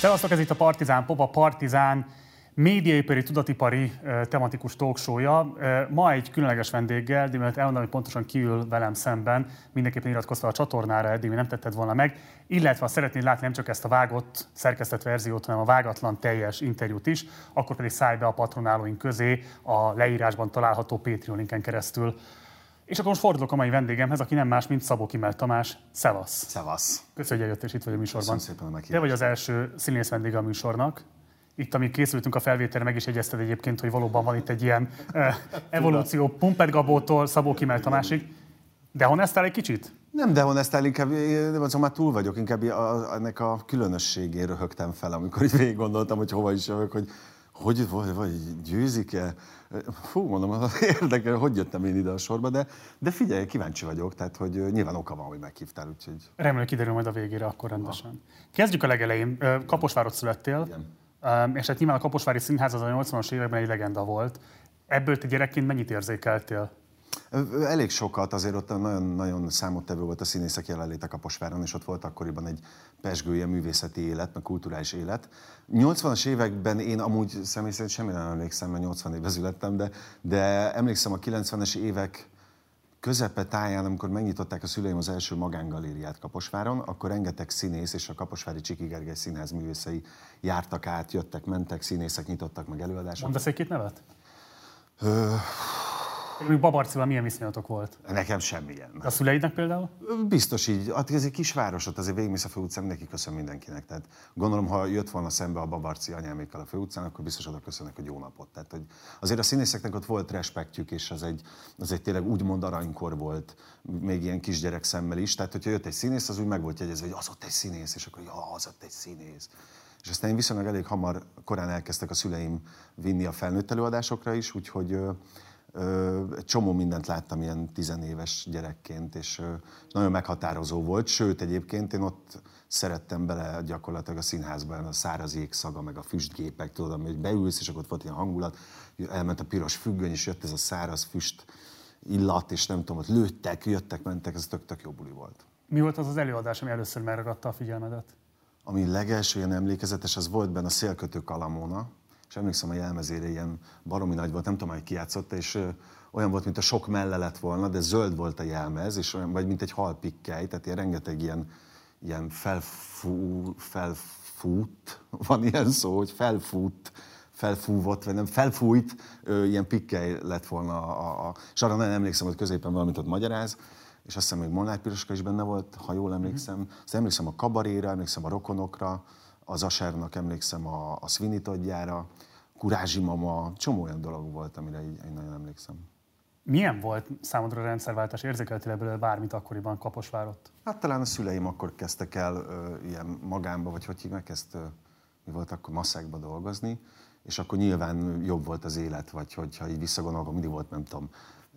Szevasztok, ez itt a Partizán Pop, a Partizán médiaipari, tudatipari tematikus talkshow-ja. Ma egy különleges vendéggel, de miért elmondom, hogy pontosan ki ül velem szemben, mindenképpen iratkozz fel a csatornára, eddig nem tetted volna meg, illetve ha szeretnéd látni nem csak ezt a vágott, szerkesztett verziót, hanem a vágatlan teljes interjút is, akkor pedig szállj be a patronálóink közé a leírásban található Patreon linken keresztül. És akkor most fordulok a mai vendégemhez, aki nem más, mint Szabó Kimell Tamás. Szevasz! Szevasz! Köszönjük, hogy eljöttél, és itt vagy a műsorban. Köszönöm szépen a meghívást. Te vagy az első színész vendége a műsornak. Itt, amíg készültünk a felvételre, meg is jegyezted egyébként, hogy valóban van itt egy ilyen evolúció Pumpet Gabótól Szabó Kimell Tamásig. Dehonestál egy kicsit? Nem dehonestál, inkább azon már túl vagyok, inkább ennek a különösségén röhögtem fel, amikor így végig gondoltam, hogy hova is jövök, hogy vagy győzik-e? Fú, mondom, érdekel, hogy jöttem én ide a sorba, de figyelj, kíváncsi vagyok, tehát hogy nyilván oka van, hogy meghívtál, úgyhogy... Remélem, kiderül majd a végére, akkor rendesen. Kezdjük a legelején. Kaposvárot születtél, és hát nyilván a Kaposvári Színház az a 80-as években egy legenda volt. Ebből te gyerekként mennyit érzékeltél? Elég sokat, azért ott nagyon számottevő volt a színészek jelenléte Kaposváron, és ott volt akkoriban egy pezsgője művészeti élet, meg kulturális élet. 80-as években én amúgy személy szerint semmire nem emlékszem, mert 80 évben születtem, de emlékszem a 90-es évek közepetáján, amikor megnyitották a szüleim az első magángalériát Kaposváron, akkor rengeteg színész és a kaposvári Csiki Gergely Színház művészei jártak át, jöttek, mentek, színészek nyitottak meg előadásokat. Mondasz egy-két nevet? Babarcival milyen viszonyatok volt? Nekem semmilyen. A szüleidnek például? Biztos így. Ez egy kisváros, ott azért végigmész a főutcán, mindenki köszön mindenkinek. Tehát gondolom, ha jött volna szembe a Babarci anyámékkal a főutcán, akkor biztos oda köszönnek, hogy jó napot. Tehát, hogy azért a színészeknek ott volt respektjük, és az egy tényleg úgymond aranykor volt, még ilyen kisgyerek szemmel is. Tehát, hogyha jött egy színész, az úgy meg volt jegyezve, hogy az ott egy színész, és akkor az ott egy színész. És aztán én viszonylag elég korán elkezdtek a szüleim vinni a felnőtt előadásokra is, úgyhogy egy csomó mindent láttam ilyen tizenéves gyerekként, és nagyon meghatározó volt. Sőt, egyébként én ott szerettem bele gyakorlatilag a színházban, a száraz jégszaga, meg a füstgépek, tudod, hogy beülsz, és akkor ott volt ilyen hangulat, elment a piros függöny, és jött ez a száraz füst illat, és nem tudom, ott lőttek, jöttek, mentek, ez tök jó buli volt. Mi volt az az előadás, ami először megragadta a figyelmedet? Ami legelső ilyen emlékezetes, az volt benne a Szélkötő Kalamóna, és emlékszem, a jelmezére ilyen baromi nagy volt, nem tudom, hogy ki játszotta, és olyan volt, mint a sok melle lett volna, de zöld volt a jelmez, és olyan, vagy mint egy halpikkely, tehát ilyen rengeteg ilyen felfút, van ilyen szó, hogy felfúvott, vagy nem, felfújt, ilyen pikkely lett volna, és arra nem emlékszem, hogy középen valamit ott magyaráz, és azt hiszem, még Molnár Piroska is benne volt, ha jól emlékszem. Aztán emlékszem a Kabaréra, emlékszem a Rokonokra, az Asernak emlékszem a Svinitodjára, Kurázsi Mama, csomó olyan dolog volt, amire így nagyon emlékszem. Milyen volt számodra a rendszerváltás? Érzékeltél ebből bármit akkoriban Kaposvárott? Hát talán a szüleim akkor kezdtek el ilyen magánba, vagy hogy hívják ezt, mi volt akkor, masszákba dolgozni, és akkor nyilván jobb volt az élet, vagy hogyha így visszagondolok, mindig volt, nem tudom,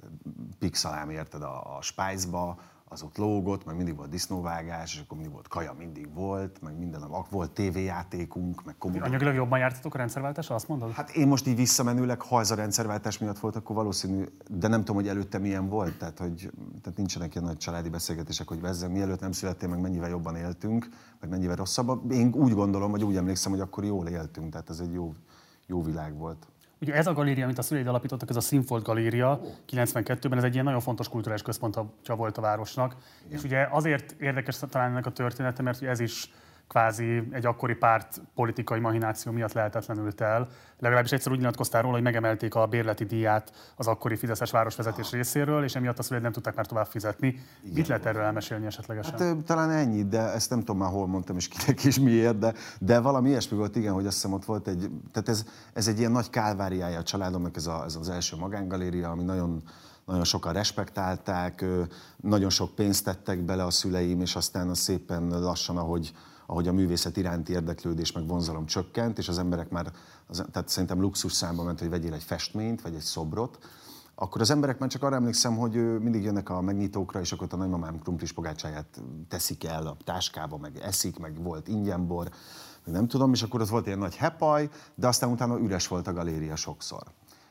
pixalám, érted, a Spice-ba, az ott lógott, meg mindig volt disznóvágás, és akkor mindig volt kaja, mindig volt, meg minden, volt tévéjátékunk, meg komodor. Anyagilag jobban jártatok a rendszerváltással, azt mondod? Hát én most így visszamenőleg, ha ez a rendszerváltás miatt volt, akkor valószínű, de nem tudom, hogy előtte milyen volt, tehát nincsenek ilyen nagy családi beszélgetések, hogy ezzel mielőtt nem születtél, meg mennyivel jobban éltünk, meg mennyivel rosszabb. Én úgy gondolom, vagy úgy emlékszem, hogy akkor jól éltünk, tehát ez egy jó világ volt. Ugye ez a galéria, amit a szüleid alapítottak, ez a Színfolt Galéria 92-ben, ez egy ilyen nagyon fontos kulturális központja volt a városnak. Igen. És ugye azért érdekes talán ennek a története, mert ez is kvázi egy akkori párt politikai mahináció miatt lehetetlenült el. Legalábbis egyszer úgy nyilatkoztál róla, hogy megemelték a bérleti díját az akkori fideszes városvezetés részéről, és emiatt a szüleid nem tudták már tovább fizetni. Igen. Mit lehet erről elmesélni esetlegesen? Hát talán ennyi, de ezt nem tudom már hol mondtam, és kinek és miért, de valami ilyesmi volt, igen, hogy azt hiszem ott volt tehát ez egy ilyen nagy kálváriája a családomnak, ez az első magángaléria, ami nagyon sokan respektálták, nagyon sok pénzt tettek bele a szüleim, és aztán az szépen lassan, ahogy a művészet iránti érdeklődés meg vonzalom csökkent, és az emberek már, tehát szerintem luxus számba ment, hogy vegyél egy festményt, vagy egy szobrot, akkor az emberek már csak arra emlékszem, hogy mindig jönnek a megnyitókra, és akkor a nagymamám krumplis pogácsáját teszik el a táskába, meg eszik, meg volt ingyenbor, meg nem tudom, és akkor az volt ilyen nagy hepaj, de aztán utána üres volt a galéria sokszor.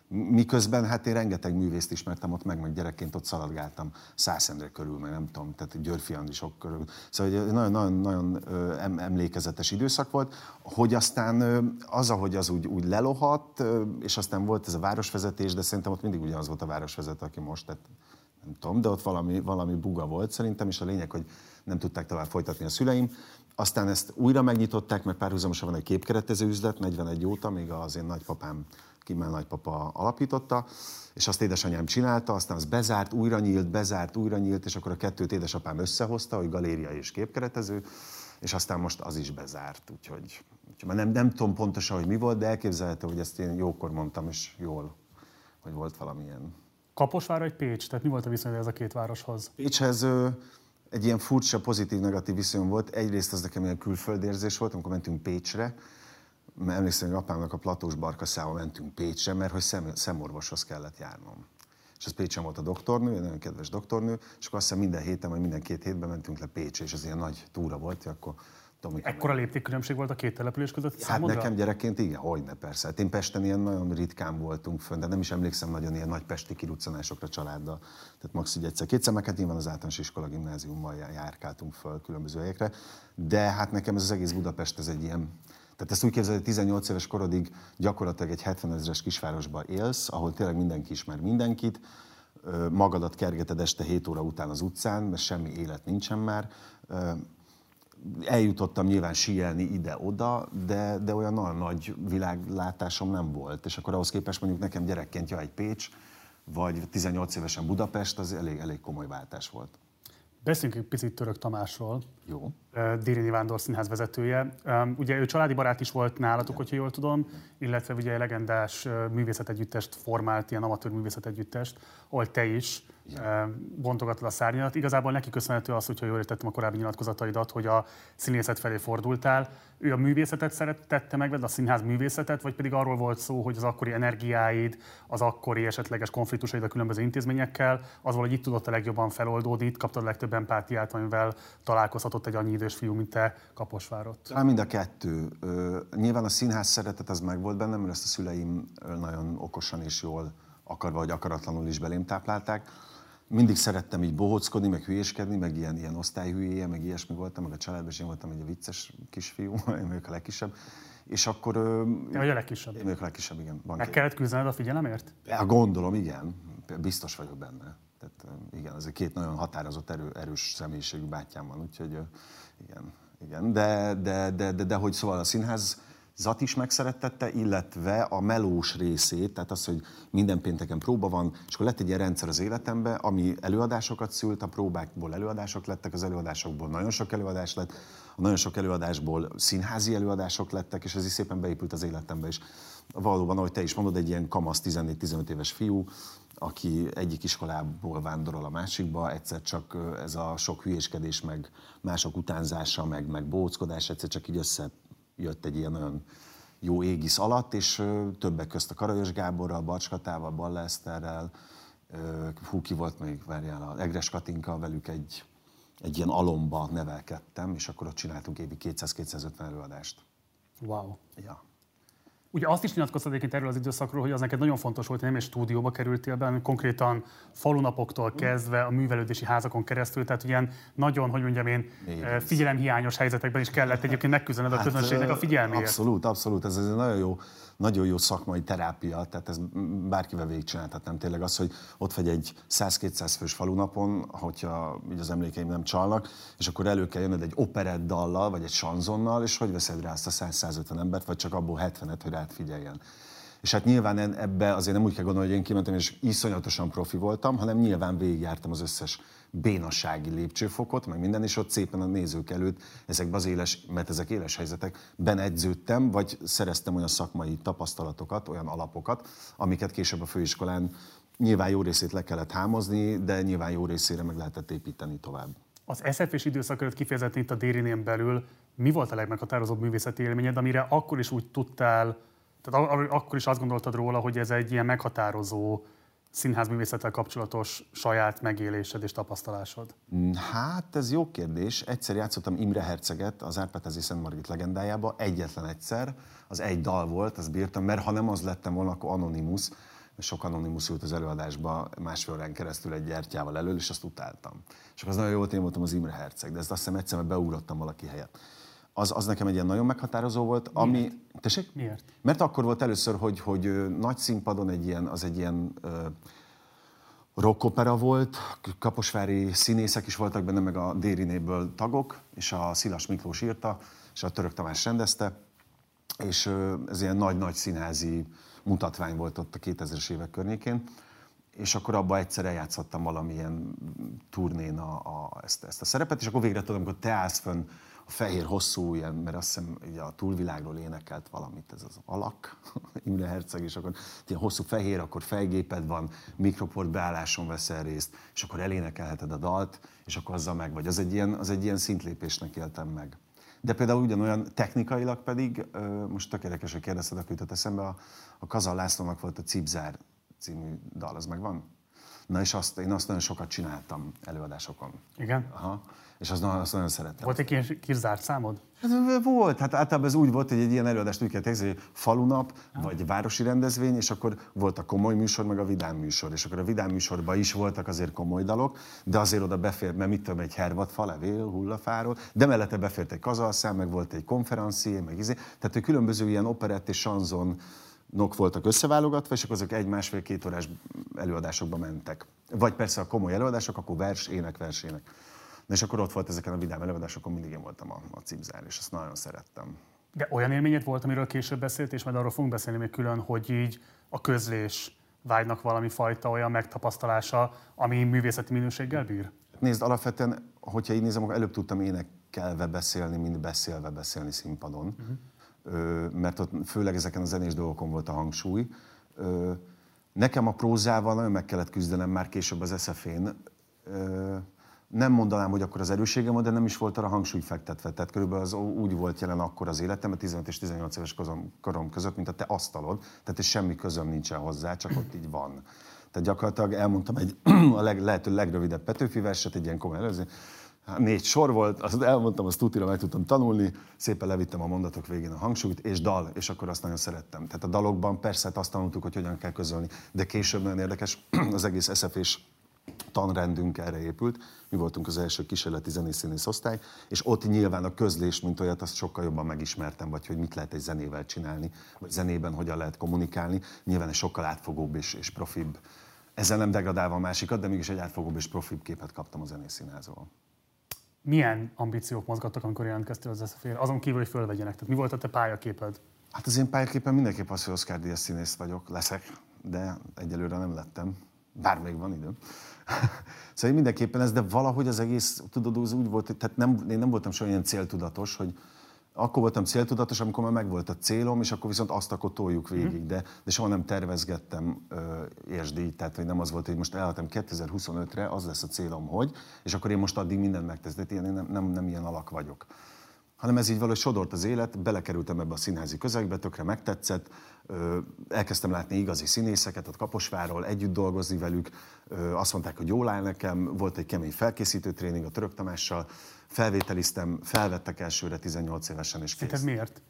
Miközben hát én rengeteg művészt ismertem ott meg gyerekként ott szaladgáltam Szászendre körül, meg nem tudom, tehát Györfi Andisok körül. Szóval nagyon emlékezetes időszak volt, hogy aztán az, ahogy az úgy lelohadt, és aztán volt ez a városvezetés, de szerintem ott mindig ugyanaz volt a városvezető, aki most, tehát nem tudom, de ott valami buga volt szerintem, és a lényeg, hogy nem tudták tovább folytatni a szüleim. Aztán ezt újra megnyitották, mert párhuzamosan van egy képkeretező üzlet, 41 óta, még az én nagypapám, Kimmel nagypapa alapította, és azt édesanyám csinálta, aztán az bezárt, újra nyílt, és akkor a kettőt édesapám összehozta, hogy galéria és képkeretező, és aztán most az is bezárt, úgyhogy nem tudom pontosan, hogy mi volt, de elképzelhető, hogy ezt én jókor mondtam, és jól, hogy volt valamilyen. Kaposvár vagy Pécs? Tehát mi volt a viszony ez a két városhoz? Pécshez egy ilyen furcsa, pozitív-negatív viszonyom volt. Egyrészt az nekem ilyen külföldérzés volt, amikor mentünk Pécsre. Emlékszem, hogy apámnak a Platós Barkaszával mentünk Pécsre, mert hogy szemorvoshoz kellett járnom. És az Pécsen volt a doktornő, egy nagyon kedves doktornő, és akkor azt hiszem minden héten, vagy minden 2 hétben mentünk le Pécsre, és az ilyen nagy túra volt, akkor ekkora léptékkülönbség volt a két település között számodra? Hát nekem gyerekként igen, hogyne persze. Hát én Pesten ilyen nagyon ritkán voltunk fönn, de nem is emlékszem nagyon ilyen nagy pesti kiruccanásokra családdal. Tehát max. Így egyszer-kétszer, meg hát nyilván az általános iskola gimnáziummal járkáltunk föl különböző helyekre. De hát nekem ez az egész Budapest, ez egy ilyen. Tehát ezt úgy képzeled, hogy 18 éves korodig gyakorlatilag egy 70 000-es kisvárosban élsz, ahol tényleg mindenki ismer mindenkit, magadat kergeted este 7 óra után az utcán, mert semmi élet nincsen már. Eljutottam nyilván síelni ide-oda, de olyan nagyon nagy világlátásom nem volt. És akkor ahhoz képest mondjuk nekem gyerekként egy Pécs, vagy 18 évesen Budapest, az elég komoly váltás volt. Beszéljünk egy picit Török Tamásról. Jó. Déryné Vándor színház vezetője. Ugye ő családi barát is volt nálatok, hogyha jól tudom, illetve ugye legendás művészetegyüttest formált, ilyen amatőr művészetegyüttest, ahol te is bontogattad a szárnyalat. Igazából neki köszönhető az, hogyha jól értettem a korábbi nyilatkozataidat, hogy a színészet felé fordultál. Ő a művészetet szeretette meg, a színház művészetet, vagy pedig arról volt szó, hogy az akkori energiáid, az akkori esetleges konfliktusaid a különböző intézményekkel, az valahogy itt tudott a legjobban feloldódni, itt kaptad a legtöbb empátiát, amivel találkozhatott egy annyi idős fiú, mint te Kaposvárott. Talán mind a kettő. Nyilván a színház szeretet az meg volt bennem, mert ezt a szüleim nagyon okosan és jól akarva vagy akaratlanul is belém táplálták. Mindig szerettem így bohóckodni, meg hülyéskedni, meg ilyen osztályhülyéje, meg ilyesmi voltam, meg a családban is én voltam egy vicces kisfiú, én vagyok a legkisebb. És akkor... Te vagy a legkisebb? Én vagyok a legkisebb, igen. Meg kellett küzdened a figyelemért? Ja, gondolom, igen. Biztos vagyok benne. Tehát igen, ez egy 2 nagyon határozott, erős személyiségű bátyám van, úgyhogy igen. De hogy szóval a színház is megszerettette, illetve a melós részét, tehát az, hogy minden pénteken próba van, és akkor lett egy ilyen rendszer az életemben, ami előadásokat szült, a próbákból előadások lettek, az előadásokból nagyon sok előadás lett, a nagyon sok előadásból színházi előadások lettek, és ez is szépen beépült az életembe is. Valóban, ahogy te is mondod, egy ilyen kamasz 14-15 éves fiú, aki egyik iskolából vándorol a másikba, egyszer csak ez a sok hülyéskedés, meg mások utánzása, meg bóckodás, egyszer csak így összejött egy ilyen nagyon jó égisz alatt, és többek közt a Karajos Gáborral, Barcs Katával, Balla Eszterrel, ki volt még, várjál, a Egres Katinka, velük egy ilyen alomba nevelkedtem, és akkor ott csináltunk évi 200-250 előadást. Wow. Ja. Ugye azt is nyilatkoztad egyébként erről az időszakról, hogy az neked nagyon fontos volt, hogy nem egy stúdióba kerültél be, hanem konkrétan falunapoktól kezdve a művelődési házakon keresztül, tehát ilyen nagyon, hogy mondjam én, figyelemhiányos helyzetekben is kellett egyébként megküzdened a közönségnek a figyelméért. Abszolút, ez egy nagyon jó szakmai terápia, tehát ez bárkivel végigcsinálhatnám tényleg az, hogy ott vagy egy 100-200 fős falunapon, hogyha így az emlékeim nem csalnak, és akkor elő kell jönnöd egy operett dallal, vagy egy sanzonnal, és hogy veszed rá azt a 100-150 embert, vagy csak abból 70-et, hogy rád figyeljen. És hát nyilván ebbe azért nem úgy kell gondolni, hogy én kimentem és iszonyatosan profi voltam, hanem nyilván végigjártam az összes bénassági lépcsőfokot, meg minden, és ott szépen a nézők előtt ezekben az mert ezek éles helyzetek, edződtem, vagy szereztem olyan szakmai tapasztalatokat, olyan alapokat, amiket később a főiskolán nyilván jó részét le kellett hámozni, de nyilván jó részére meg lehetett építeni tovább. Az SZF-s időszak előtt kifejezetten itt a Dérynén belül mi volt a legmeghatározóbb művészeti élményed, amire akkor is úgy tudtál, tehát akkor is azt gondoltad róla, hogy ez egy ilyen meghatározó színházművészettel kapcsolatos saját megélésed és tapasztalásod? Hát ez jó kérdés. Egyszer játszottam Imre Herceget az Árpád-házi Szent Margit legendájába, egyetlen egyszer. Az egy dal volt, azt bírtam, mert ha nem az lettem volna, akkor Anonymous, sok anonimus ült az előadásba másfél órán keresztül egy gyertyával elől, és azt utáltam. És akkor az nagyon jó volt, én voltam az Imre Herceg, de ezt azt hiszem egyszer beugrottam valaki helyett. Az nekem egy ilyen nagyon meghatározó volt, ami... Miért? Tessék? Miért? Mert akkor volt először, hogy nagy színpadon az egy ilyen rockopera volt, kaposvári színészek is voltak benne, meg a Dérinéből tagok, és a Szilas Miklós írta, és a Török Tamás rendezte, és ez ilyen nagy-nagy színházi mutatvány volt ott a 2000-es évek környékén, és akkor abban egyszer eljátszottam valamilyen turnén ezt a szerepet, és akkor végre tudom, amikor te állsz fönn a fehér hosszú, ilyen, mert azt hiszem ugye a túlvilágról énekelt valamit, ez az Alak, Imre Herceg, és akkor ilyen hosszú fehér, akkor fejgéped van, mikroport beálláson veszel részt, és akkor elénekelheted a dalt, és akkor azzal meg vagy. Az egy ilyen szintlépésnek éltem meg. De például ugyanolyan technikailag pedig, most tök érdekes, hogy kérdezted, akkor jutott eszembe, a Kazal Lászlónak volt a Cipzár című dal, az megvan? Na és én azt nagyon sokat csináltam előadásokon. Igen? Aha. És azt nagyon szerettem. Volt egy ilyen kis zárt számod? Hát, volt, hát általában ez úgy volt, hogy egy ilyen előadást úgy kell tegzni, hogy falunap, vagy városi rendezvény, és akkor volt a komoly műsor, meg a vidám műsor. És akkor a vidám műsorban is voltak azért komoly dalok, de azért oda befért, mert mit tudom, egy hervadfa, levél, hullafáról, de mellette befért egy kazalszám, meg volt egy konferencié, meg tehát hogy különböző ilyen operett és sanzonok voltak összeválogatva, és akkor azok egy-másfél-két órás előadásokba mentek. Vagy persze a komoly előadások, akkor vers, ének, vers, ének. Na és akkor ott volt ezeken a vidám előadásokon, mindig én voltam a Cipzár, és azt nagyon szerettem. De olyan élményed volt, amiről később beszélt, és majd arról fogunk beszélni még külön, hogy így a közlés vágynak valami fajta olyan megtapasztalása, ami művészeti minőséggel bír? Nézd, alapvetően, hogyha így nézem, akkor előbb tudtam énekelve beszélni, mint beszélve beszélni színpadon. Mert ott főleg ezeken a zenés dolgokon volt a hangsúly. Nekem a prózával nagyon meg kellett küzdenem már később az SZF-én. Nem mondanám, hogy akkor az erősségem volt, de nem is volt arra hangsúly fektetve. Tehát körülbelül az úgy volt jelen akkor az életem, a 15 és 18 éves korom között, mint a te asztalod. Tehát semmi közöm nincsen hozzá, csak ott így van. Tehát gyakorlatilag elmondtam a lehető legrövidebb Petőfi verset, egy ilyen komoly előző. 4 sor volt, azt elmondtam, azt tutira meg tudtam tanulni, szépen levittem a mondatok végén a hangsúlyt, és dal, és akkor azt nagyon szerettem. Tehát a dalokban persze azt tanultuk, hogy hogyan kell közölni, de később nagyon érdekes, az egész SZF-s tanrendünk erre épült. Mi voltunk az első kísérleti zenészínész osztály, és ott nyilván a közlés, mint olyat, azt sokkal jobban megismertem, vagy hogy mit lehet egy zenével csinálni, vagy zenében hogyan lehet kommunikálni. Nyilván egy sokkal átfogóbb és profibb, ezzel nem degradálva a másikat, de mégis egy átfogóbb és profibb képet kaptam a zenészínházról. Milyen ambíciók mozgattak, amikor jelentkeztél az SZF-re? Azon kívül, hogy fölvegyenek. Tehát mi volt a te pályaképed? Hát az én pályaképen mindenképp az, hogy Oscar-díjas színész vagyok, leszek, de egyelőre nem lettem. Bár még van időm. Szóval mindenképpen ez, de valahogy az egész, tudod, az úgy volt, tehát én nem voltam soha ilyen céltudatos, hogy akkor voltam céltudatos, amikor már megvolt a célom, és akkor viszont azt akkor toljuk végig, de soha nem tervezgettem értsd, tehát hogy nem az volt, hogy most elhatom 2025-re, az lesz a célom, hogy, és akkor én most addig mindent megteszem, de én nem ilyen alak vagyok. Hanem ez így valahogy sodort az élet, belekerültem ebbe a színházi közegbe, tökre megtetszett, elkezdtem látni igazi színészeket ott Kaposvárról, együtt dolgozni velük, azt mondták, hogy jól áll nekem, volt egy kemény felkészítő tréning a Török Tamással, felvételiztem, felvettek elsőre 18 évesen, és kész. Szerinted miért?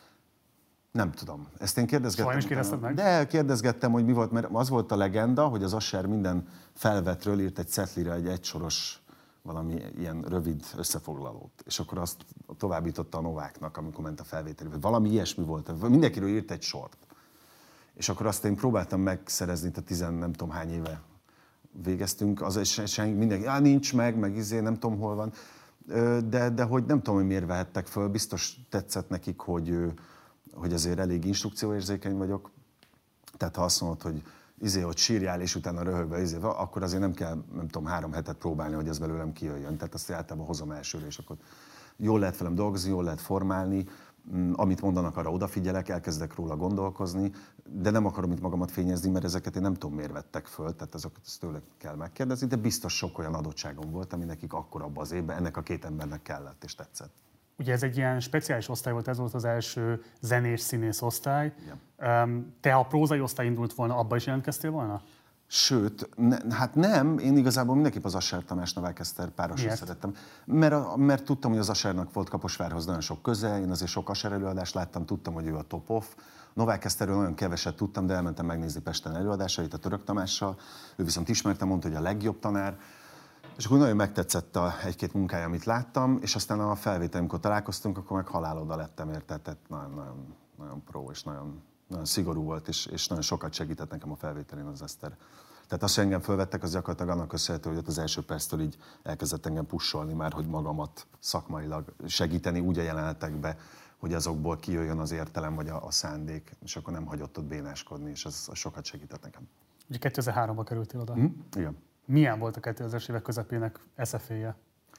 Nem tudom. Ezt én kérdezgettem. Soha is kérdezted meg? De kérdezgettem, hogy mi volt, mert az volt a legenda, hogy az Asser minden felvetről írt egy cetlire egy egysoros valami ilyen rövid összefoglalót. És akkor azt továbbította a Nováknak, amikor ment a felvétel. Valami ilyesmi volt. Mindenkiről írt egy sort. És akkor azt én próbáltam megszerezni, itt a 10 nem tudom hány éve végeztünk, az mindenki, nincs meg nem tudom hol van. De hogy nem tudom, hogy miért vehettek föl, biztos tetszett nekik, hogy azért elég instrukcióérzékeny vagyok. Tehát ha azt mondod, hogy hogy sírjál, és utána röhögve, akkor azért nem kell, nem tudom, 3 hetet próbálni, hogy ez belőlem kijöjjön. Tehát azt általában hozom elsőre, és akkor jól lehet velem dolgozni, jól lehet formálni, amit mondanak, arra odafigyelek, elkezdek róla gondolkozni, de nem akarom itt magamat fényezni, mert ezeket én nem tudom, miért vettek föl, tehát azokat tőle kell megkérdezni, de biztos sok olyan adottságom volt, ami nekik akkor abban az évben ennek a 2 embernek kellett és tetszett. Ugye ez egy ilyen speciális osztály volt, ez volt az első zenés színész osztály. Igen. Te, ha prózai osztály indult volna, abba is jelentkeztél volna? Sőt, hát nem, én igazából mindenképp az Ascher Tamás Novák Eszter párosra szerettem. Mert tudtam, hogy az Aschernak volt Kaposvárhoz nagyon sok köze, én azért sok Ascher előadást láttam, tudtam, hogy ő a top off. Novák Eszterről nagyon keveset tudtam, de elmentem megnézni Pesten előadásait a Török Tamással. Ő viszont ismertem, mondta, hogy a legjobb tanár. És akkor nagyon megtetszett egy-két munkája, amit láttam, és aztán a felvétel, amikor találkoztunk, akkor meg haláloda lettem érte. Tehát nagyon pro és nagyon szigorú volt, és nagyon sokat segített nekem a felvételén az Eszter. Tehát azt, hogy engem fölvettek, az gyakorlatilag annak köszönhető, hogy ott az első perctől így elkezdett engem pusholni már, hogy magamat szakmailag segíteni úgy a jelenetekbe, hogy azokból kijöjjön az értelem vagy a szándék, és akkor nem hagyott ott bénáskodni, és az sokat segített nekem. Ugye 2003-ban kerültél oda. Igen. Milyen volt a 2000-es évek közepének SZF-je?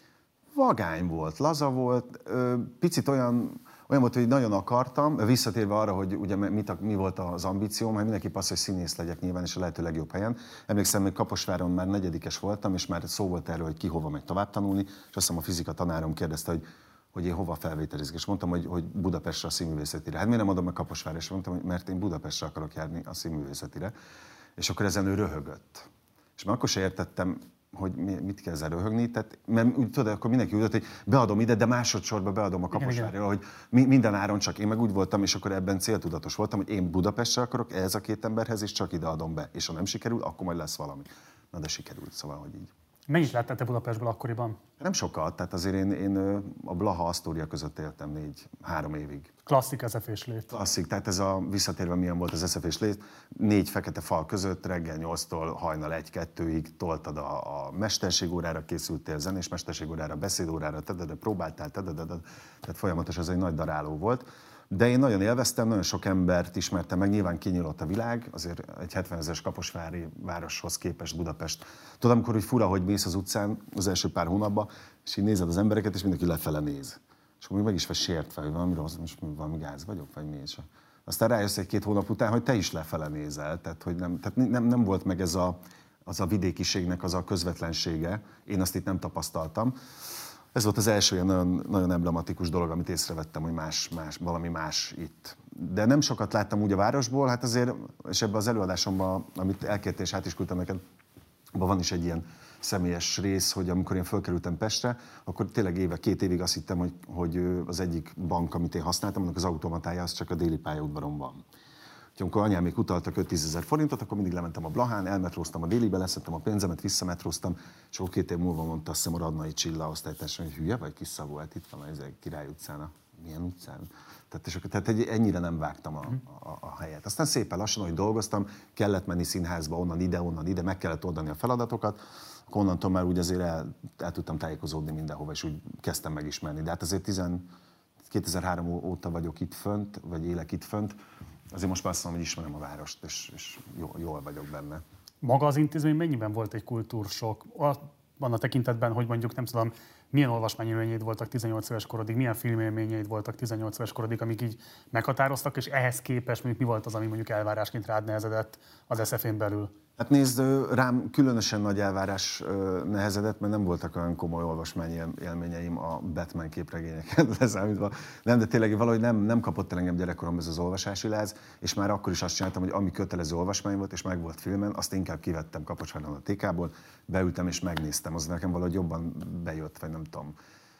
Vagány volt, laza volt, picit olyan volt, hogy nagyon akartam, visszatérve arra, hogy ugye mi volt az ambícióm, hát mindenképp az, hogy színész legyek nyilván, és a lehető legjobb helyen. Emlékszem, hogy Kaposváron már negyedikes voltam, és már szó volt erről, hogy ki hova megy tovább tanulni, és azt hiszem a fizika tanárom kérdezte, hogy én hova felvételizik, és mondtam, hogy Budapestre a színművészetire. Hát miért nem adom meg Kaposvárra, és mondtam, hogy mert én Budapestre akarok járni a színművészetire. És akkor ezen ő röhögött. És már akkor se értettem, hogy mit kell ezzel röhögni, tehát, mert úgy tudod, akkor mindenki úgy, hogy beadom ide, de másodszorban beadom a Kaposvárra, hogy minden áron csak én meg úgy voltam, és akkor ebben céltudatos voltam, hogy én Budapestre akarok ehhez a két emberhez, és csak ide adom be. És ha nem sikerül, akkor majd lesz valami. Na de sikerült, szóval, hogy így. Mennyit láttál te Budapestből akkoriban? Nem sokat, tehát azért én a Blaha Asztória között éltem 3 évig. Klasszik SZF-s lét. Klasszik, tehát ez a visszatérve milyen volt az SZF-s lét, 4 fekete fal között, reggel 8-tól hajnal 1-2-ig toltad a mesterségórára, készültél zenés mesterségórára, beszédórára, próbáltál, tehát folyamatos ez egy nagy daráló volt. De én nagyon élveztem, nagyon sok embert ismertem meg, nyilván kinyílott a világ, azért egy 70 000-es kaposvári városhoz képest Budapest. Tudod, amikor úgy fura, hogy mész az utcán az első pár hónapban, és így nézed az embereket, és mindenki lefele néz. És akkor még meg is vagy sértve, hogy valami rossz, most valami gáz vagyok, vagy mi is. Aztán rájössz 1-2 hónap után, hogy te is lefele nézel, tehát, hogy nem volt meg ez az a vidékiségnek az a közvetlensége, én azt itt nem tapasztaltam. Ez volt az első ilyen nagyon, nagyon emblematikus dolog, amit észrevettem, hogy valami más itt. De nem sokat láttam úgy a városból, hát azért, és ebben az előadásomban, amit elkértél és át is küldtem neked, abban van is egy ilyen személyes rész, hogy amikor én fölkerültem Pestre, akkor tényleg 2 évig azt hittem, hogy az egyik bank, amit én használtam, annak az automatája, az csak a Déli pályaudvaron van. Amikor anyámék utaltak 5-10 000 forintot, akkor mindig lementem a Blahán, elmetróztam a Délibe, leszettem a pénzemet, visszametróztam, és akkor 2 év múlva mondta, azt hiszem, a Radnai Csilla osztálytársam, hogy hülye vagy, kiszavó, hát itt van a Király utcán, milyen utcán? Tehát ennyire nem vágtam a helyet. Aztán szépen lassan, hogy dolgoztam, kellett menni színházba, onnan ide, meg kellett oldani a feladatokat, akkor onnantól már úgy azért el tudtam tájékozódni mindenhova, és úgy kezdtem megismerni. De hát azért 2003 óta vagyok itt fönt, vagy élek itt fönt, azért most már azt mondom, hogy ismerem a várost, és jól vagyok benne. Maga az intézmény mennyiben volt egy kultúrsok? Van a tekintetben, hogy mondjuk nem tudom, milyen olvasmányélményeid voltak 18 éves korodig, milyen filmélményeid voltak 18 éves korodig, amik így meghatároztak, és ehhez képest mondjuk mi volt az, ami mondjuk elvárásként rád nehezedett az SZF-n belül? Hát nézd, rám különösen nagy elvárás nehezedett, mert nem voltak olyan komoly olvasmányélményeim a Batman képregényeket leszámítva. Nem, de tényleg valahogy nem kapott el engem gyerekkoromban ez az olvasási láz, és már akkor is azt csináltam, hogy ami kötelező olvasmány volt, és meg volt filmen, azt inkább kivettem Kaposváron a TK-ból, beültem és megnéztem, az nekem valahogy jobban bejött, vagy nem tudom.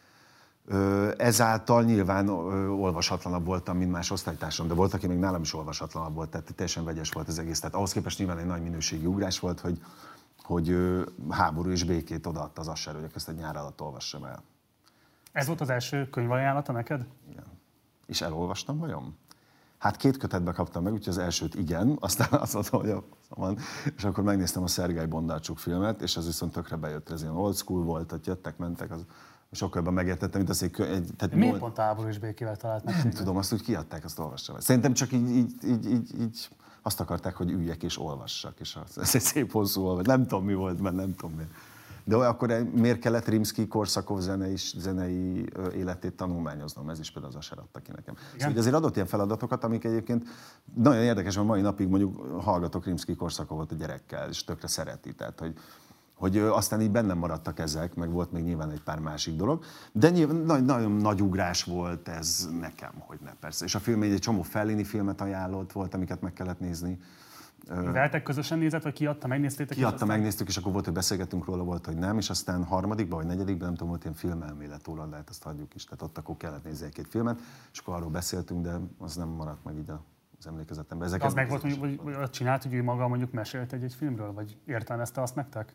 Ezáltal nyilván olvasatlanabb voltam, mint más osztálytársam, de volt, aki még nálam is olvasatlanabb volt, tehát teljesen vegyes volt az egész. Tehát ahhoz képest nyilván egy nagy minőségi ugrás volt, hogy Háború és békét odaadta az Ascher, hogy ezt egy nyár alatt olvassam el. Ez volt az első könyvajánlata neked? Igen. És elolvastam vajon? Hát 2 kötetbe kaptam meg, úgyhogy az elsőt igen, aztán azt mondtam, hogy van. És akkor megnéztem a Szergej Bondarcsuk filmet, és az viszont tökre bejött, ez ilyen old school volt, hogy jöttek, mentek, sokkal jobban megértettem, mint az egy... Miért pont Háború és békével talált meg? Nem tudom, azt úgy kiadták, azt olvassam. Szerintem csak így azt akarták, hogy üljek és olvassak, és ez egy szép hosszú olvas. Nem tudom, mi volt benne, nem tudom miért. De akkor miért kellett Rimszkij-Korsakov zenei életét tanulmányoznom? Ez is például az Ascher adta ki nekem. Szóval azért adott ilyen feladatokat, amik egyébként nagyon érdekes, mert mai napig mondjuk hallgatok Rimszkij-Korsakovot a gyerekkel, és tökre szereti. Tehát, hogy aztán így bennem maradtak ezek, meg volt még nyilván egy pár másik dolog, de nyilván nagyon nagy ugrás volt ez nekem, hogy ne persze. És a film egy csomó Fellini filmet ajánlott volt, amiket meg kellett nézni. Veltek közösen nézett, vagy kiadta, megnéztétek? Kiadta, megnéztük, és akkor volt, hogy beszélgettünk róla, volt, hogy nem, és aztán harmadikban vagy negyedikben, nem tudom, volt ilyen filmelmélet óra, lehet ezt hagyjuk is, tehát ott akkor kellett nézni egy-két filmet, és akkor arról beszéltünk, de az nem maradt meg így az emlékezetemben. Az meg volt, hogy azt csinált, hogy ő maga mondjuk mesélt egy filmről, vagy értelmezte azt nektek?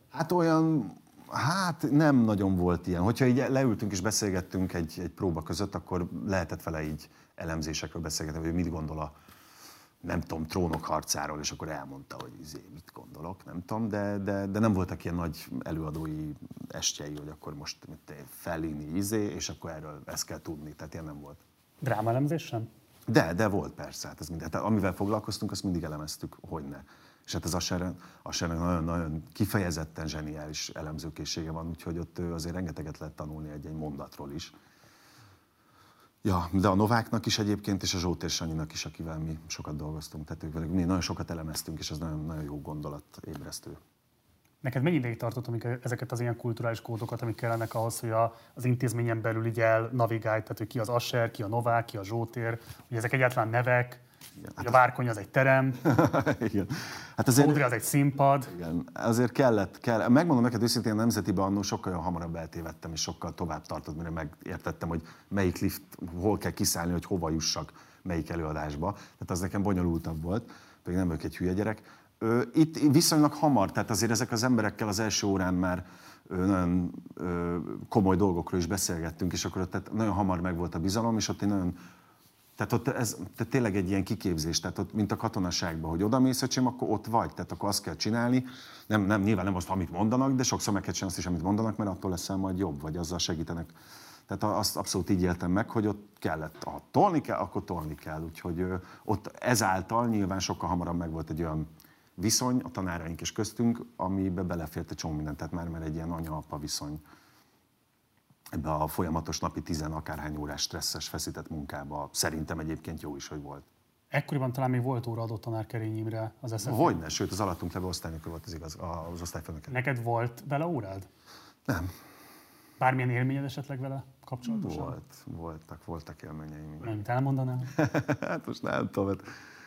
Hát nem nagyon volt ilyen. Hogyha így leültünk és beszélgettünk egy próba között, akkor lehetett vele így elemzésekről beszélgetni, hogy mit gondol a nem tudom, Trónok harcáról, és akkor elmondta, hogy mit gondolok, nem tudom, de nem voltak ilyen nagy előadói estjei, hogy akkor most Fellini és akkor erről ezt kell tudni, tehát ilyen nem volt. Drámaelemzés sem? De volt persze, hát ez minden. Tehát amivel foglalkoztunk, azt mindig elemeztük, hogyne. És hát az Aschernek nagyon kifejezetten zseniális elemzőkészsége van, úgyhogy ott azért rengeteget lehet tanulni egy mondatról is. Ja, de a Nováknak is egyébként, és a Zsótér Sanyinak is, akivel mi sokat dolgoztunk. Tehát ők mi nagyon sokat elemeztünk, és ez nagyon jó gondolatébresztő. Neked mennyi ideig tartott, amikor ezeket az ilyen kulturális kódokat, amik kellenek ahhoz, hogy az intézményen belül így elnavigálj, tehát hogy ki az Ascher, ki a Novák, ki a Zsótér, hogy ezek egyáltalán nevek, igen, hogy a Várkony az egy terem, igen. Hát azért, Audrey az egy színpad. Igen, azért kellett. Megmondom neked őszintén, a Nemzetiben annól sokkal hamarabb eltévedtem, és sokkal tovább tartott, mire megértettem, hogy melyik lift, hol kell kiszállni, hogy hova jussak, melyik előadásba. Tehát az nekem bonyolultabb volt, pedig nem vagyok egy hülye gyerek. Itt viszonylag hamar, tehát azért ezek az emberekkel az első órán már nagyon komoly dolgokról is beszélgettünk, és akkor ott nagyon hamar megvolt a bizalom, és ott én nagyon... Tehát ott ez tényleg egy ilyen kiképzés, tehát ott, mint a katonaságban, hogy odamész, öcsém, akkor ott vagy, tehát akkor azt kell csinálni. Nyilván nem azt, amit mondanak, de sokszor meg kell csinálni azt is, amit mondanak, mert attól leszel majd jobb, vagy azzal segítenek. Tehát azt abszolút így éltem meg, hogy ott kellett, ha tolni kell, akkor tolni kell. Úgyhogy ott ezáltal nyilván sokkal hamarabb megvolt egy olyan viszony a tanáraink és köztünk, amibe belefért egy csomó mindent, tehát már egy ilyen anya-apa viszony. Ebbe a folyamatos napi 10 akárhány órás stresszes, feszített munkába szerintem egyébként jó is, hogy volt. Ekkoriban talán még volt óraadó tanár Kerényi Imre az SZF. Hogyne, sőt az alattunk levő osztálynökő volt az osztályfőnöke. Neked volt vele órád? Nem. Bármilyen élményed esetleg vele kapcsolatosan? Voltak élményeim. Amit elmondanám? Hát most nem tudom.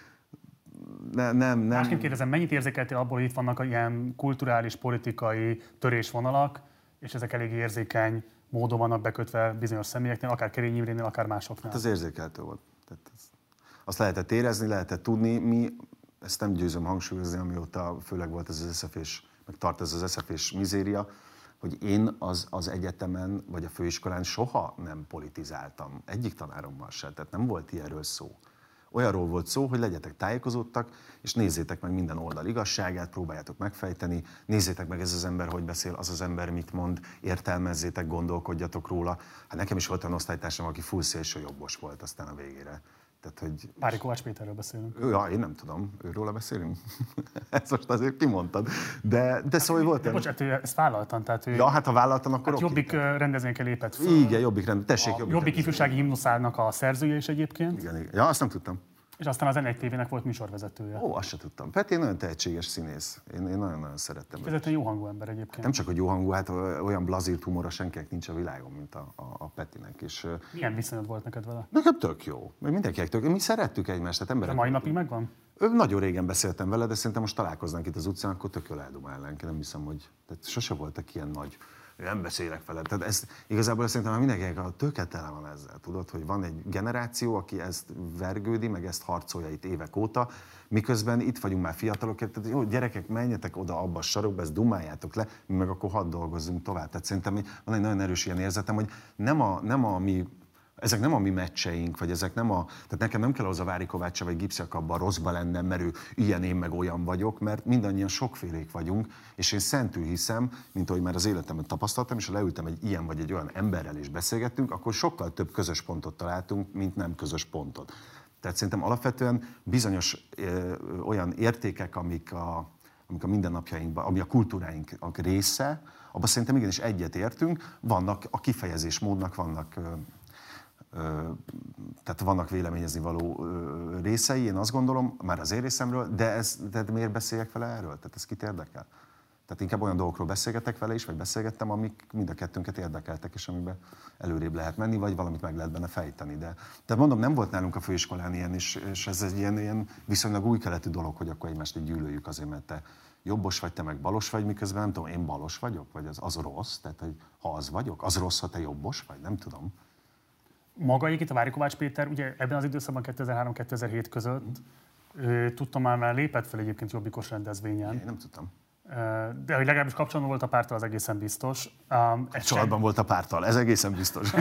Nem. Másként kérdezem, mennyit érzékeltél abból, hogy itt vannak ilyen kulturális, politikai törésvonalak, és ezek elég érzékeny módon vannak bekötve bizonyos személyeknél, akár Kerényi Imrénél, akár másoknál? Hát az érzékeltő volt. Tehát azt lehetett érezni, lehetett tudni. Mi ezt nem győzöm hangsúlyozni, amióta főleg volt ez az SZF-és, meg tart ez az SZF-és mizéria, hogy én az egyetemen vagy a főiskolán soha nem politizáltam. Egyik tanárommal se, tehát nem volt ilyenről szó. Olyanról volt szó, hogy legyetek tájékozódtak, és nézzétek meg minden oldal igazságát, próbáljátok megfejteni, nézzétek meg ez az ember, hogy beszél, az az ember mit mond, értelmezzétek, gondolkodjatok róla. Hát nekem is volt olyan osztálytársam, aki full szélső jobbos volt aztán a végére. Tehát, hogy... Pári Kovács Péterről beszélünk. Én nem tudom, őróla beszélünk? Ezt most azért kimondtad. De szóval volt olyan... Bocsánat, ő ezt vállaltan, tehát ő... Ja, hát ha vállaltan, akkor hát Jobbik rendezvényekkel lépett föl. Igen, Jobbik rendezvény. Tessék, Jobbik ifjúsági himnuszának a szerzője is egyébként. Igen. Ja, azt nem tudtam. És aztán az N1 TV-nek volt műsorvezetője. Ó, azt se tudtam. Peti nagyon tehetséges színész. Én nagyon-nagyon szerettem. Vezetően jó hangú ember egyébként. Nem csak, hogy jó hangú, hát olyan blazírt humora senkinek nincs a világon, mint a Petinek. És, milyen viszonyod volt neked vele? Nekem tök jó. Mindenkinek tök jó. Mi szerettük egymást, tehát emberek. A mai napig megvan? Nagyon régen beszéltem vele, de szerintem most találkoznánk itt az utcán, akkor tök jól eldumálnánk. Nem hiszem, hogy... Tehát sose voltak ilyen nagy... Nem beszélek vele. Tehát ezt igazából szerintem már mindenkinek a tőke tele van ezzel. Tudod, hogy van egy generáció, aki ezt vergődi, meg ezt harcolja itt évek óta, miközben itt vagyunk már fiatalok, tehát jó, gyerekek, menjetek oda abba a sarokba, ezt dumáljátok le, mi meg akkor hadd dolgozzunk tovább. Tehát szerintem van egy nagyon erős ilyen érzetem, hogy ezek nem a mi meccseink, vagy ezek nem a... Tehát nekem nem kell az a Vári Kovácsa vagy Gipszak abban rosszba lennem, mert ő ilyen, én meg olyan vagyok, mert mindannyian sokfélék vagyunk, és én szentül hiszem, mint ahogy már az életemben tapasztaltam, és ha leültem egy ilyen vagy egy olyan emberrel és beszélgettünk, akkor sokkal több közös pontot találtunk, mint nem közös pontot. Tehát szerintem alapvetően bizonyos olyan értékek, amik a mindennapjainkban, ami a kultúráink része, abban szerintem igenis egyet értünk, vannak a kifejezésmódnak, tehát vannak véleményezni való részei, én azt gondolom, már az én részemről, de miért beszéljek vele erről? Tehát ez kit érdekel? Tehát inkább olyan dolgokról beszélgetek vele is, vagy beszélgettem, amik mind a kettőnket érdekeltek, és amiben előrébb lehet menni, vagy valamit meg lehet benne fejteni. De tehát mondom, nem volt nálunk a főiskolán ilyen, és ez egy ilyen viszonylag új keletű dolog, hogy akkor egymást így gyűlöljük azért, mert te jobbos vagy, te meg balos vagy, miközben nem tudom, én balos vagyok, vagy az rossz, tehát hogy ha az vagyok, az rossz, ha te jobbos vagy, nem tudom. Maga egyébként a Vári Kovács Péter, ugye ebben az időszakban 2003-2007 között tudtam már lépett fel egyébként jobbikos rendezvényen. Én nem tudtam. De hogy legalábbis kapcsolatban volt a párttal, az egészen biztos. Kapcsolatban volt a párttal, ez egészen biztos.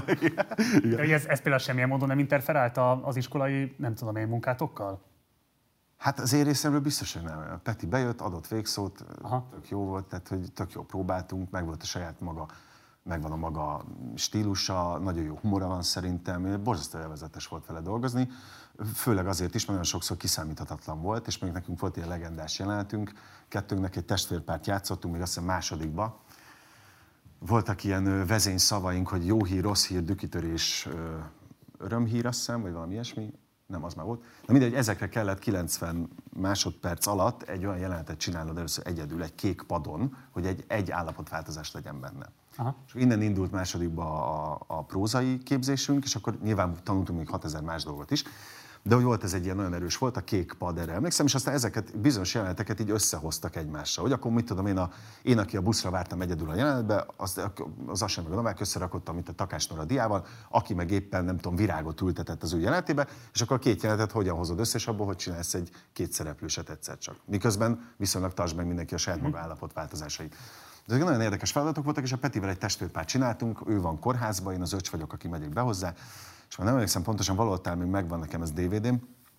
Ez például semmilyen módon nem interferált az iskolai, nem tudom én, munkátokkal? Hát az én részemről biztos, hogy nem. A Peti bejött, adott végszót, tök jó volt, tehát hogy tök jó próbáltunk, meg volt a saját maga, megvan a maga stílusa, nagyon jó humora van szerintem, borzasztó élvezetes volt vele dolgozni, főleg azért is, mert nagyon sokszor kiszámíthatatlan volt, és még nekünk volt ilyen legendás jelenetünk, kettőnknek egy testvérpárt játszottunk, még azt hiszem másodikba. Voltak ilyen vezényszavaink, hogy jó hír, rossz hír, dükitörés, örömhír, azt hiszem, vagy valami ilyesmi. Nem, az már volt. Na mindegy, ezekre kellett 90 másodperc alatt egy olyan jelenetet csinálnod először egyedül, egy kék padon, hogy egy állapotváltozás legyen benne. Aha. És innen indult másodikba a prózai képzésünk, és akkor nyilván tanultunk még 6000 más dolgot is. De hogy volt ez egy ilyen nagyon erős volt, a kék pad, erre emlékszem, és aztán ezeket bizonyos jeleneteket így összehoztak egymással. Hogy akkor mit tudom, én aki a buszra vártam egyedül a jelenetbe, az Asser meg a Novák összerakottam itt a Takás Nora diával, aki meg éppen nem tudom, virágot ültetett az ő jelenetébe, és akkor a két jelenetet hogyan hozod össze, és abból hogy csinálsz egy két szereplőset egyszer csak. Miközben viszonylag tartsd meg mindenki a saját maga állapotváltozásait. De ezek nagyon érdekes feladatok voltak, és a Petivel egy testvérpárt csináltunk, ő van kórházban, én az öcs vagyok, aki megyek be hozzá. És már nem emlékszem pontosan, valahol még megvan nekem ez DVD-m,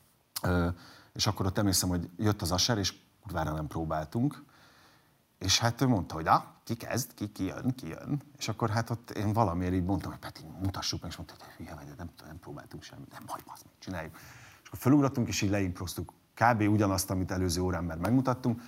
és akkor ott emlékszem, hogy jött az Asser, és kurvára nem próbáltunk, és hát ő mondta, hogy ki kezd, ki jön, és akkor hát ott én valamiért így mondtam, hogy Peti, mutassuk meg, és mondta, hogy hülye vagy, nem próbáltunk semmit, nem baj, azt csináljuk. És akkor felugrottunk, és így leimproztuk kb. Ugyanazt, amit előző órán már megmutattunk,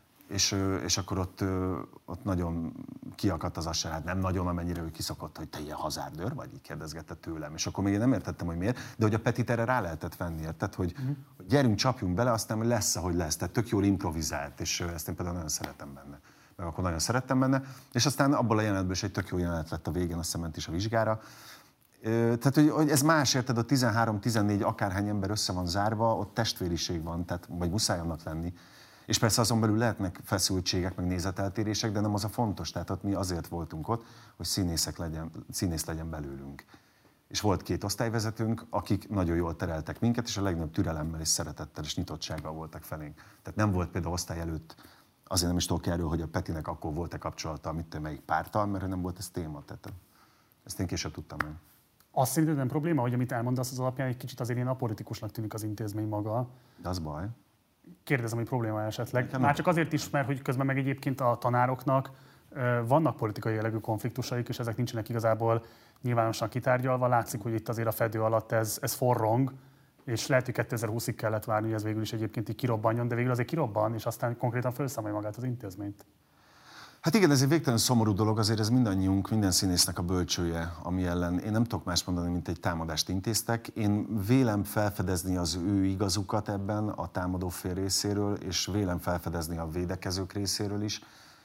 és akkor ott nagyon kiakadt az Asser, hát nem nagyon, amennyire ő kiszokott, hogy te ilyen hazárdőr vagy, így kérdezgette tőlem. És akkor még én nem értettem, hogy miért, de hogy a Petit erre rá lehetett venni, érted, hogy gyerünk, csapjunk bele, aztán lesz, ahogy lesz. Tehát tök jól improvizált, és ezt én például nagyon szeretem benne. Meg akkor nagyon szerettem benne. És aztán abból a jelenetből is egy tök jó jelenet lett a végén, azt hiszem ment is a vizsgára. Tehát, hogy ez más, érted, a 13-14 akárhány ember össze van zárva, ott testvériség van, tehát, vagy muszáj annak lenni. És persze azon belül lehetnek feszültségek, meg nézeteltérések, de nem az a fontos. Tehát ott mi azért voltunk ott, hogy színész legyen belőlünk. És volt két osztályvezetőnk, akik nagyon jól tereltek minket, és a legnagyobb türelemmel és szeretettel és nyitottsággal voltak felénk. Tehát nem volt például osztály előtt, azért nem is tudok erről, hogy a Petinek akkor volt-e kapcsolata, melyik párttal, mert nem volt ez téma. Tehát ezt én később tudtam meg. Azt szerinted nem probléma, hogy amit elmondasz az alapján egy kicsit azért ilyen apolitikusnak tűnik az intézmény maga. De az baj. Kérdezem, hogy probléma esetleg. Már csak azért is, mert hogy közben meg egyébként a tanároknak vannak politikai jellegű konfliktusaik, és ezek nincsenek igazából nyilvánosan kitárgyalva. Látszik, hogy itt azért a fedő alatt ez forrong, és lehet, hogy 2020-ig kellett várni, hogy ez végül is egyébként így kirobbanjon, de végül azért kirobban, és aztán konkrétan felszámolja magát az intézményt. Hát igen, ez egy végtelen szomorú dolog, azért ez mindannyiunk, minden színésznek a bölcsője, ami ellen én nem tudok más mondani, mint egy támadást intéztek. Én vélem felfedezni az ő igazukat ebben a támadó fél részéről, és vélem felfedezni a védekezők részéről is.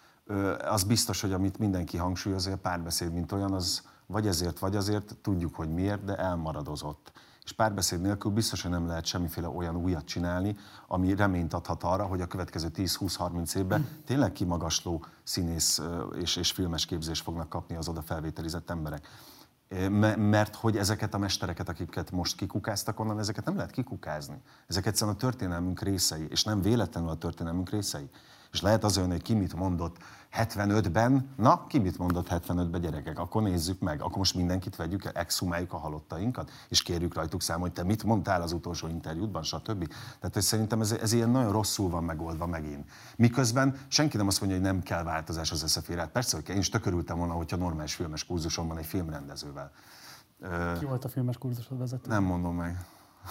Az biztos, hogy amit mindenki hangsúlyoz, a párbeszéd mint olyan, az vagy ezért, vagy azért, tudjuk, hogy miért, de elmaradozott. És párbeszéd nélkül biztos, hogy nem lehet semmiféle olyan újat csinálni, ami reményt adhat arra, hogy a következő 10-20-30 évben tényleg kimagasló színész és filmes képzést fognak kapni az oda felvételizett emberek. Mert hogy ezeket a mestereket, akiket most kikukáztak onnan, ezeket nem lehet kikukázni. Ezek egyszerűen a történelmünk részei, és nem véletlenül a történelmünk részei. És lehet az olyan, hogy ki mit mondott 75-ben, na, ki mit mondott 75-ben, gyerekek, akkor nézzük meg, akkor most mindenkit vegyük el, exhumáljuk a halottainkat, és kérjük rajtuk számon, hogy te mit mondtál az utolsó interjútban, stb. Tehát hogy szerintem ez ilyen nagyon rosszul van megoldva megint. Miközben senki nem azt mondja, hogy nem kell változás az SZF-re. Persze, hogy én is tök örültem volna, hogyha normális filmes kurzuson van egy filmrendezővel. Ki volt a filmes kurzusod vezető? Nem mondom meg.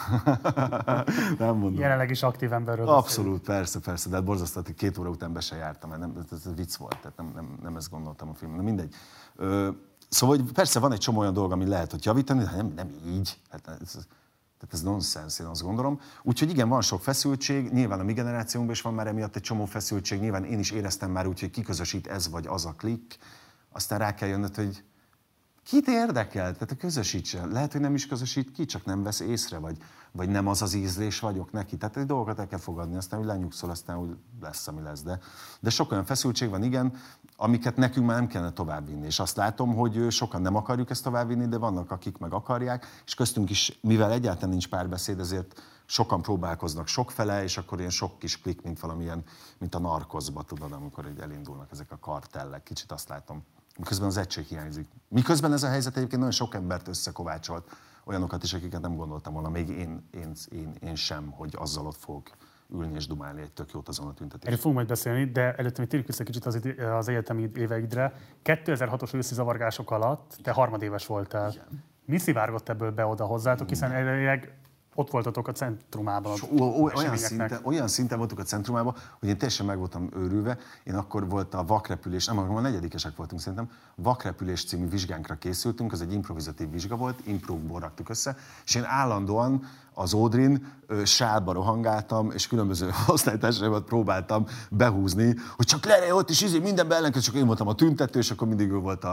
Nem mondom. Jelenleg is aktív emberről Abszolút, persze, de hát borzasztó, hogy 2 óra után be se jártam, mert ez vicc volt, tehát nem ezt gondoltam a filmben, de mindegy. Szóval hogy persze van egy csomó olyan dolog, ami lehet, hogy javítani, de nem így. Hát Tehát ez nonsens, én azt gondolom. Úgyhogy igen, van sok feszültség, nyilván a mi generációnkban is van már emiatt egy csomó feszültség, nyilván én is éreztem már úgy, hogy kiközösít ez vagy az a klik, aztán rá kell jönnöd, hogy kit érdekel? Tehát közösítsen. Lehet, hogy nem is közösít ki, csak nem vesz észre, vagy nem az az ízlés vagyok neki. Tehát egy dolgokat el kell fogadni, aztán úgy lenyugszol, aztán úgy lesz, ami lesz. De sok olyan feszültség van, igen, amiket nekünk már nem kellene továbbvinni. És azt látom, hogy sokan nem akarjuk ezt továbbvinni, de vannak, akik meg akarják, és köztünk is, mivel egyáltalán nincs párbeszéd, ezért sokan próbálkoznak sokfele, és akkor ilyen sok kis klik, mint valamilyen, mint a narkozba, tudod, amikor elindulnak ezek a kartellek. Kicsit azt látom. Miközben az egység hiányzik. Miközben ez a helyzet egyébként nagyon sok embert összekovácsolt, olyanokat is, akiket nem gondoltam volna, még én sem, hogy azzal ott fogok ülni és dumálni egy tök jót azon a tüntetésben. Erről fogunk majd beszélni, de előtte még térjük vissza kicsit az egyetemi éveidre. 2006-os őszi zavargások alatt te harmadéves voltál. Igen. Mi szivárgott ebből be oda hozzátok, hiszen elvileg ott voltatok a centrumában. Olyan szinten voltunk a centrumában, hogy én teljesen meg voltam őrülve. Én akkor volt a vakrepülés, nem, akkor a negyedikesek voltunk szerintem, vakrepülés című vizsgánkra készültünk, az egy improvizatív vizsga volt, imprókból raktuk össze, és én állandóan az Ódrin sálba rohangáltam, és különböző osztálytársaimat próbáltam behúzni, hogy csak lere ott, és mindenben ellenkező, csak én voltam a tüntető, és akkor mindig ő volt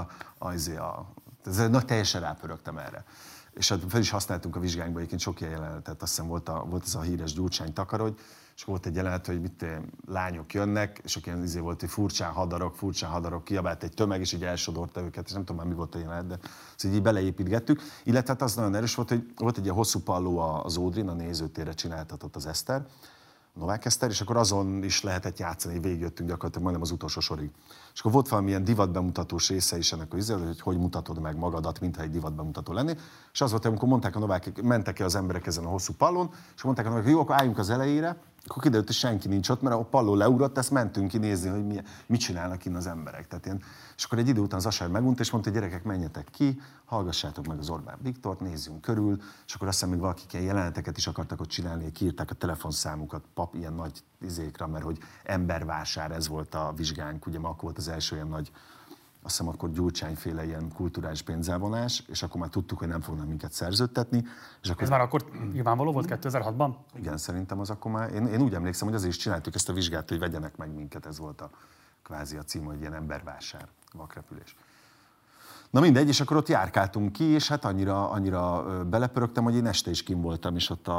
teljesen rápörögtem erre. És fel is használtunk a vizsgánkban egyébként sok ilyen jelenetet, azt hiszem volt ez a híres Gyurcsány takarodj, és volt egy jelenet, hogy lányok jönnek, és olyan volt, hogy furcsán hadarok, kiabált egy tömeg, és így elsodorta őket, és nem tudom már mi volt a jelenet, de ezt így beleépítgettük. Illetve hát az nagyon erős volt, hogy volt egy ilyen hosszú palló az Ódrin, a nézőtérre csináltatott az Eszter, Novák Eszter, és akkor azon is lehetett játszani, végigjöttünk gyakorlatilag majdnem az utolsó sorig. És akkor volt valamilyen divatbemutatós része is ennek, hogy mutatod meg magadat, mintha egy divatbemutató lenni. És az volt, amikor mondták a Novák, mentek el az emberek ezen a hosszú pallón, és mondták a Novák, hogy jó, akkor álljunk az elejére, akkor kiderült, hogy senki nincs ott, mert a palló leugrott, ezt mentünk ki nézni, hogy mit csinálnak innen az emberek. Tehát ilyen, és akkor egy idő után az Asár megunta, és mondta, hogy gyerekek, menjetek ki, hallgassátok meg az Orbán Viktort, nézzünk körül, és akkor azt hiszem, még valakik ilyen jeleneteket is akartak ott csinálni, kiírták a telefonszámukat ilyen nagy izékra, mert hogy embervásár, ez volt a vizsgánk, ugye akkor volt az első ilyen nagy, azt hiszem akkor Gyurcsányféle ilyen kulturális pénzelvonás, és akkor már tudtuk, hogy nem fognak minket szerződtetni. És akkor... Ez már akkor nyilvánvaló volt 2006-ban? Igen, szerintem az akkor már, én úgy emlékszem, hogy azért is csináltuk ezt a vizsgát, hogy vegyenek meg minket, ez volt a kvázi a cím, hogy ilyen embervásár, vakrepülés. Na mindegy, és akkor ott járkáltunk ki, és hát annyira belepörögtem, hogy én este is kim voltam, és ott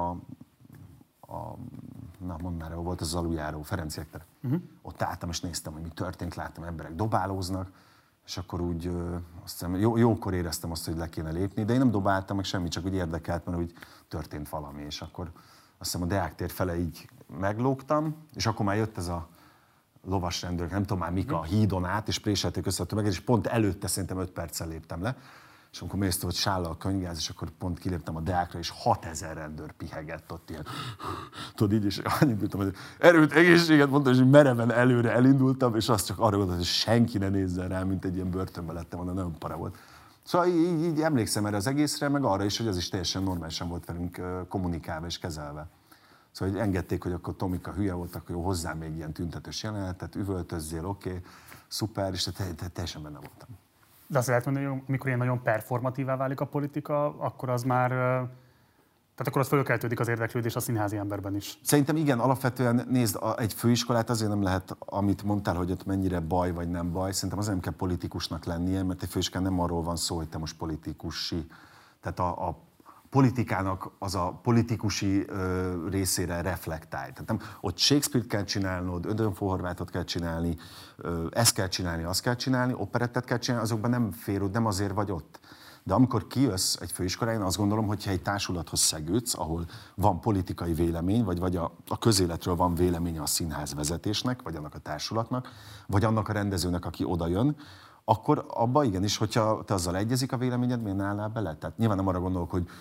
na mondd már, ahol volt az aluljáró, Ferenciek tere. Ott álltam, és néztem, hogy mi történt, láttam, emberek dobálóznak, és akkor úgy azt hiszem, jókor éreztem azt, hogy le kéne lépni, de én nem dobáltam meg semmit, csak úgy érdekelt, mert úgy történt valami, és akkor azt hiszem a Deák tér fele így meglógtam, és akkor már jött ez a lovasrendőrök, nem tudom már mik a hídon át, és préselték össze a tömeget, és pont előtte szerintem 5 perccel léptem le. És amikor mésztem, hogy sállal a könyvgáz, és akkor pont kiléptem a Deákra, és 6000 rendőr pihegett ott ilyen. Tudod így, és annyit ültem, hogy erőt, egészséget mondtam, és mereven előre elindultam, és azt csak arra gondoltam, hogy senki ne nézzen rá, mint egy ilyen börtönbe lettem volna, nagyon para volt. Szóval így emlékszem erre az egészre, meg arra is, hogy az is teljesen normálisan volt velünk kommunikálva és kezelve. Szóval hogy engedték, hogy akkor Tomika hülye volt, akkor jó, hozzám még ilyen tüntetős jelenetet, üvöltözzél, oké, szuper, és teljesen benne voltam. De azt lehet mondani, hogy amikor ilyen nagyon performatívá válik a politika, akkor az már, tehát akkor az fölkeltődik az érdeklődés a színházi emberben is. Szerintem igen, alapvetően nézd, egy főiskolát azért nem lehet, amit mondtál, hogy ott mennyire baj vagy nem baj, szerintem azért nem kell politikusnak lennie, mert egy főiskolán nem arról van szó, hogy te most politikusi, tehát a politikának az a politikusi részére reflektálj. Tehát nem, ott Shakespeare-t kell csinálnod, Ödön-Horvátot kell csinálni, ezt kell csinálni, azt kell csinálni, operettet kell csinálni, azokban nem fér, nem azért vagy ott. De amikor kijössz egy főiskolán, én azt gondolom, hogy ha egy társulathoz szegődsz, ahol van politikai vélemény, vagy a közéletről van véleménye a színház vezetésnek, vagy annak a társulatnak, vagy annak a rendezőnek, aki oda jön, akkor abban igenis, hogyha te azzal egyezik a véleményed, miért ne állnál bele? Tehát nyilván nem arra gondolok, hogy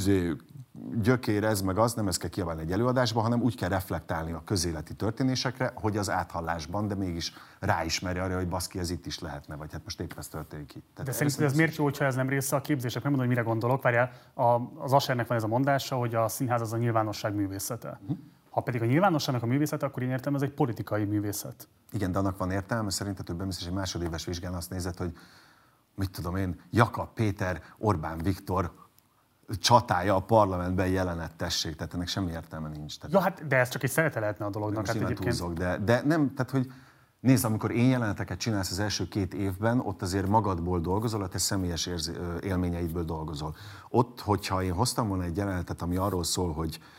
gyökér ez meg az, nem ezt kell kiabálni egy előadásba, hanem úgy kell reflektálni a közéleti történésekre, hogy az áthallásban, de mégis ráismerje arra, hogy baszki, ez itt is lehetne, vagy hát most épp ez történik itt. De szerinted ez miért jó, hogyha ez nem része a képzések? Nem mondom, hogy mire gondolok. Várjál, az Aschernek van ez a mondása, hogy a színház az a nyilvánosság művészete. Ha pedig a nyilvánosságnak a művészete, akkor én értem, ez egy politikai művészet. Igen, de annak van értelme, szerintem több biztos egy másodéves vizsgán azt nézett, hogy mit tudom én, Jakab Péter, Orbán Viktor csatája a parlamentben jelenettessék, tehát ennek semmi értelme nincs. Tehát, ja, hát, de ez csak egy szeretete lehetne a dolognak. Hát egyébként. Túlzok, de nem, tehát hogy nézd, amikor én jeleneteket csinálsz az első 2 évben, ott azért magadból dolgozol, a te személyes élményeidből dolgozol. Ott, hogyha én hoztam volna egy jelenetet, ami arról szól,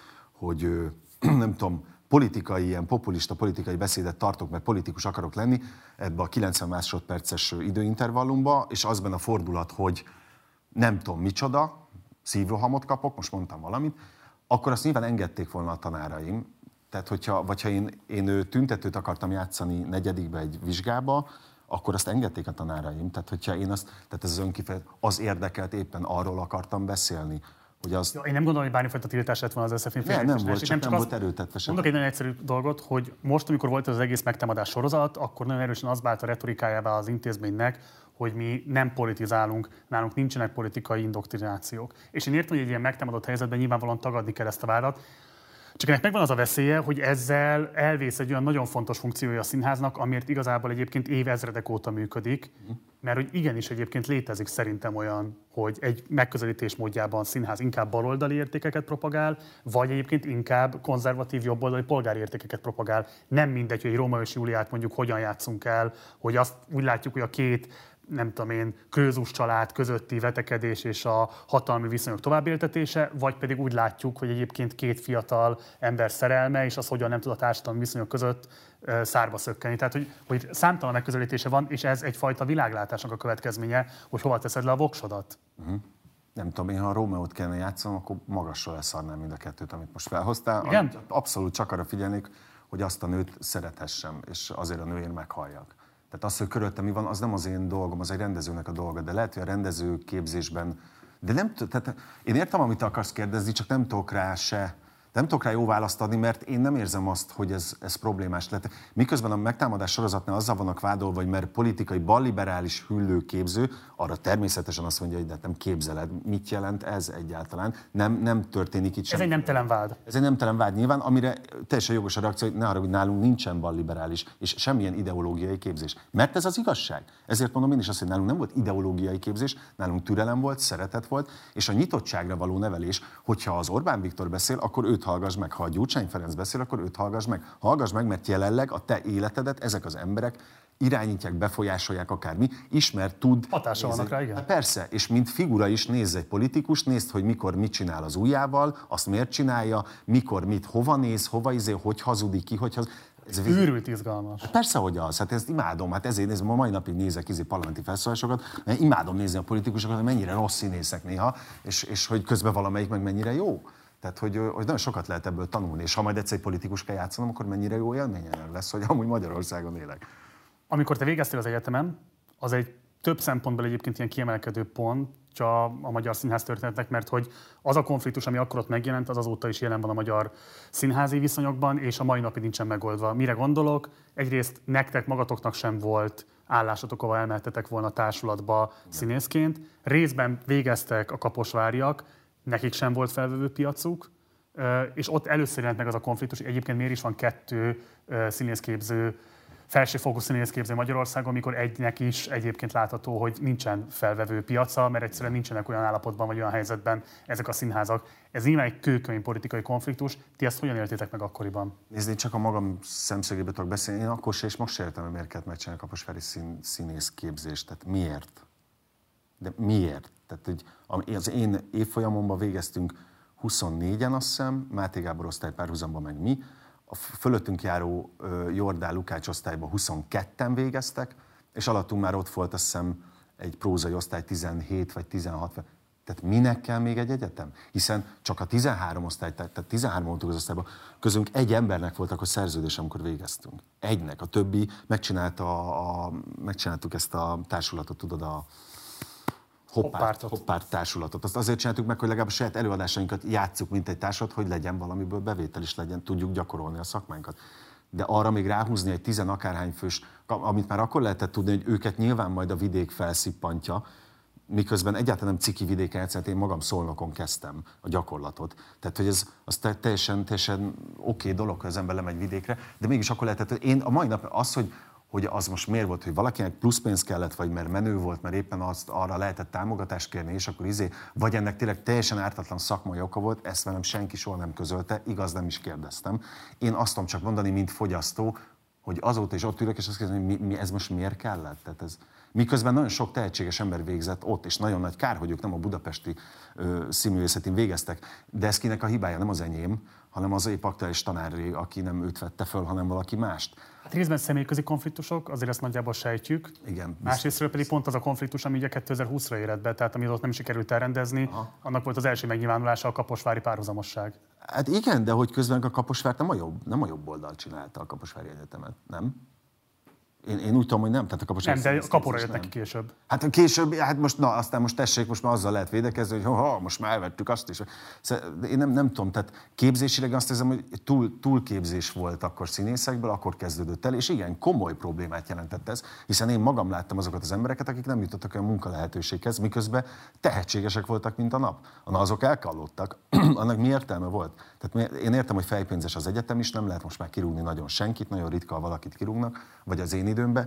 hogy nem tudom, ilyen populista politikai beszédet tartok, mert politikus akarok lenni ebbe a 90 másodperces időintervallumba, és az benne a fordulat, hogy nem tudom micsoda, szívrohamot kapok, most mondtam valamit, akkor azt nyilván engedték volna a tanáraim. Tehát, ha én tüntetőt akartam játszani 4. egy vizsgába, akkor azt engedték a tanáraim. Tehát, hogyha tehát ez az önkifejezés, az érdekelt, éppen arról akartam beszélni. Hogy azt... Én nem gondolom, hogy bármifajta tiltás lett volna az SZF-n. Nem volt, csak nem volt erőtetve sem. Mondok egy nagyon egyszerű dolgot, hogy most, amikor volt az egész megtámadás sorozat, akkor nagyon erősen az vált a retorikájává az intézménynek, hogy mi nem politizálunk, nálunk nincsenek politikai indoktrinációk. És én értem, hogy egy ilyen megtámadott helyzetben nyilvánvalóan tagadni kell ezt a vádat, csak ennek megvan az a veszélye, hogy ezzel elvész egy olyan nagyon fontos funkciója a színháznak, amiért igazából egyébként évezredek óta működik, mert hogy igenis egyébként létezik szerintem olyan, hogy egy megközelítés módjában a színház inkább baloldali értékeket propagál, vagy egyébként inkább konzervatív jobboldali polgári értékeket propagál. Nem mindegy, hogy egy Rómeó és Júliát mondjuk hogyan játszunk el, hogy azt úgy látjuk, hogy a két nem tudom én, Krözus család közötti vetekedés és a hatalmi viszonyok továbbéltetése, vagy pedig úgy látjuk, hogy egyébként két fiatal ember szerelme, és az hogyan nem tud a társadalmi viszonyok között szárba szökkenni. Tehát, hogy számtalan megközelítése van, és ez egyfajta világlátásnak a következménye, hogy hova teszed le a voksodat. Nem tudom, én ha a Rómeót kellene játszanom, akkor magasról leszarnám mind a kettőt, amit most felhoztál. Igen? Abszolút csak arra figyelnék, hogy azt a nőt szerethessem, és azért a nőért meghalljak. Tehát az, hogy körülöttem mi van, az nem az én dolgom, az egy rendezőnek a dolga, de lehet, hogy a rendező képzésben... De nem tehát én értem, amit akarsz kérdezni, csak nem tudok rá jó választ adni, mert én nem érzem azt, hogy ez problémás lett. Miközben a megtámadás sorozatnál azzal vannak vádolva, hogy mert politikai balliberális hüllőképző, arra természetesen azt mondja, hogy de nem képzeled, mit jelent ez egyáltalán. Nem történik itt semmi. Ez egy nemtelen vád. Ez egy nemtelen vád nyilván, amire teljesen jogos a reakció, hogy ne arra, hogy nálunk nincsen balliberális és semmilyen ideológiai képzés. Mert ez az igazság. Ezért mondom én is azt, hogy nálunk nem volt ideológiai képzés, nálunk türelem volt, szeretet volt, és a nyitottságra való nevelés, hogyha az Orbán Viktor beszél, akkor őt hallgass meg. Ha a Gyurcsány Ferenc beszél, akkor őt hallgass meg. Hallgass meg, mert jelenleg a te életedet ezek az emberek irányítják, befolyásolják akármi, tud. Hatása vannak rá, igen. Hát persze, és mint figura is nézz egy politikus, nézd, hogy mikor mit csinál az ujjával, azt miért csinálja, mikor mit, hova néz, hogy hazudik ki, Ez őrült izgalmas. Hát persze, hogy az. Hát ezt imádom. Hát ezért nézem, a mai napig nézek parlamenti felszólásokat, mert imádom nézni a politikusokat, hogy mennyire rossz színészek néha, és hogy közben valamelyik meg mennyire jó. Tehát, hogy nagyon sokat lehet ebből tanulni, és ha majd egyszer egy politikus kell játszanom, akkor mennyire jó élményem lesz, hogy amúgy Magyarországon élek. Amikor te végeztél az egyetemen, az egy több szempontból egyébként ilyen kiemelkedő pontja a magyar színház történetnek, mert hogy az a konfliktus, ami akkor ott megjelent, az azóta is jelen van a magyar színházi viszonyokban, és a mai napig nincsen megoldva. Mire gondolok? Egyrészt nektek magatoknak sem volt állásotok, ahol elmehettetek volna társulatba színészként. Részben végeztek a kaposváriak, nekik sem volt felvevő piacuk, és ott először jelent meg az a konfliktus, egyébként miért is van 2 színészképző, felsőfokú színészképző Magyarországon, amikor egynek is egyébként látható, hogy nincsen felvevő piaca, mert egyszerűen nincsenek olyan állapotban vagy olyan helyzetben ezek a színházak. Ez nyilván egy kőkemény politikai konfliktus. Ti ezt hogyan éltétek meg akkoriban? Nézd, én csak a magam szemszögéből tudok beszélni. Én akkor se, és most se értem, hogy miért kellett megcsinálni a kaposvári színészképzést. Tehát miért? De miért? Tehát, hogy az én évfolyamomban végeztünk 24-en, azt hiszem, Máté Gábor osztály párhuzamban meg mi, a fölöttünk járó Jordán Lukács osztályban 22-en végeztek, és alattunk már ott volt, azt hiszem, egy prózai osztály 17 vagy 16. Tehát minek kell még egy egyetem? Hiszen csak a 13 osztály, tehát 13 voltunk az osztályban, közünk egy embernek volt akkor szerződés, amikor végeztünk. Egynek, a többi megcsináltuk ezt a társulatot, tudod, a Hoppárt társulatot. Azt azért csináltuk meg, hogy legalább a saját előadásainkat játsszuk, mint egy társulat, hogy legyen valamiből bevétel is legyen, tudjuk gyakorolni a szakmánkat. De arra még ráhúzni egy 10 akárhány fős, amit már akkor lehetett tudni, hogy őket nyilván majd a vidék felszippantja, miközben egyáltalán nem ciki vidéken játszani, én magam Szolnokon kezdtem a gyakorlatot. Tehát, hogy az teljesen oké dolog, hogy az ember lemegy vidékre, de mégis akkor lehetett, hogy én a mai nap az, hogy hogy az most miért volt, hogy valakinek plusz pénz kellett, vagy mert menő volt, mert éppen arra lehetett támogatást kérni, és akkor vagy ennek tényleg teljesen ártatlan szakmai oka volt, ezt velem senki soha nem közölte, igaz, nem is kérdeztem. Én azt tudom csak mondani, mint fogyasztó, hogy azóta is ott ülök, és azt kérdezem, hogy ez most miért kellett? Tehát miközben nagyon sok tehetséges ember végzett ott, és nagyon nagy kár, hogy ők nem a budapesti színművészetén végeztek, de ez kinek a hibája, nem az enyém, hanem az épp aktuális tanáré, aki nem őt vette föl, hanem valaki mást. Hát részben személyközi konfliktusok, azért ezt nagyjából sejtjük. Igen. Másrésztről pedig pont az a konfliktus, ami ugye 2020-ra érett be, tehát ami ott nem sikerült elrendezni, annak volt az első megnyilvánulása a kaposvári párhuzamosság. Hát igen, de hogy közben a Kaposvárt nem a jobb oldal csinálta a Kaposvári Egyetemet, nem? Én úgy tudom, hogy nem, tehát a Kaposvári nem, de a kapora jött neki később. Hát később, hát most, aztán most tessék, most már azzal lehet védekezni, hogy most már elvettük azt is. Én nem tudom, tehát képzésileg azt hiszem, hogy túlképzés volt akkor színészekből, akkor kezdődött el, és igen, komoly problémát jelentett ez, hiszen én magam láttam azokat az embereket, akik nem jutottak olyan munkalehetőséghez, miközben tehetségesek voltak, mint a nap. Azok elkallódtak, annak mi értelme volt? Tehát én értem, hogy fejpénzes az egyetem is, nem lehet most már kirúgni nagyon senkit, nagyon ritka, ha valakit kirúgnak, vagy az én időmben.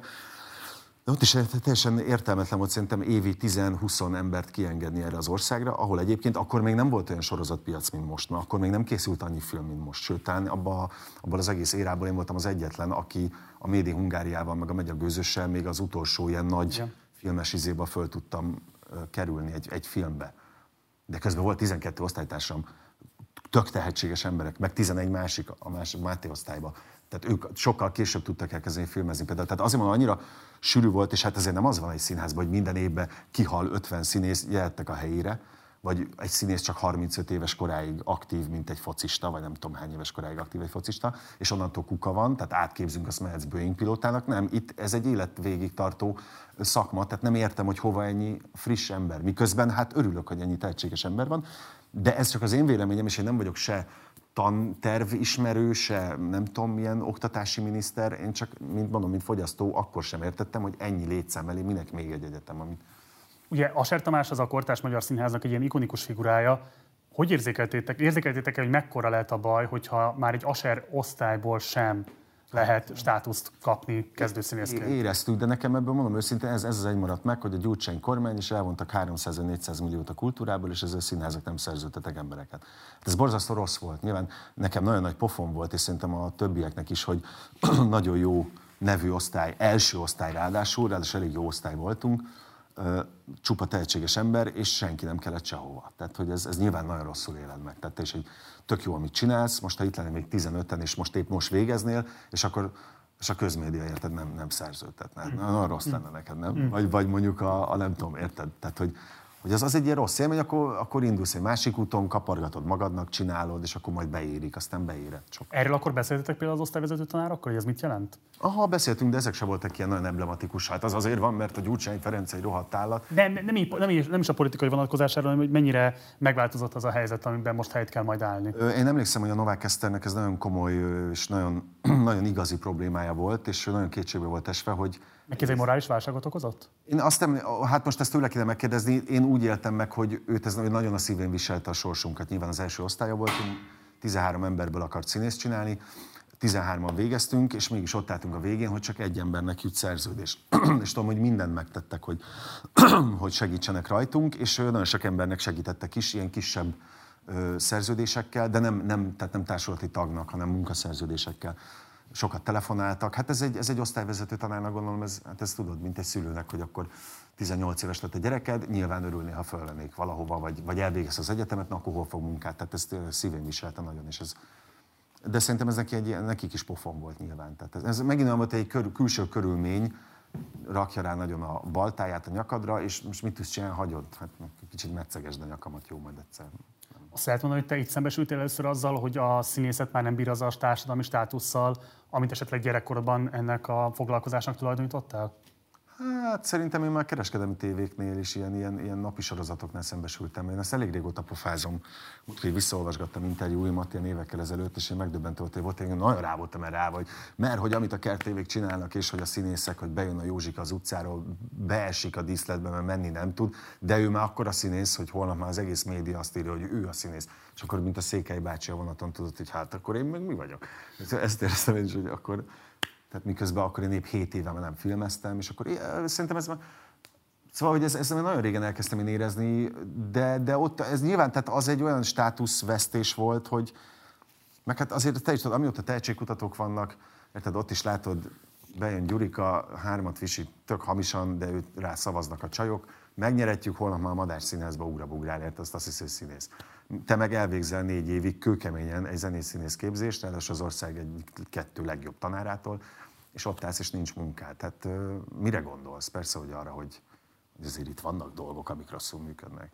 De ott is teljesen értelmetlen volt szerintem évi 10-20 embert kiengedni erre az országra, ahol egyébként akkor még nem volt olyan sorozatpiac, mint most. Na, akkor még nem készült annyi film, mint most. Sőt, abban az egész érából én voltam az egyetlen, aki a Médi Hungáriával, meg a Megy a gőzössel még az utolsó ilyen nagy filmes izéba föl tudtam kerülni egy filmbe. De közben volt 12 osztálytársam, tök tehetséges emberek, meg 11 másik, a másik Máté osztályba. Tehát ők sokkal később tudtak elkezdeni filmezni például. Tehát azért mondom, annyira sűrű volt, és hát ezért nem az van egy színházban, hogy minden évben kihal 50 színész, jöhettek a helyére, vagy egy színész csak 35 éves koráig aktív, mint egy focista, vagy nem tudom hány éves koráig aktív egy focista, és onnantól kuka van, tehát átképzünk, azt mehetsz Boeing pilótának. Nem, itt ez egy életvégig tartó szakma, tehát nem értem, hogy hova ennyi friss ember. Miközben hát örülök, hogy ennyi tehetséges ember van, de ez csak az én véleményem, és én nem vagyok se tanterv ismerő, se nem tudom milyen oktatási miniszter, én csak, mint fogyasztó, akkor sem értettem, hogy ennyi létszám elé minek még egy egyetem, amit... Ugye Asser Tamás az a kortárs magyar színháznak egy ilyen ikonikus figurája. Hogy érzékeltétek el, hogy mekkora lehet a baj, hogyha már egy Asser osztályból sem lehet státuszt kapni kezdőszínészként? Éreztük, de nekem ebből mondom őszintén, ez az egy maradt meg, hogy a Gyurcsány kormány is elvontak 300-400 milliót a kultúrából, és ezzel a színházak nem szerződtetek embereket. Hát ez borzasztó rossz volt. Nyilván nekem nagyon nagy pofon volt, és szerintem a többieknek is, hogy nagyon jó nevű osztály, első osztály ráadásul elég jó osztály voltunk, csupa tehetséges ember, és senki nem kellett sehova. Tehát, hogy ez nyilván nagyon rosszul éled meg. Tehát te is egy tök jó, amit csinálsz, most ha itt lennél még 15-en, és most végeznél, és akkor a közmédia, érted, nem szerződtetne. Nagyon rossz lenne neked, nem? Vagy mondjuk a nem tudom, érted? Tehát, hogy az egy ilyen rossz élmény, akkor indulsz egy másik úton, kapargatod magadnak, csinálod, és akkor majd beérik, aztán beéred csak. Erről akkor beszéltetek például az osztályvezető tanárokkal, hogy ez mit jelent? Aha, beszéltünk, de ezek sem voltak ilyen nagyon emblematikus. Hát az azért van, mert a Gyurcsány Ferenc egy rohadt állat. De nem is a politikai vonatkozásáról, hanem hogy mennyire megváltozott az a helyzet, amiben most helyet kell majd állni. Én emlékszem, hogy a Novák Eszternek ez nagyon komoly és nagyon, nagyon igazi problémája volt, és nagyon kétségbe volt esve, hogy... Neki ez egy morális válságot okozott? Én hát most ezt tőle kéne megkérdezni, én úgy éltem meg, hogy őt ez nagyon a szívén viselte a sorsunkat. Nyilván az első osztálya voltunk, 13 emberből akart színészt csinálni, 13-an végeztünk, és mégis ott álltunk a végén, hogy csak egy embernek jut szerződés. És tudom, hogy mindent megtettek, hogy segítsenek rajtunk, és nagyon sok embernek segítettek is, ilyen kisebb szerződésekkel, de nem társulati tagnak, hanem munkaszerződésekkel. Sokat telefonáltak. Hát ez egy osztályvezető tanárnak, gondolom, hát ezt tudod, mint egy szülőnek, hogy akkor 18 éves lett a gyereked, nyilván örülné, ha fölvennék valahova, vagy elvégez az egyetemet, na akkor hol fog munkát. Tehát ezt szívén viselte nagyon, és ez... De szerintem ez nekik is pofon volt nyilván. Tehát ez megint olyan volt, egy külső körülmény, rakja rá nagyon a baltáját a nyakadra, és most mit tudsz csinálni, hagyod? Hát kicsit metszegesd a nyakamat, jó, majd egyszer. Azt lehet mondani, hogy te itt szembesültél először azzal, hogy a színészet már nem bír azzal a társadalmi státusszal, amit esetleg gyerekkorodban ennek a foglalkozásnak tulajdonítottál? Hát szerintem én már kereskedelmi tévéknél is ilyen napi sorozatoknál szembesültem. Én ezt elég régóta pofázom. Múltkor visszaolvasgattam interjúimat ilyen évekkel ezelőtt, és én megdöbbentő volt, én nagyon rá voltam erre, mert hogy amit a kertévék csinálnak, és hogy a színészek, hogy bejön a Józsika az utcáról, beesik a díszletbe, mert menni nem tud, de ő már akkor a színész, hogy holnap már az egész média azt írja, hogy ő a színész. És akkor, mint a Székely bácsi a vonaton tudott, hogy hát akkor én meg mi vagyok. Ezt éreztem én is, hogy akkor Tehát miközben akkor én épp 7 éve már nem filmeztem, és akkor szerintem ez már... Szóval, hogy ez nagyon régen elkezdtem én érezni, de ott ez nyilván, tehát az egy olyan státuszvesztés volt, hogy meg hát azért te is tudod, amióta tehetségkutatók vannak, érted, ott is látod, bejön Gyurika, 3 visít tök hamisan, de őt rá szavaznak a csajok, megnyeretjük, holnap már a Madách Színházba ugrabugrál, érted, azt hiszi, hogy színész. Te meg elvégzel 4 évig kőkeményen egy zenész-színész képzést, ráadásul az ország egy 2 legjobb tanárától, és ott állsz, és nincs munkád. Tehát mire gondolsz? Persze, hogy arra, hogy azért itt vannak dolgok, amik rosszul működnek.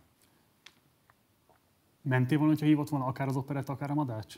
Mentél volna, hogyha hívott volna akár az operett, akár a Madács?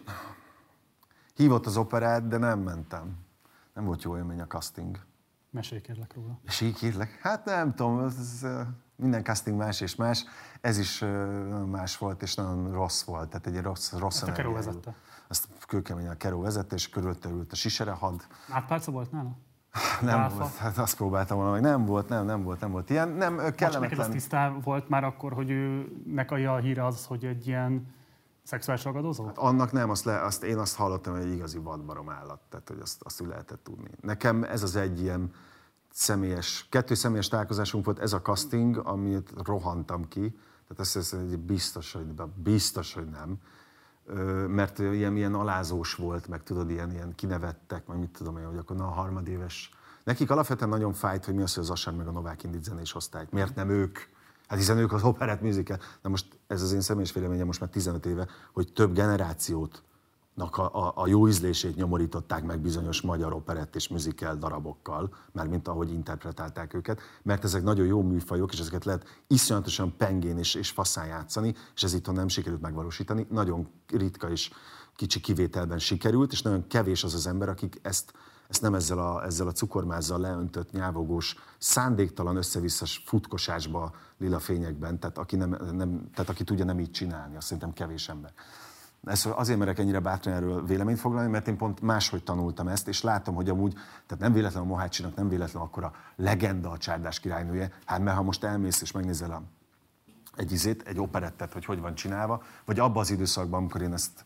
Hívott az operát, de nem mentem. Nem volt jó élmény a casting. Mesélj kérlek róla. Mesélj kérlek? Hát nem tudom, minden casting más és más. Ez is nagyon más volt, és nagyon rossz volt. Tehát egy rossz Ezt a Keró vezette. Ezt kőkeményen a Keró vezette, és körülötte ült a Siserehad. Átpálca volt nála? Nem volt, hát azt próbáltam volna, hogy nem volt ilyen, nem kellemetlen. Neked az tisztán volt már akkor, hogy őnek a híre az, hogy egy ilyen szexuális ragadozó? Hát annak nem, én azt hallottam, hogy egy igazi vadbarom állat, tehát hogy azt úgy lehetett tudni. Nekem ez az egy ilyen kettő személyes találkozásunk volt, ez a casting, amit rohantam ki, tehát azt hiszem, hogy biztos, hogy nem. Mert ilyen alázós volt, meg tudod, ilyen kinevettek, meg mit tudom én, hogy akkor a harmadéves. Nekik alapvetően nagyon fájt, hogy mi az, hogy az Asán meg a Novák Indit zenés osztályt. Miért nem ők? Hát hiszen ők az operett musical. Na most ez az én személyes véleményem most már 15 éve, hogy több generációtnak a jó ízlését nyomorították meg bizonyos magyar operett és musical darabokkal, mármint ahogy interpretálták őket, mert ezek nagyon jó műfajok, és ezeket lehet iszonyatosan pengén és faszán játszani, és ez itthon nem sikerült megvalósítani. Nagyon ritka és kicsi kivételben sikerült, és nagyon kevés az ember, akik ezt nem ezzel a cukormázzal leöntött, nyávogós, szándéktalan össze-vissza futkosásba, lila fényekben, tehát aki tudja nem így csinálni, azt szerintem kevés ember. Ezt azért merek ennyire bátran erről véleményt foglalni, mert én pont máshogy tanultam ezt, és látom, hogy amúgy, tehát nem véletlen a Mohácsinak, nem véletlen akkor a legenda a Csárdás királynője, hát mert ha most elmész és megnézel egy operettet, hogy van csinálva, vagy abban az időszakban, amikor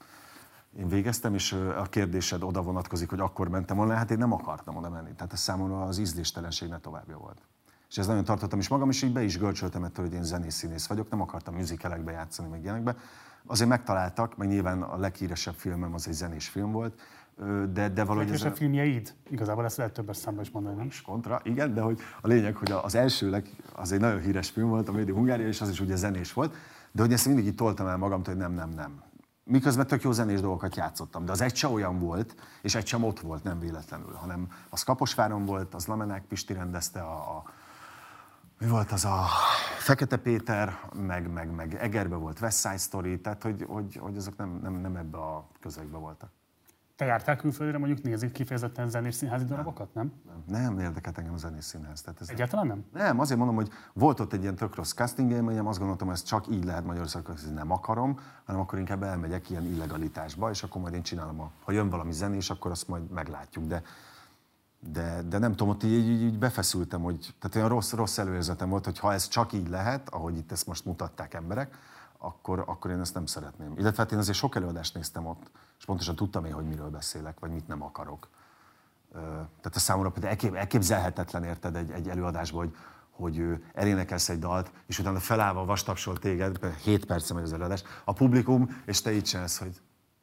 én végeztem, és a kérdésed oda vonatkozik, hogy akkor mentem volna, hát én nem akartam oda menni. Tehát ez számomra az ízléstelenség ne továbbja volt. És ezt nagyon tartottam is magam, és így be is görcsöltem ettől, hogy én zenész-színész vagyok, nem akartam musicalekbe játszani, meg ilyenekbe. Azért megtaláltak, meg nyilván a leghíresebb filmem az egy zenés film volt, de valahogy... A leghíresebb filmjeid? Igazából ezt lehet többes számba is mondani, nem? Kontra, igen, de hogy a lényeg, hogy az első az egy nagyon híres film volt, a Made in Hungária, és az is ugye zenés volt, de hogy ezt mindig így toltam el magamtól, hogy nem. Miközben tök jó zenés dolgokat játszottam, de az egy se olyan volt, és egy sem ott volt, nem véletlenül, hanem az Kaposváron volt, az Lamenák Pisti rendezte, mi volt az a Fekete Péter, meg Egerbe volt West Side Story, tehát hogy azok nem ebbe a közegbe voltak. Te jártál külföldre mondjuk nézni kifejezetten zenés színházi darabokat, nem? Nem érdekelt engem a zenés színház. Tehát egyáltalán nem? Nem, azért mondom, hogy volt ott egy ilyen tök rossz casting élményem, azt gondoltam, hogy ez csak így lehet Magyarországon, hogy nem akarom, hanem akkor inkább elmegyek ilyen illegalitásba, és akkor majd én csinálom, ha jön valami zenés, akkor azt majd meglátjuk. De nem tudom, ott így befeszültem, hogy tehát olyan rossz előérzetem volt, hogy ha ez csak így lehet, ahogy itt ezt most mutatták emberek, akkor én ezt nem szeretném. Illetve hát én azért sok előadást néztem ott, és pontosan tudtam én, hogy miről beszélek, vagy mit nem akarok. Tehát a számomra például elképzelhetetlen, érted, egy előadásban, hogy elénekelsz egy dalt, és utána felállva vastapsol téged, 7 perce megy az előadás, a publikum, és te így csinálsz, hogy...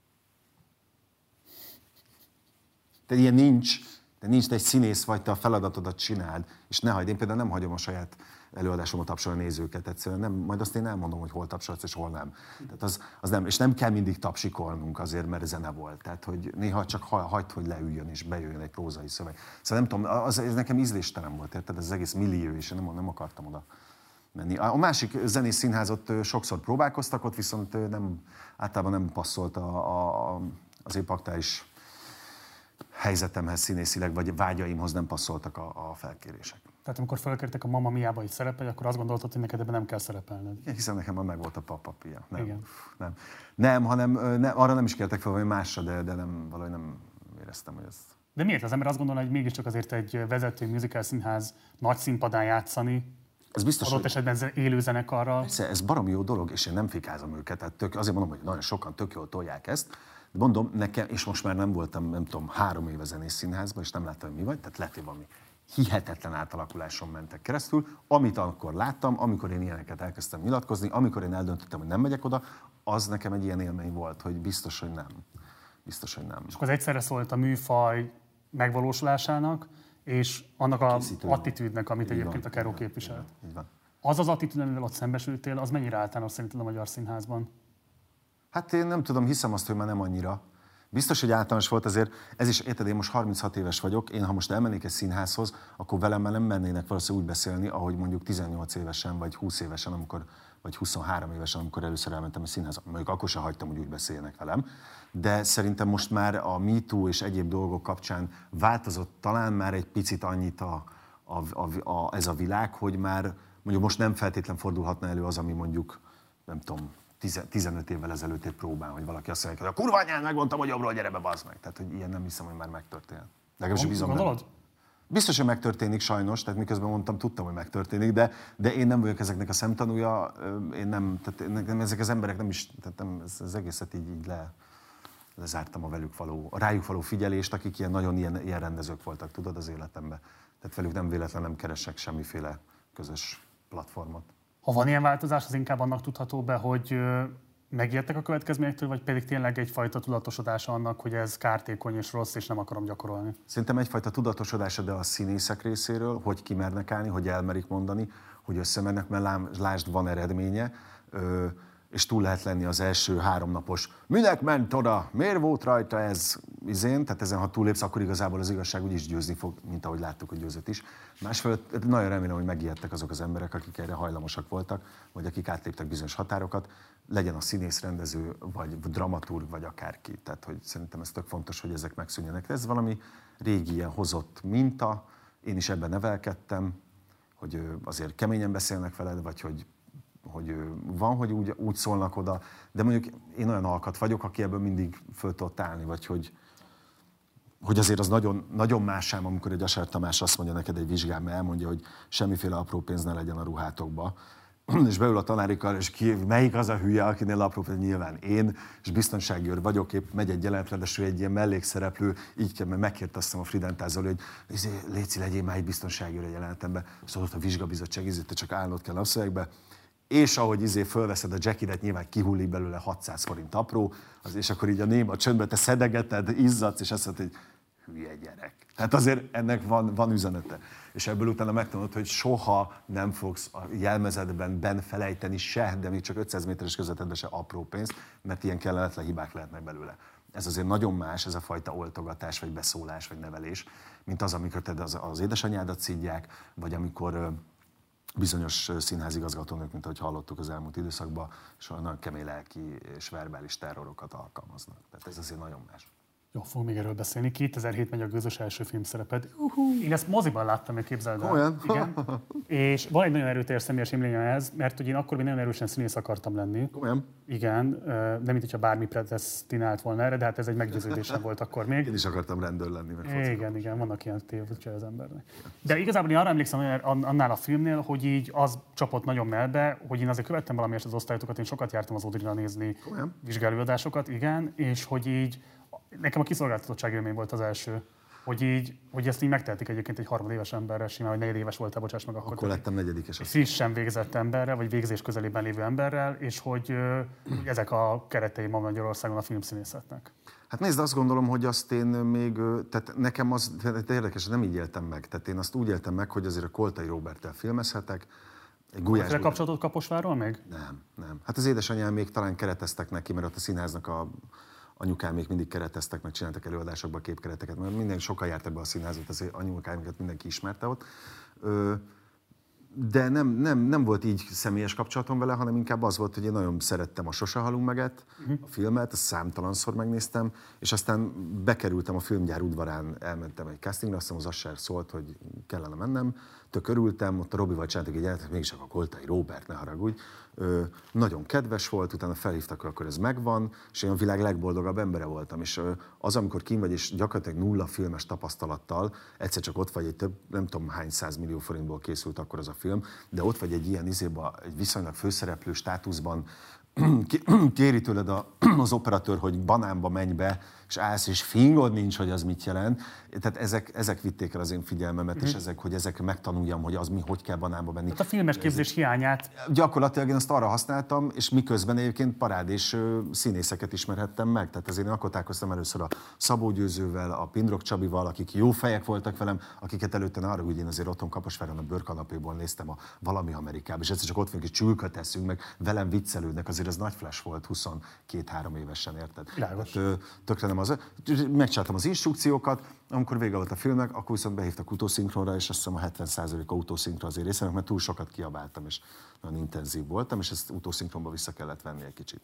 Te ilyen nincs, te egy színész vagy, te a feladatodat csináld, és ne hagyd, én például nem hagyom a saját előadásomat tapsolni a nézőket, egyszerűen nem, majd azt én elmondom, hogy hol tapsolsz és hol nem. Tehát az nem, és nem kell mindig tapsikolnunk azért, mert zene volt. Tehát, hogy néha csak hagyd, hogy leüljön és bejöjjön egy prózai szöveg. Szóval nem tudom, ez nekem ízléstelen volt, érted? Ez az egész millió, és én nem akartam oda menni. A másik zenész színházat sokszor próbálkoztak, ott viszont általában nem passzolt az épp aktuális helyzetemhez színészileg, vagy vágyaimhoz nem passzoltak a felkérések. Tehát amikor felkértek a Mamma Mia-ba, hogy szerepelj, akkor azt gondoltad, hogy neked ebben nem kell szerepelned. Igen, hiszen nekem már megvolt a Papa Pia. Igen. Nem, arra nem is kértek fel, vagy másra, de valahogy nem éreztem, hogy ez... De miért az ember azt gondolna, hogy mégiscsak azért egy vezető musical színház nagy színpadán játszani, ez biztos, adott esetben élő zenekarral? Ez baromi jó dolog, és én nem fikázom őket. Tehát azért mondom, hogy nagyon sokan tök jól tolják ezt, De mondom, nekem, és most már nem voltam, nem tudom, 3 éve zenés színházban, és nem láttam, hogy mi vagy, tehát lehet, hogy valami hihetetlen átalakuláson mentek keresztül, amit akkor láttam, amikor én ilyeneket elkezdtem nyilatkozni, amikor én eldöntöttem, hogy nem megyek oda, az nekem egy ilyen élmény volt, hogy biztos, hogy nem. Biztos, hogy nem. És akkor az egyszerre szólt a műfaj megvalósulásának, és annak az attitűdnek, amit egyébként a Keró képviselt. Az az attitűd, amivel ott szembesültél, az mennyire általános szerinted a Magyar Színházban? Hát én nem tudom, hiszem azt, hogy már nem annyira. Biztos, hogy általános volt azért, ez is, érted, én most 36 éves vagyok, én ha most elmennék egy színházhoz, akkor velem már nem mennének valószínűleg úgy beszélni, ahogy mondjuk 18 évesen, vagy 20 évesen, amikor, vagy 23 évesen, amikor először elmentem a színházba. Mondjuk akkor sem hagytam, hogy úgy beszéljenek velem. De szerintem most már a MeToo és egyéb dolgok kapcsán változott talán már egy picit annyit ez a világ, hogy már mondjuk most nem feltétlen fordulhatna elő az, ami mondjuk, nem tudom, 15 évvel ezelőtt egy próbán, hogy valaki azt mondja, hogy a kurva anyád, megmondtam, hogy jobbról gyere be, bazd meg. Tehát, hogy ilyen nem hiszem, hogy már megtörtént. Gondolod? Biztos, hogy megtörténik sajnos, tehát miközben mondtam, tudtam, hogy megtörténik, de én nem vagyok ezeknek a szemtanúja, tehát ezek az emberek nem is, tehát nem, az egészet így lezártam a rájuk való figyelést, akik nagyon ilyen rendezők voltak, tudod, az életemben. Tehát velük nem véletlen nem keresek semmiféle közös platformot. Ha van ilyen változás, az inkább annak tudható be, hogy megijedtek a következményektől, vagy pedig tényleg egyfajta tudatosodása annak, hogy ez kártékony és rossz, és nem akarom gyakorolni? Szerintem egyfajta tudatosodása, de a színészek részéről, hogy kimernek állni, hogy elmerik mondani, hogy összemennek, mert lásd, van eredménye, és túl lehet lenni az első 3 napos minek ment oda, miért volt rajta ez izén, tehát ezen ha túlépsz, akkor igazából az igazság úgyis győzni fog, mint ahogy láttuk, hogy győzött is. Másfelől nagyon remélem, hogy megijedtek azok az emberek, akik erre hajlamosak voltak, vagy akik átléptek bizonyos határokat, legyen a színészrendező, vagy dramaturg, vagy akárki. Tehát hogy szerintem ez tök fontos, hogy ezek megszűnjenek. Ez valami régi ilyen hozott minta, én is ebben nevelkedtem, hogy azért keményen beszélnek veled, vagy hogy van, hogy úgy szólnak oda, de mondjuk én olyan alkat vagyok, aki ebből mindig föl tudott állni, vagy hogy azért az nagyon, nagyon más ám, amikor egy Asár Tamás azt mondja neked egy vizsgán, mert elmondja, hogy semmiféle apró pénz ne legyen a ruhátokba, és beül a tanárikkal, és melyik az a hülye, akinél apró pénz, nyilván én, és biztonsági őr vagyok, épp megy egy jelenet, ráadásul egy ilyen mellékszereplő, így kell, mert megkérdeztem a Fridentázól, hogy léci, legyél már egy biztonsági őr a jelenetembe, szóval ott a vizsgabizottság, te csak állnod kell a szövegbe, és ahogy fölveszed a jackidet, nyilván kihullik belőle 600 forint apró, és akkor így a néma csöndbe te szedegeted, izzadsz, és azt mondod, hogy hülye gyerek. Tehát azért ennek van üzenete. És ebből utána megtanulod, hogy soha nem fogsz a jelmezedben felejteni se, de még csak 500 méteres közvetedben se apró pénzt, mert ilyen kellemetlen hibák lehetnek belőle. Ez azért nagyon más, ez a fajta oltogatás, vagy beszólás, vagy nevelés, mint az, amikor te az édesanyádat szidják, vagy amikor bizonyos színházigazgatónők, mint ahogy hallottuk az elmúlt időszakban, és nagyon kemény lelki és verbális terrorokat alkalmaznak. Tehát ez azért nagyon más. Jó, fogunk még erről beszélni. 2007 megy a Gőzös első filmszereped. Én ezt moziban láttam, hogy képzeld el. Olyan? Igen. És van egy nagyon erőteljes személyes emlékem ehhez, mert hogy én akkor még nagyon erősen színész akartam lenni. Olyan? Igen, nem mint hogyha bármi predesztinált volna erre, de hát ez egy meggyőződésem volt akkor még. Én is akartam rendőr lenni, meg focikom. Igen, vannak ilyen tévútja az embernek. De igazából én arra emlékszem annál a filmnél, hogy így az csapott nagyon melbe, hogy én azért követtem valamiért az osztályokat, én sokat jártam az Odrira nézni vizsgálóadásokat, igen, és hogy így nekem a kiszolgáltatottság élmény volt az első, hogy ezt így megtehetik egyébként egy 3 éves emberrel, simán, vagy 4 éves voltál, bocsáss meg akkor. Akkor lettem 4. Frissen végzett emberrel, vagy végzés közelében lévő emberrel, és hogy ezek a keretei ma Magyarországon a filmszínészetnek. Hát nézd, azt gondolom, hogy azt én még, tehát nekem az érdekes, nem így éltem meg. Tehát én azt úgy éltem meg, hogy azért a Koltai Róberttel filmezhetek. Volt kapcsolatot Kaposvárról még? Nem. Hát az édesanyám még talán kereteztek neki, mert ott a színháznak anyukám még mindig kereteztek, meg csináltak előadásokba képkereteket, mert minden sokan jártak be a színházat, az anyukáinkat mindenki ismerte ott. De nem volt így személyes kapcsolatom vele, hanem inkább az volt, hogy én nagyon szerettem a Sose halunk meget, a filmet, ezt számtalanszor megnéztem, és aztán bekerültem a filmgyár udvarán, elmentem egy castingra, azt hiszem az Asser szólt, hogy kellene mennem, tök örültem, ott a Robival csináltak egy jelenetet, mégis a Koltai Róbert, ne haragudj. Nagyon kedves volt, utána felhívtak, hogy akkor ez megvan, és én a világ legboldogabb embere voltam. És az, amikor kín vagy, és gyakorlatilag 0 filmes tapasztalattal, egyszer csak ott vagy egy több, nem tudom hány 100 millió forintból készült akkor az a film, de ott vagy egy ilyen egy viszonylag főszereplő státuszban, kéri tőled az operatőr, hogy banánba menj be, és állsz, és fingod nincs, hogy az mit jelent. Tehát ezek vitték el az én figyelmemet, és hogy ezek megtanuljam, hogy az mi, hogy kell banánba menni. Tehát a filmes képzés hiányát. Gyakorlatilag én azt arra használtam, és miközben egyébként parádés színészeket ismerhettem meg. Tehát ezért én akkor találkoztam először a Szabó Győzővel, a Pindrok Csabival, akik jó fejek voltak velem, akiket előtte arra, hogy én azért otthon Kaposváron a bőrkanapéból néztem a Valami Amerikába, és egyszer csak ott vagyunk, és csülköt eszünk, meg velem viccelődnek, azért ez nagy flash volt 22-3 évesen, érted? Tökre nem az. Megcsináltam az instrukciókat, amikor vége volt a filmnek, akkor viszont behívtak utószinkronra, és azt hiszem a 70%-a utószinkron azért részemnek, mert túl sokat kiabáltam, és nagyon intenzív voltam, és ezt utószinkronba vissza kellett venni egy kicsit.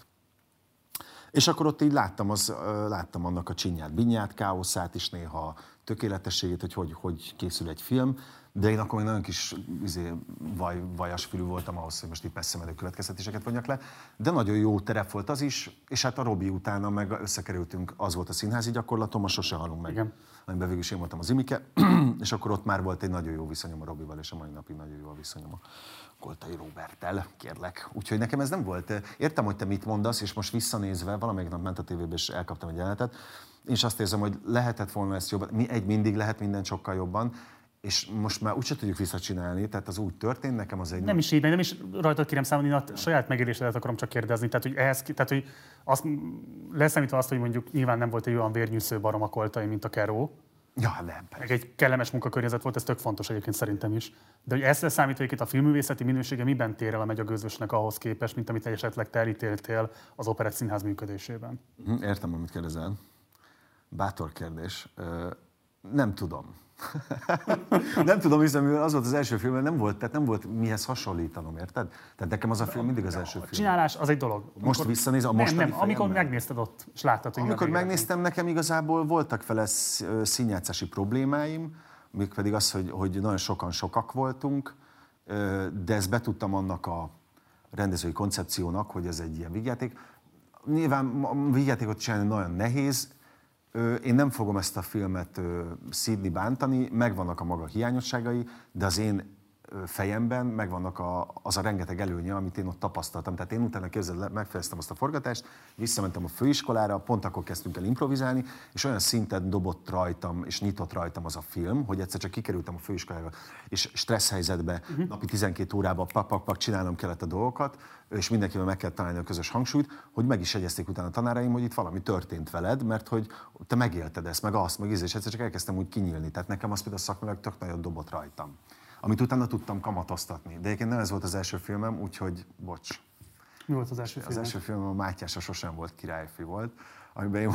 És akkor ott így láttam annak a csinyát, binyát, káoszát is néha, tökéletességét, hogy készül egy film, de én akkor még nagyon kis vajasfülű voltam ahhoz, hogy most itt messze menő következtetéseket vonjak le, de nagyon jó terep volt az is, és hát a Robi utána meg összekerültünk, az volt a színházi gyakorlatom, a Sose halunk meg, igen. Amiben végül is én voltam az Imike, és akkor ott már volt egy nagyon jó viszonyom a Robival, és a mai napig nagyon jó a viszonyom a Koltai Róberttel, kérlek. Úgyhogy nekem ez nem volt. Értem, hogy te mit mondasz, és most visszanézve, valamelyik nap ment a tévébe, és elkaptam egy jelenetet, én is azt érzem, hogy lehetett volna ezt jobban, mindig lehet minden sokkal jobban, és most már úgyse tudjuk visszacsinálni, tehát az úgy történt, nekem az egy... Nem is így, nem is rajtad kérem számolni, a saját megélésedet akarom csak kérdezni, tehát hogy azt, leszámítva azt, hogy mondjuk nyilván nem volt egy olyan vérnyűsző barom a Koltai, mint a Keró. Ja, nem. Meg egy kellemes munkakörnyezet volt, ez tök fontos egyébként szerintem is. De hogy ezt leszámítva egyébként a filmművészeti minősége miben tér el a Megyagőzősnek ahhoz képest, mint amit esetleg te elítéltél az Operett Színház működésében? Értem, amit kérdezel. Bátor kérdés. Nem tudom. Nem tudom, hiszen mivel az volt az első film, nem volt mihez hasonlítanom, érted? Tehát nekem az a film mindig az első film. A csinálás az egy dolog. Most visszanézem, a mostani Nem, amikor megnézted ott, és láttad, hogy amikor megnéztem, nekem igazából voltak vele színjátszási problémáim, mégpedig az, hogy nagyon sokak voltunk, de ezt betudtam annak a rendezői koncepciónak, hogy ez egy ilyen vígjáték. Nyilván vígjátékot csinálni nagyon nehéz. Én nem fogom ezt a filmet szídni, bántani, megvannak a maga hiányosságai, de az én fejemben megvannak az a rengeteg előnye, amit én ott tapasztaltam. Tehát én utána megfejeztem azt a forgatást, visszamentem a főiskolára, pont akkor kezdtünk el improvizálni, és olyan szinten dobott rajtam, és nyitott rajtam az a film, hogy egyszer csak kikerültem a főiskolára, és stressz helyzetbe, napi 12 órában pak csinálnom kellett a dolgokat, és mindenkivel meg kell találni a közös hangsúlyt, hogy meg is jegyezték utána a tanáraim, hogy itt valami történt veled, mert hogy te megélted ezt, meg azt, meg és egyszer csak elkezdtem úgy kinyílni. Tehát nekem az például szakmailag tök nagyon dobott rajtam. Amit utána tudtam kamatoztatni. De egyébként nem ez volt az első filmem, úgyhogy bocs. Mi volt az első film? Az első filmem a Mátyás a Sosem volt királyfi volt, amiben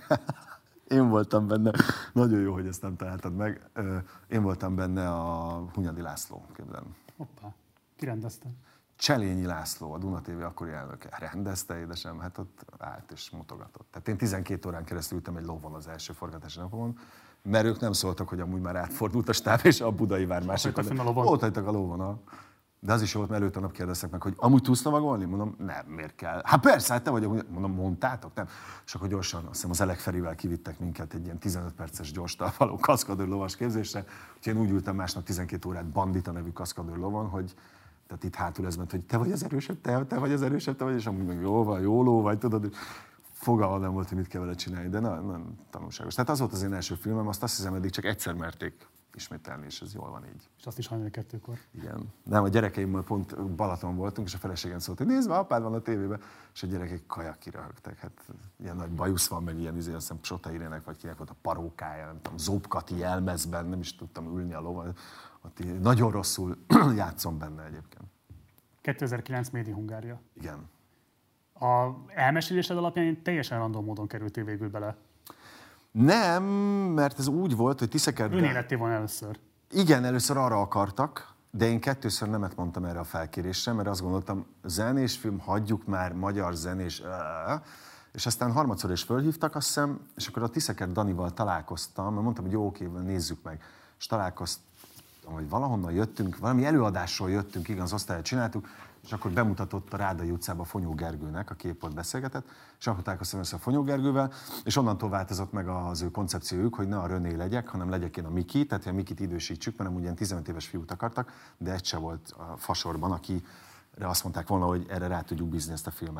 én voltam benne. Nagyon jó, hogy ezt nem találtad meg. Én voltam benne a Hunyadi László, képzelem. Hoppá, ki rendezte? Cselényi László, a Duna TV akkori elnöke. Rendezte, édesem, hát ott állt és mutogatott. Tehát én 12 órán keresztül ültem egy lovon az első forgatási napon, mert ők nem szóltak, hogy amúgy már átfordult a stáb, és a Budai vár másik. Ott hagytak a lovon. De az is jó volt, mert előtte nap kérdeztek meg, hogy amúgy tudsz lovagolni? Mondom, nem, miért kell? Hát persze, hát te vagy, mondom, mondtátok? Nem. És akkor gyorsan, azt hiszem az Elek Ferivel kivittek minket egy ilyen 15 perces gyors való kaszkadőr lovas képzésre, úgyhogy én úgy ültem másnap 12 órát Bandita nevű kaszkadőr lovon, hogy tehát itt hátul ez ment, hogy te vagy az erősebb, te vagy az erősebb, te vagy, és amúgy meg jó ló vagy, tudod, fogalma nem volt, hogy mit kell vele csinálni, de nagyon tanulságos. Tehát az volt az én első filmem, azt hiszem, eddig csak egyszer merték ismételni, és ez jól van így. És azt is hajnali 2-kor. Igen. Nem, a gyerekeimmel pont Balaton voltunk, és a feleségem szólt, hogy nézd, apád van a tévében, és a gyerekek kajak kiröhögtek. Hát ilyen nagy bajusz van, meg ilyen, azt hiszem, Psota Irének, vagy kinek volt a parókája, nem tudom, Zóbkati jelmezben, nem is tudtam ülni a lovon. Nagyon rosszul játszom benne egyébként. 2009 Médi Hungária. Igen. A elmesélésed alapján teljesen random módon kerültél végül bele. Nem, mert ez úgy volt, hogy Tiszekertben... Önélettél volna először. Igen, először arra akartak, de én 2-ször nemet mondtam erre a felkérésre, mert azt gondoltam, zenés film, hagyjuk már, magyar zenés... És aztán 3-szor is fölhívtak, azt hiszem, és akkor a Tiszekert Danival találkoztam, mert mondtam, hogy jó, oké, nézzük meg. És találkoztam, hogy valahonnan jöttünk, valami előadásról jöttünk, igen, az osztályát csináltuk, és akkor bemutatott a Rádai utcába Fonyó Gergőnek, aki épp ott beszélgetett, és akkor találkoztam össze a Fonyó Gergővel, és onnantól változott meg az ő koncepciójuk, hogy ne a René legyek, hanem legyek én a Miki, tehát hogy a Mikit idősítsük, mert ugyan 15 éves fiút akartak, de egy se volt a fasorban, akire azt mondták volna, hogy erre rá tudjuk bízni ezt a filmet.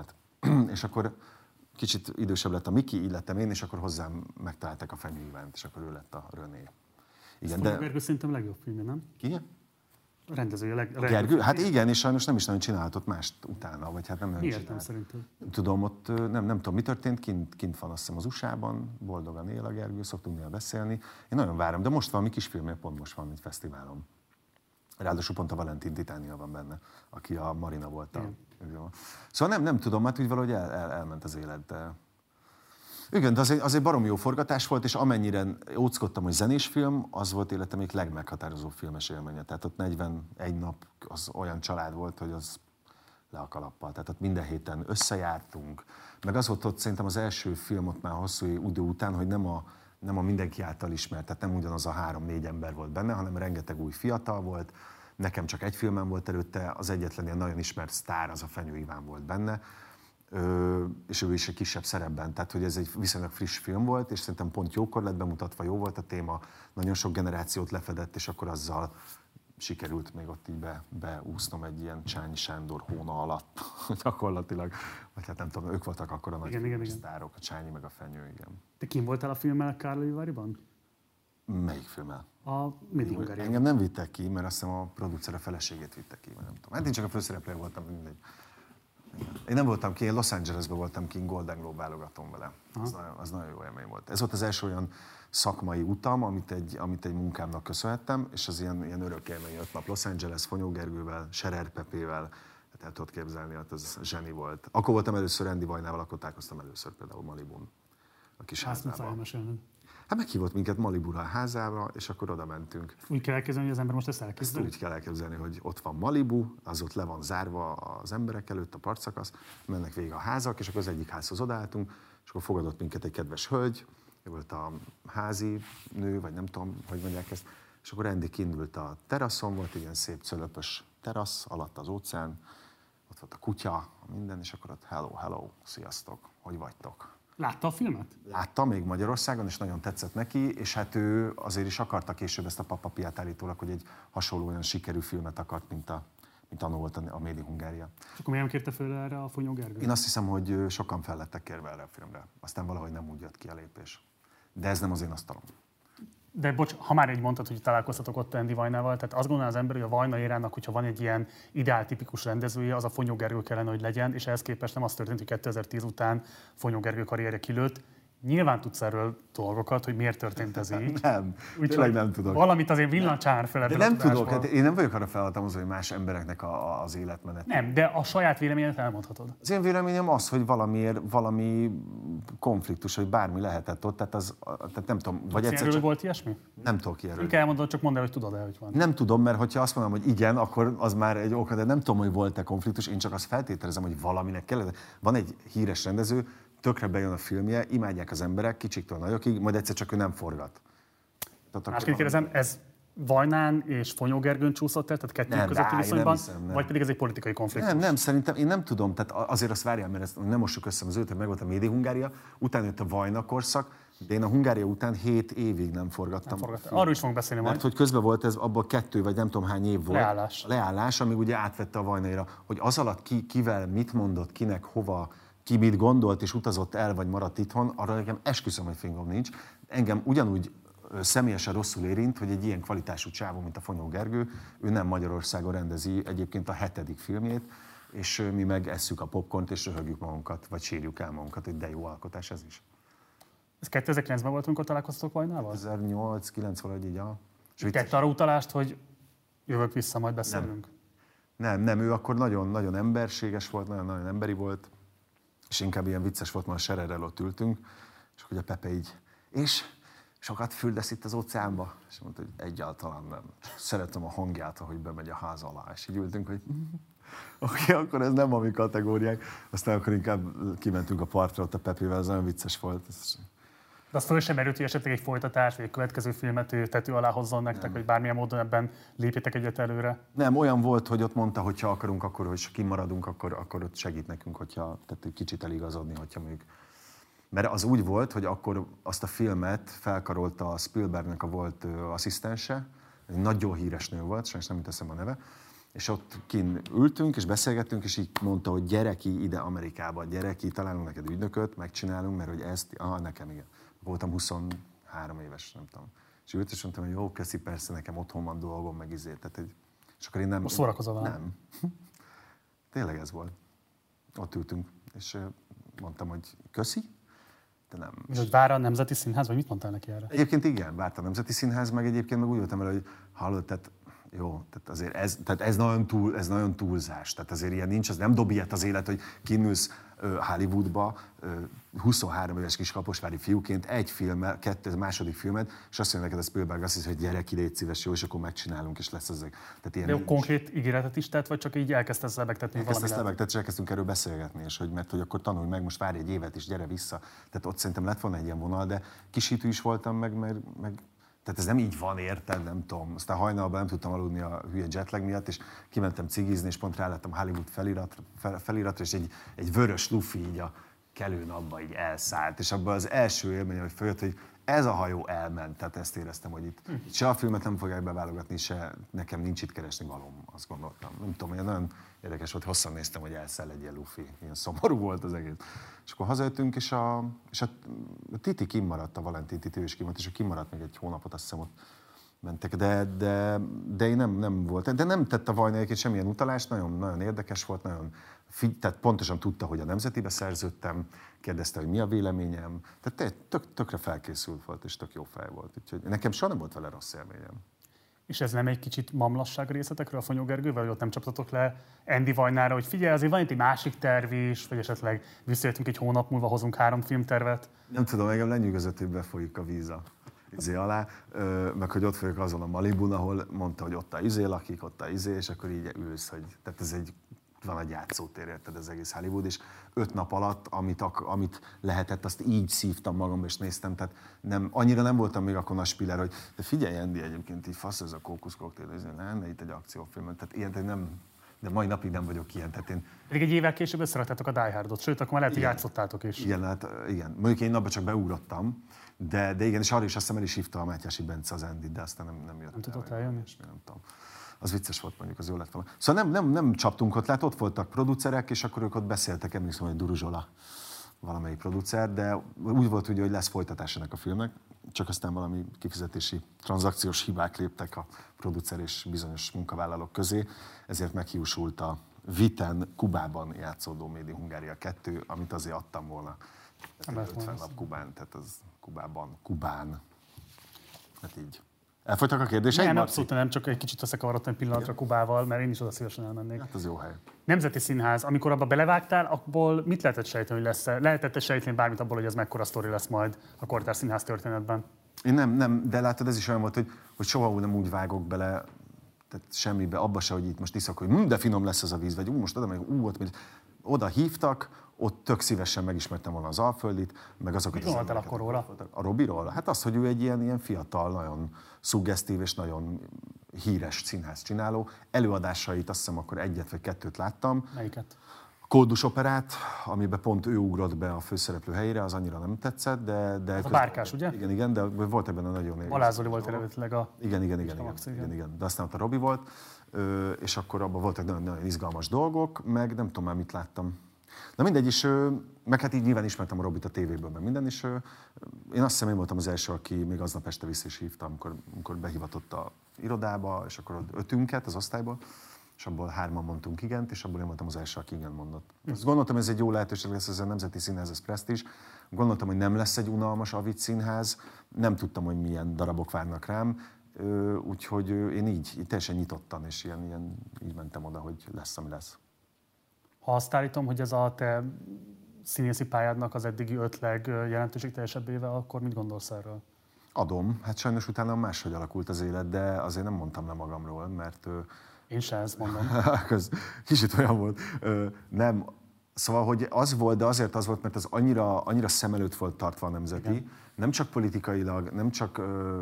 és akkor kicsit idősebb lett a Miki, így lettem én, és akkor hozzám megtalálták a Fenyő Ivánt, és akkor ő lett a René. Igen, de... Gergő szerintem a legjobb filmje, nem? Ki? A rendezője Gergő? Hát igen, és sajnos nem is nagyon csinálhatott mást utána, vagy hát nem nagyon csinált. Miért nem szerintem? Tudom, ott nem tudom, mi történt, kint van azt hiszem az USA-ban, boldogan él a Gergő, szoktunk néha beszélni. Én nagyon várom, de most valami kis filmje, pont most van egy fesztiválon. Ráadásul pont a Valentin Titánia van benne, aki a Marina volt. Szóval nem tudom, hát úgy valahogy elment az élet, de... Igen, de az egy baromi jó forgatás volt, és amennyire óckodtam, hogy zenés film, az volt életem egyik legmeghatározó filmes élménye. Tehát ott 41 nap az olyan család volt, hogy az le a kalappal. Tehát ott minden héten összejártunk. Meg az volt ott szerintem az első film ott már hosszú idő után, hogy nem a mindenki által ismert, tehát nem ugyanaz a 3-4 ember volt benne, hanem rengeteg új fiatal volt. Nekem csak egy filmem volt előtte, az egyetlen ilyen nagyon ismert sztár, az a Fenyő Iván volt benne. És ő is egy kisebb szerepben, tehát hogy ez egy viszonylag friss film volt, és szerintem pont jókor lett bemutatva, jó volt a téma, nagyon sok generációt lefedett, és akkor azzal sikerült még ott így beúsznom egy ilyen Csányi Sándor hóna alatt, gyakorlatilag, vagy hát nem tudom, ők voltak akkor a nagy sztárok, a Csányi meg a Fenyő, igen. Te kim voltál a filmmel Kárlóiváriban? Melyik filmmel? A Midi Hungária. Engem nem vittek ki, mert azt hiszem a producer a feleségét vittek ki, vagy nem tudom. Hát én csak a főszereplő voltam, mindegy. Én nem voltam ki, én Los Angelesben voltam ki, Golden Globe válogatón vele. Az nagyon jó élmény volt. Ez volt az első olyan szakmai utam, amit egy munkámnak köszönhettem, és az ilyen örök élmény, 5 nap Los Angeles, Fonyó Gergővel, Scherer Pepével, hát el tudod képzelni, hát az zseni volt. Akkor voltam először Andy Vajnával, akkor találkoztam először például Malibun, a kis házában. Hát meghívott minket Malibura a házába, és akkor oda mentünk. Úgy kell elképzelni, hogy az ember most ezt elképzelni? Ezt úgy kell elképzelni, hogy ott van Malibu, az ott le van zárva az emberek előtt, a partszakasz, mennek végig a házak, és akkor az egyik házhoz odaálltunk, és akkor fogadott minket egy kedves hölgy, ő volt a házi nő, vagy nem tudom, hogy mondják ezt, és akkor Andy kiindult a teraszon, volt egy ilyen szép cölöpös terasz, alatt az óceán, ott volt a kutya, minden, és akkor ott hello, sziasztok, hogy vagytok? Látta a filmet? Látta még Magyarországon, és nagyon tetszett neki, és hát ő azért is akarta később ezt a Papapiát állítólag, hogy egy hasonló olyan sikerű filmet akart, mint annó volt a Made in Hungária. És akkor miért kérte föl erre a Fonyó Gergő? Én azt hiszem, hogy sokan fel lettek kérve erre a filmre. Aztán valahogy nem úgy jött ki a lépés. De ez nem az én asztalom. De bocs, ha már így mondtad, hogy találkoztatok ott Andy Vajnával, tehát azt gondolná az ember, hogy a Vajna érának, hogyha van egy ilyen ideáltipikus rendezője, az a Fonyó Gergő kellene, hogy legyen, és ehhez képest nem az történt, hogy 2010 után Fonyó Gergő karrierje kilőtt. Nyilván tudsz erről dolgokat, hogy miért történt ez így. Nem, tényleg nem tudok. Valamit azért villancsár fel ebből. De nem tudok, hát én nem vagyok arra felhatalmazva, hogy más embereknek az életmenet. Nem, de a saját véleményedet elmondhatod. Az én véleményem az, hogy valami konfliktus, hogy bármi lehetett ott, tehát nem tudom. Vagy egyszer csak... volt ilyesmi? Nem tudok ki erről. Én kell mondod, csak mondd el, hogy tudod-e, hogy van. Nem tudom, mert hogyha azt mondom, hogy igen, akkor az már egy oka, de nem tudom, hogy volt-e konfliktus, én csak azt feltételezem, hogy valaminek kellett. Van egy híres rendező, tökre bejön a filmje, imádják az emberek, kicsiktől nagyokig, majd egyszer csak ő nem forgat. Másként kérdezem, ez Vajnán és Fonyó Gergőn csúszott el, tehát kettőjük közötti viszonyban, vagy pedig ez egy politikai konfliktus? Nem, szerintem, én nem tudom, tehát azért azt várjál, mert ezt nem mossuk össze az őt, meg volt a Made in Hungária, utána jött a Vajna korszak, de én a Hungária után 7 évig nem forgattam. Arról is fogunk beszélni majd. Mert hogy közben volt ez, abban 2 vagy nem tudom hány év volt. Leállás, amíg ugye átvette a Vajnaira, hogy az alatt kivel mit mondott, kinek, hova, ki mit gondolt és utazott el, vagy maradt itthon, arra nekem esküszöm, hogy fingom nincs. Engem ugyanúgy személyesen rosszul érint, hogy egy ilyen kvalitású csávó, mint a Fonyó Gergő, ő nem Magyarországon rendezi egyébként a 7. filmjét, és mi meg esszük a popcornt és röhögjük magunkat, vagy sírjuk el magunkat, hogy de jó alkotás ez is. Ez 2009-ben volt, amikor találkoztok Vajnával? 2008-9 valahogy így, ja. Tett arra utalást, hogy jövök vissza, majd beszélünk? Nem, ő akkor nagyon emberséges volt, nagyon emberi volt, és inkább ilyen vicces volt, mert a Schererrel ott ültünk, és akkor a Pepe így, és sokat fürdesz itt az óceánba? És mondta, hogy egyáltalán nem. Szeretem a hangját, ahogy bemegy a ház alá. És így ültünk, hogy oké, akkor ez nem a mi kategóriánk. Aztán akkor inkább kimentünk a partra ott a Pepével, ez nagyon vicces volt. De azt föl sem merült, hogy esetleg egy folytatás, vagy egy következő filmet ő tető alá hozzon nektek, hogy bármilyen módon ebben lépjetek egyet előre? Nem, olyan volt, hogy ott mondta, hogy ha akarunk, akkor, hogy kimaradunk, akkor ott segít nekünk, tehát egy kicsit eligazodni, hogyha még... Mert az úgy volt, hogy akkor azt a filmet felkarolta a Spielbergnek a volt asszisztense, egy nagyon híres nő volt, sajnos nem jut eszembe a neve, És ott kint ültünk, és beszélgettünk, és így mondta, hogy gyere ki ide Amerikába, gyere ki, találunk neked ügynököt, megcsinálunk, mert hogy ezt, nekem igen. Voltam 23 éves, nem tudom. És ült, és mondtam, hogy jó, köszi, persze, nekem otthon van dolgom, meg tehát, és akkor én nem... Most szórakozol vele? Nem. Tényleg ez volt. Ott ültünk, és mondtam, hogy köszi, de nem. És hogy vár a Nemzeti Színház, vagy mit mondtál neki erre? Egyébként igen, várt a Nemzeti Színház, meg egyébként meg úgy voltam el, hogy hallod, tehát jó, tehát azért ez nagyon túlzás. Tehát azért ilyen nincs, az nem dob ilyet az élet, hogy kinülsz Hollywoodba 23 éves kis kaposvári fiúként egy filmmel, a második filmet, és azt mondja neked a Spielberg, azt hiszi, hogy gyere ki, légy szíves, jó, és akkor megcsinálunk, és lesz ezek. Tehát ilyen de konkrét ígéretet is tett, vagy csak így elkezdte lebegtetni valamit? Elkezdte lebegtetni, és elkezdtünk erről beszélgetni, és mert hogy akkor tanulj meg, most várj egy évet, és gyere vissza. Tehát ott szerintem lett volna egy ilyen vonal, de kisítő is voltam, meg tehát ez nem így van, érted, nem tudom. Aztán hajnalban nem tudtam aludni a hülye jetlag miatt, és kimentem cigizni, és pont ráláttam Hollywood feliratra, és egy vörös lufi így a kelő napba így elszállt. És abban az első élmény, hogy följött, hogy ez a hajó elment, tehát ezt éreztem, hogy itt se a filmet nem fogják beválogatni, se nekem nincs itt keresni valóm, azt gondoltam. Nem tudom, hogy nagyon érdekes volt, hosszan néztem, hogy elszáll egy ilyen lufi, ilyen szomorú volt az egész. És akkor hazajöttünk, és a Titi kimaradt, a Valentin Titi, ő is kimaradt, és ő kimaradt még egy hónapot, azt hiszem ott mentek, de én nem volt, de nem tett a Vajna egyébként semmilyen utalást, nagyon, nagyon érdekes volt, tehát pontosan tudta, hogy a Nemzetibe szerződtem, kérdezte, hogy mi a véleményem, tehát tökre felkészült volt, és tök jó fej volt, úgyhogy nekem soha nem volt vele rossz élményem. És ez nem egy kicsit mamlasság részletekről a Fonyó Gergővel, hogy ott nem csaptatok le Andy Vajnára, hogy figyelj, azért van itt egy másik terv is, vagy esetleg visszajöttünk egy hónap múlva, hozunk 3 filmtervet? Nem tudom, engem lenyűgözött, hogy befolyik a víz alá, meg hogy ott vagyok azon a Malibun, ahol mondta, hogy ott a lakik, ott a és akkor így ülsz, hogy tehát ez van egy játszótér, érted, az egész Hollywood, és 5 nap alatt, amit lehetett, azt így szívtam magamba, és néztem, tehát annyira nem voltam még akkor a spiller, hogy de figyelj, Andy, egyébként így fasz ez a kókuszkoktél, lenne itt egy akciófilm, tehát ilyen, nem, de mai napig nem vagyok ilyen, tehát én... Pedig egy évvel később összeraktátok a Die Hardot, sőt, akkor már lehet, hogy játszottátok is. Igen, hát igen. Mondjuk én abba csak beugrottam, de igen, és arra is azt hiszem el is hívta a Mátyási Bence az Andyt, de aztán nem jött. Nem tudott eljönni? Nem tudom. Az vicces volt, mondjuk, az jó lett volna. Szóval nem csaptunk ott voltak producerek, és akkor ők ott beszéltek, emlékszem, hogy Duru Zsola valamelyik producer, de úgy volt ugye, hogy lesz folytatás ennek a filmnek, csak aztán valami kifizetési tranzakciós hibák léptek a producer és bizonyos munkavállalók közé, ezért meghiúsult a Viten Kubában játszódó Made in Hungária 2, amit azért adtam volna. 50 nap Kubán, tehát az Kubán. Hát így. Elfogytak a kérdéseid? Nem, abszolút nem, csak egy kicsit összekavarodtam egy pillanatra Kubával, mert én is oda szívesen elmennék. Hát az jó hely. Nemzeti Színház, amikor abba belevágtál, abból mit lehetett sejteni, hogy lesz? Lehetett sejteni bármit abból, hogy ez mekkora sztori lesz majd a Kortárs Színház történetben? Én nem, de látod, ez is olyan volt, hogy soha nem úgy vágok bele, tehát semmibe, abba se, hogy itt most iszok, hogy de finom lesz az a víz, vagy most oda meg, oda hívtak, ott tök szívesen megismertem volna az Alföldit, meg azokat. Mit gondoltál akkor róla? A Robiról? Hát az, hogy ő egy ilyen fiatal, nagyon szuggesztív és nagyon híres színház csináló. Előadásait azt hiszem akkor 1 vagy 2 láttam. Melyiket? Kódus operát, amiben pont ő ugrott be a főszereplő helyére, az annyira nem tetszett, de az a Bárkás, ugye? Igen, de volt ebben a nagyon érdekes. Balázs Zoli volt eredetileg a... Igen. De aztán ott a Robi volt, és akkor abban voltak nagyon izgalmas dolgok, meg nem tudom már mit láttam. Na mindegy, és meg hát így nyilván ismertem a Robit a tévéből, meg minden, és én azt hiszem, én voltam az első, aki még aznap este vissza is hívta, amikor behivatott a irodába, és akkor 5-ünket az osztályból, és abból 3-an mondtunk igent, és abból én voltam az első, aki igen mondott. Azt gondoltam, ez egy jó lehetőség lesz, ez a Nemzeti Színház, ez presztízs. Gondoltam, hogy nem lesz egy unalmas Avid színház, nem tudtam, hogy milyen darabok várnak rám, úgyhogy én így teljesen nyitottan, és így mentem oda, hogy lesz, ami lesz. Ha azt állítom, hogy ez a te színészi pályádnak az eddigi 5 legjelentőségteljesebb éve, akkor mit gondolsz erről? Adom. Hát sajnos utána máshogy alakult az élet, de azért nem mondtam le magamról, mert... Én se ezt mondom. Kicsit olyan volt. Nem. Szóval, hogy az volt, de azért az volt, mert az annyira szem előtt volt tartva a Nemzeti. Igen. Nem csak politikailag, nem csak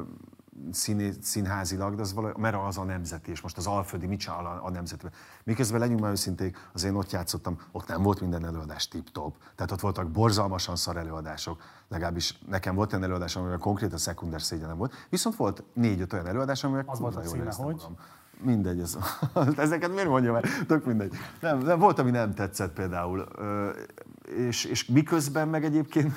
színházilag, de mert az a Nemzeti, és most az Alföldi mit csinál a Nemzeti. Miközben legyünk már őszinték, az én ott játszottam, ott nem volt minden előadás tip-top. Tehát ott voltak borzalmasan szar előadások. Legalábbis nekem volt olyan előadás, amivel konkrétan szekunder szégyenem volt. Viszont volt 4-5 olyan előadás, amivel az volt a címe, hogy? mindegy, ezeket miért mondjam el? Tök mindegy. Nem, volt, ami nem tetszett például. És miközben meg egyébként,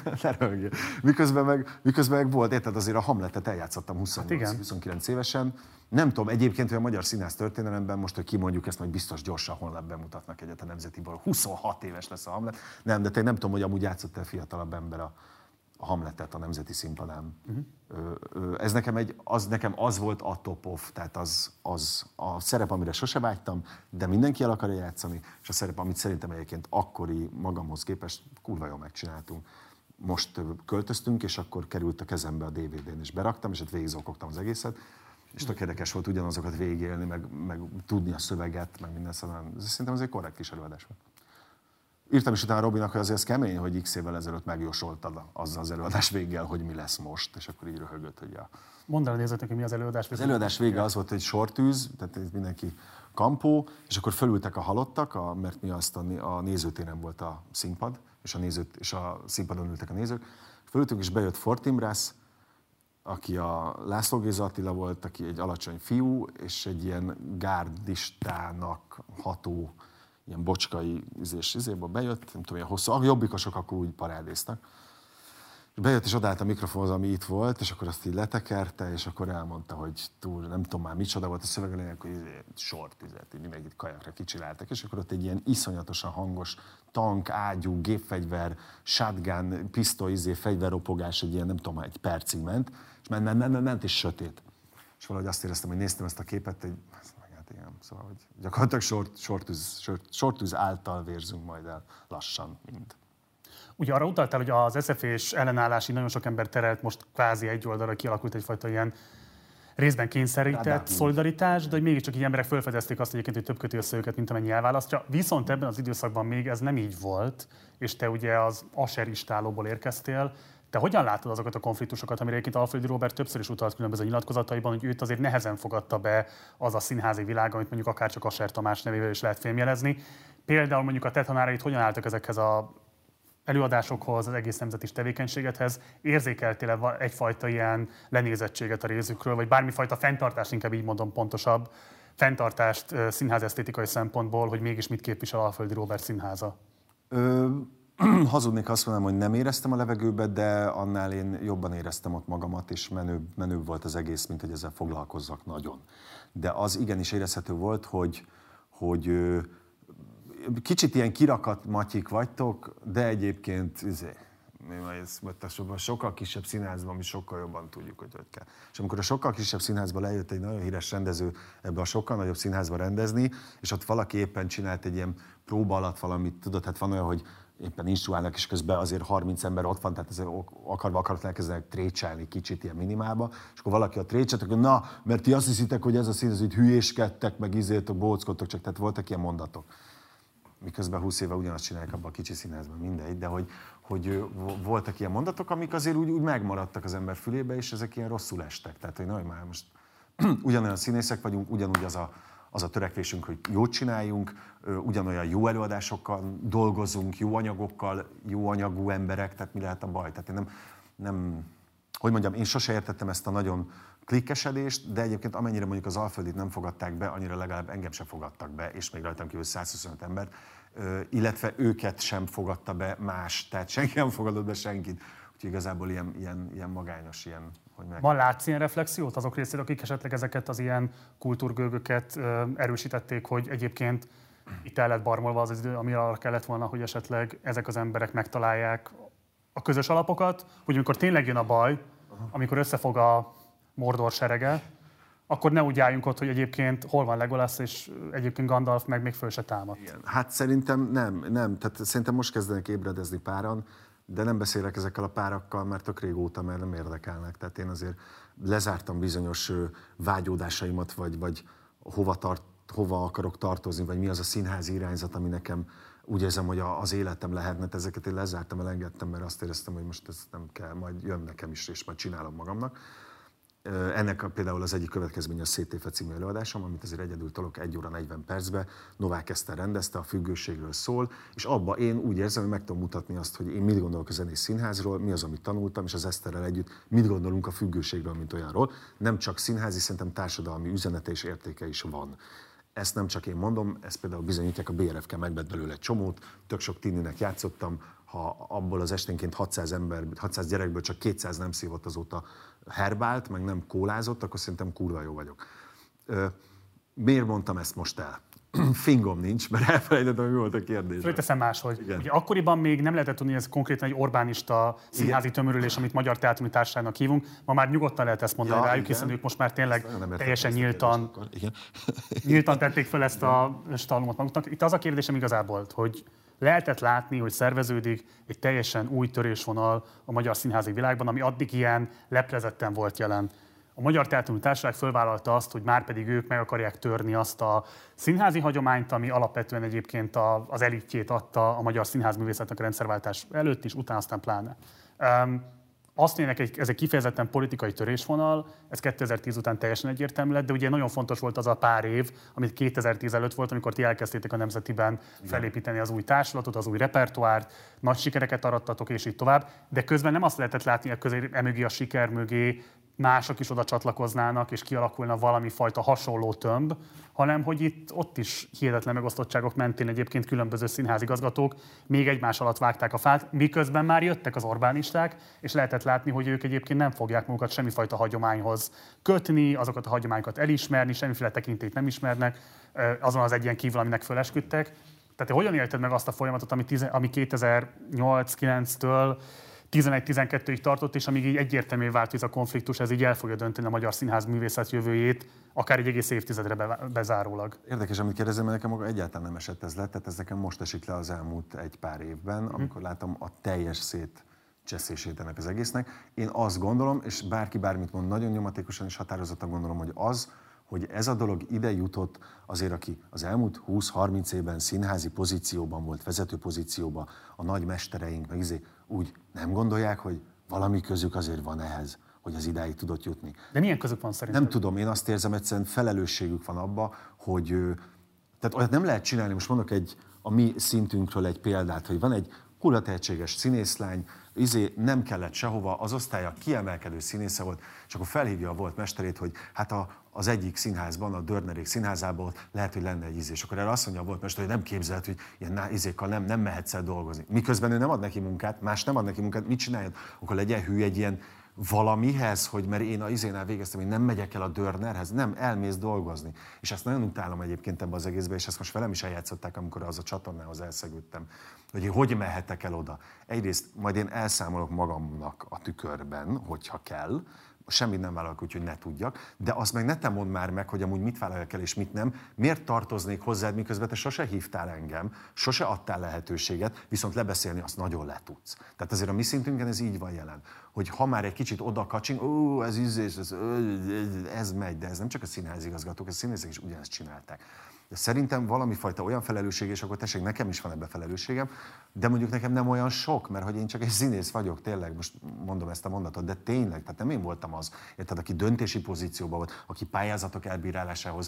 miközben meg volt, érted, azért a Hamletet eljátszottam 28-29 évesen. Nem tudom, egyébként, hogy a magyar színász történelemben most, hogy kimondjuk ezt, majd biztos gyorsan holnap bemutatnak egyet a Nemzetiből. 26 éves lesz a Hamlet. Nem, de tényleg nem tudom, hogy amúgy játszott el fiatalabb ember a Hamletet a Nemzeti Színpadán. Ez nekem az volt a top of, tehát az a szerep, amire sose vágytam, de mindenki el akarja játszani, és a szerep, amit szerintem egyébként akkori magamhoz képest kurva jól megcsináltunk. Most költöztünk, és akkor került a kezembe a DVD-n, és beraktam, és ott végigzokogtam az egészet, és tök érdekes volt ugyanazokat végigélni, meg tudni a szöveget, meg minden, szóval szerintem ez egy korrekt kis előadás volt. Írtam is utána Robinak, hogy azért ez kemény, hogy x évvel ezelőtt megjósoltad azzal az előadás véggel, hogy mi lesz most, és akkor így röhögött, hogy Mondd el a nézőknek, hogy mi az előadás. Az előadás vége az volt, hogy sortűz, tehát mindenki kampó, és akkor fölültek a halottak, mert mi azt a nézőtéren volt a színpad, és a színpadon ültek a nézők. Fölültünk, és bejött Fortinbras, aki a László Géza Attila volt, aki egy alacsony fiú, és egy ilyen gárdistának ható, ilyen bocskai izéből bejött, nem tudom, ilyen hosszú, a jobbikosok akkor úgy parádéztak. És bejött és odállt a mikrofonhoz, ami itt volt, és akkor azt így letekerte, és akkor elmondta, hogy túl, nem tudom már micsoda volt a szöveg, hogy sortüzet, így mindenkit kajakra kicsináltak, és akkor ott egy ilyen iszonyatosan hangos tank, ágyú, gépfegyver, shotgun, pisztoly, fegyverropogás, egy ilyen nem tudom, egy percig ment, és ment és sötét. És valahogy azt éreztem, hogy néztem ezt a képet, hogy hát igen, szóval, hogy gyakorlatilag sortűz által vérzünk majd el lassan mind. Ugye arra utaltál, hogy az SZF-és ellenállás nagyon sok ember terelt, most kvázi egy oldalra kialakult egyfajta ilyen részben kényszerített szolidaritás, de hogy mégiscsak így emberek felfedezték azt egyébként, hogy több köti össze őket, mint amennyi elválasztja. Viszont ebben az időszakban még ez nem így volt, és te ugye az Aser istálóból érkeztél. Te hogyan látod azokat a konfliktusokat, amire egyébként Alföldi Róbert többször is utalt különböző nyilatkozataiban, hogy őt azért nehezen fogadta be az a színházi világ, amit mondjuk akárcsak Aser Tamás nevével is lehet fémjelezni. Például mondjuk a te tanáraid hogyan álltak ezekhez az előadásokhoz, az egész nemzetis tevékenységedhez? Érzékeltél egyfajta ilyen lenézettséget a részükről, vagy bármifajta fenntartást, inkább így mondom pontosabb, fenntartást színházesztétikai szempontból, hogy mégis mit képvisel Alföldi Róbert színháza? Hazudnék, azt mondanám, hogy nem éreztem a levegőbe, de annál én jobban éreztem ott magamat, és menőbb volt az egész, mint hogy ezzel foglalkozzak nagyon. De az igenis érezhető volt, hogy kicsit ilyen kirakat matyik vagytok, de egyébként sokkal kisebb színházban mi sokkal jobban tudjuk, hogy kell. És amikor a sokkal kisebb színházban lejött egy nagyon híres rendező ebbe a sokkal nagyobb színházba rendezni, és ott valaki éppen csinált egy ilyen próba alatt valamit, tudod, hát van olyan, hogy éppen instruálnak, és közben azért 30 ember ott van, tehát ezért akaratlan elkezdenek trécselni kicsit ilyen minimálba, és akkor valaki a trécset, akkor na, mert ti azt hiszitek, hogy ez a színház, hogy hülyéskedtek, meg izéltok, bóckodtok, csak tehát voltak ilyen mondatok. Miközben 20 éve ugyanazt csinálják abban a kicsi színházban, mindegy, de hogy voltak ilyen mondatok, amik azért úgy megmaradtak az ember fülébe, és ezek ilyen rosszul estek. Tehát, hogy már most ugyanolyan színészek vagyunk, ugyanúgy az a törekvésünk, hogy jót csináljunk, ugyanolyan jó előadásokkal dolgozunk, jó anyagokkal, jó anyagú emberek, tehát mi lehet a baj? Tehát én nem hogy mondjam, én sose értettem ezt a nagyon klikkesedést, de egyébként amennyire mondjuk az Alföldit nem fogadták be, annyira legalább engem sem fogadtak be, és még rajtam kívül 125 embert, illetve őket sem fogadta be más, tehát senki nem fogadott be senkit. Úgyhogy igazából ilyen magányos, ilyen, hogy meg... Van látsz ilyen reflexiót azok részéről, akik esetleg ezeket az ilyen kultúrgőgöket erősítették, hogy egyébként itt el lett barmolva az idő, ami arra kellett volna, hogy esetleg ezek az emberek megtalálják a közös alapokat, hogy amikor tényleg jön a baj, amikor összefog a Mordor serege, akkor ne úgy álljunk ott, hogy egyébként hol van Legolas, és egyébként Gandalf meg még föl se támadt. Igen. Hát szerintem nem. Tehát szerintem most kezdenek ébredezni páran, de nem beszélek ezekkel a párakkal már tök régóta, mert nem érdekelnek. Tehát én azért lezártam bizonyos vágyódásaimat, vagy hova akarok tartozni, vagy mi az a színházi irányzat, ami nekem úgy érzem, hogy az életem lehetne. Ezeket én lezártam, elengedtem, mert azt éreztem, hogy most ez nem kell, majd jön nekem is, és majd csinálom magamnak. Ennek például az egyik következménye a Széttépve című előadásom, amit azért egyedül tolok 1 óra 40 percbe. Novák Eszter rendezte, a függőségről szól, és abba én úgy érzem, hogy meg tudom mutatni azt, hogy én mit gondolok a zenés színházról, mi az, amit tanultam, és az Eszterrel együtt mit gondolunk a függőségről, mint olyanról. Nem csak színházi, szerintem társadalmi üzenete és értéke is van. Ezt nem csak én mondom, ezt például bizonyítják, a BRFK megvett belőle egy csomót, tök sok tininek játszottam, ha abból az esténként 600 gyerekből csak 200 nem szívott azóta herbált, meg nem kólázott, akkor szerintem kurva jó vagyok. Miért mondtam ezt most el? Fingom nincs, mert elfelejtettem, hogy mi volt a kérdés. Fölteszem máshogy. Ugye akkoriban még nem lehetett tudni, hogy ez konkrétan egy Orbánista színházi tömörülés, amit Magyar Teátrumi Társaságnak hívunk. Ma már nyugodtan lehet ezt mondani rájuk, hiszen ők most már tényleg teljesen nyíltan tették fel ezt a stallumot maguknak. Itt az a kérdésem igazából, hogy lehetett látni, hogy szerveződik egy teljesen új törésvonal a magyar színházi világban, ami addig ilyen leplezetten volt jelen. A Magyar Teátrumi Társaság fölvállalta azt, hogy márpedig ők meg akarják törni azt a színházi hagyományt, ami alapvetően egyébként az elitjét adta a magyar színházművészetnek a rendszerváltás előtt is, utána aztán pláne. Azt mondják, ez egy kifejezetten politikai törésvonal, ez 2010 után teljesen egyértelmű lett, de ugye nagyon fontos volt az a pár év, amit 2010 előtt volt, amikor ti elkezdtétek a Nemzetiben felépíteni az új társulatot, az új repertoárt, nagy sikereket arattatok, és így tovább, de közben nem azt lehetett látni, hogy emögé a siker mögé mások is oda csatlakoznának, és kialakulna valami fajta hasonló tömb, hanem hogy ott is hihetetlen megosztottságok mentén egyébként különböző színházigazgatók még egymás alatt vágták a fát, miközben már jöttek az Orbánisták, és lehetett látni, hogy ők egyébként nem fogják magukat semmifajta hagyományhoz kötni, azokat a hagyományokat elismerni, semmiféle tekintélyt nem ismernek, azon az egy ilyen kívül, aminek fölesküdtek. Tehát te hogyan élted meg azt a folyamatot, ami 2008-9-től 11-12-ig tartott, és amíg így egyértelművé vált, hogy ez a konfliktus, ez így el fogja dönteni a magyar színház művészet jövőjét, akár egy egész évtizedre bezárólag. Érdekes, amit kérdezem, mert nekem egyáltalán nem esett ez le, tehát ez nekem most esik le az elmúlt egy pár évben, amikor látom a teljes szétcseszését ennek az egésznek. Én azt gondolom, és bárki bármit mond, nagyon nyomatékosan és határozottan gondolom, hogy ez a dolog ide jutott, azért aki az elmúlt 20-30 évben színházi pozícióban volt, vezető pozícióban, a nagy mestereink, meg úgy nem gondolják, hogy valami közük azért van ehhez, hogy az idáig tudott jutni. De milyen közük van szerintem? Nem tudom, én azt érzem, egyszerűen felelősségük van abba, hogy tehát olyat nem lehet csinálni, most mondok a mi szintünkről egy példát, hogy van egy kurva tehetséges színészlány, nem kellett sehova, az osztálya kiemelkedő színésze volt, és akkor felhívja a volt mesterét, hogy hát az egyik színházban, a Dörnerék színházából lehet, hogy lenne egy és akkor erre azt mondja a volt mester, hogy nem képzelt, hogy ilyen izékkal nem mehetsz el dolgozni. Miközben ő nem ad neki munkát, más nem ad neki munkát, mit csináljon? Akkor legyen hű egy ilyen valamihez, hogy mert én a izénál végeztem, hogy nem megyek el a Dörnerhez, nem, elmész dolgozni. És ezt nagyon utálom egyébként ebbe az egészbe, és ezt most velem is eljátszották, amikor az a csatornához elszegődtem, hogy mehetek el oda. Egyrészt majd én elszámolok magamnak a tükörben, hogyha kell, semmit nem vállalok úgy, hogy ne tudjak, de azt meg ne te mondd már meg, hogy amúgy mit vállaljak el és mit nem, miért tartoznék hozzád, miközben te sose hívtál engem, sose adtál lehetőséget, viszont lebeszélni azt nagyon le tudsz. Tehát azért a mi szintünkön ez így van jelen, hogy ha már egy kicsit oda kacsing, ez ízés, ez megy, de ez nem csak a színházigazgatók, a színészek is ugyanezt csinálták. De szerintem valamifajta olyan felelősség, és akkor tessék, nekem is van ebbe felelősségem, de mondjuk nekem nem olyan sok, mert hogy én csak egy színész vagyok, tényleg, most mondom ezt a mondatot, de tényleg, tehát nem én voltam az, érted, aki döntési pozícióban volt, aki pályázatok elbírálásához,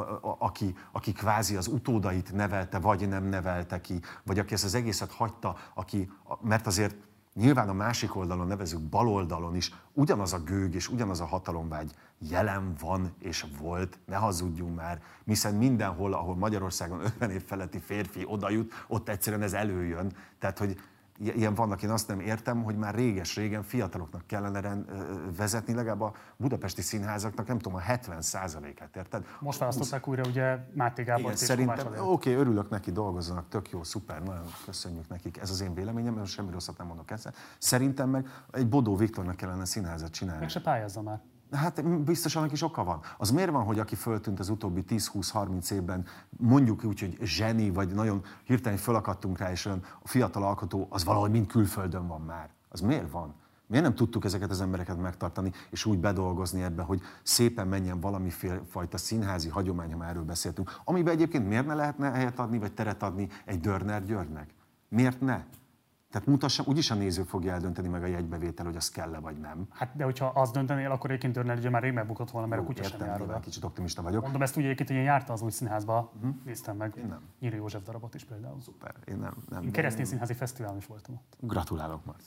aki kvázi az utódait nevelte, vagy nem nevelte ki, vagy aki ezt az egészet hagyta, mert azért nyilván a másik oldalon, nevezzük bal oldalon is, ugyanaz a gőg és ugyanaz a hatalomvágy jelen van és volt, ne hazudjunk már, hiszen mindenhol, ahol Magyarországon 50 év feletti férfi odajut, ott egyszerűen ez előjön. Tehát, hogy ilyen vannak, én azt nem értem, hogy már réges-régen fiataloknak kellene vezetni, legalább a budapesti színházaknak, nem tudom, a 70%-át, érted? Most választották újra ugye Máté Gábor és szerintem, oké, örülök neki, dolgozzanak, tök jó, szuper, nagyon köszönjük nekik. Ez az én véleményem, mert semmi rosszat nem mondok ezzel. Szerintem meg egy Bodó Viktornak kellene színházat csinálni. Meg se pályázza már. Hát biztos annak is oka van. Az miért van, hogy aki föltűnt az utóbbi 10-20-30 évben, mondjuk úgy, hogy zseni, vagy nagyon hirtelen fölakadtunk rá, és olyan fiatal alkotó, az valahogy mind külföldön van már. Az miért van? Miért nem tudtuk ezeket az embereket megtartani, és úgy bedolgozni ebbe, hogy szépen menjen valamifajta színházi hagyomány, ha már erről beszéltünk, amiben egyébként miért ne lehetne helyet adni, vagy teret adni egy Dörner Györgynek? Miért ne? Tehát mutassam, úgyis a néző fogja eldönteni meg a jegybevétel, hogy az kell-e vagy nem. Hát de hogyha azt döntenél, akkor egyébként Dörner ugye már rég megbukott volna, mert a kutya sem jár oda. Kicsit optimista vagyok. Mondom ezt úgy egyébként, hogy én jártam az új színházba, néztem meg. Én nem. Nyíri József darabot is például. Szuper, én nem. Én keresztény színházi fesztiválon is voltam ott. Gratulálok, Marci.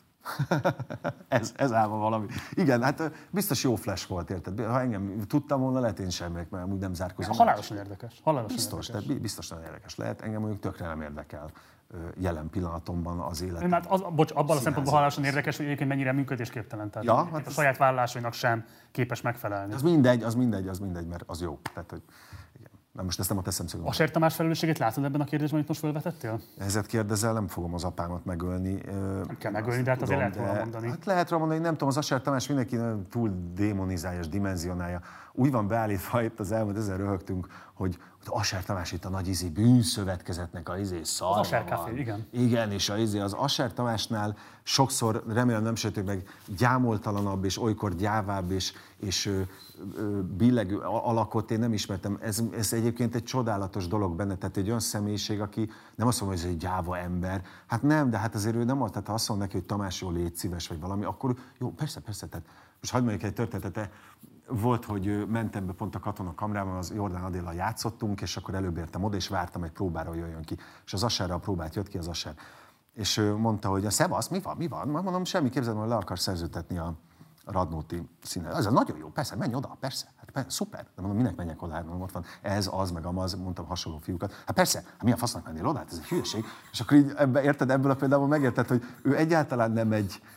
ez álma valami. Igen, hát biztos jó flash volt, érted? Ha engem tudtam volna, lehet én sem, mert úgy nem zárkozom. Halálosan érdekes. Biztos, tehát biztos nagyon érdekes lehet. Engem mondjuk tökre nem érdekel jelen pillanatomban az élet. Hát abban a szempontból halálosan érdekes, hogy egyébként mennyire működésképtelen. Tehát ja, hát a saját vállalásainak sem képes megfelelni. Az mindegy, mert az jó. Tehát, hogy igen. Na most ezt nem a teszem szögön. Aser Tamás felelősségét látod ebben a kérdésben, amit most felvetettél? Ezért kérdezel, nem fogom az apámat megölni. Nem kell megölni, de hát azért lehet róla mondani. Hát lehet róla mondani, nem tudom, az Aser Tamás mindenki túl démonizálja és dimenzionálja. Úgy van beállítva itt az elmúlt, ezen röhögtünk, hogy Aser Tamás itt a nagy bűnszövetkezetnek a szarva. Az Aser Café, igen. Igen, és az Aser Tamásnál sokszor, remélem nem sejtük meg, gyámoltalanabb és olykor gyávább és billegő alakot én nem ismertem. Ez egyébként egy csodálatos dolog benne, tehát egy olyan személyiség, aki nem azt mondja, hogy ez egy gyáva ember. Hát nem, de hát azért ő nem az, tehát ha azt mondja neki, hogy Tamás, jó, légy szíves, vagy valami, akkor jó, persze, tehát most hagyd mondjuk egy történetet. Volt, hogy mentem be pont a Katonakamrában, az Jordán Adéllal játszottunk, és akkor előbb értem oda, és vártam egy próbára, hogy jöjjön ki. És az Aserre a próbát jött ki az Aser. És ő mondta, hogy a szevasz, mi van? Mondom, semmi, képzeld, hogy le akar szerződtetni a Radnóti színet. Az nagyon jó, persze, menj oda, persze. Hát persze, szuper. De mondom, minek menjek oda? Mondom, ott van ez, az, meg amaz, mondtam hasonló fiúkat. Hát persze, hát mi a fasznak mennél oda? Hát ez egy hülyeség. És akkor így ebből a például megérted, hogy ő egyáltalán nem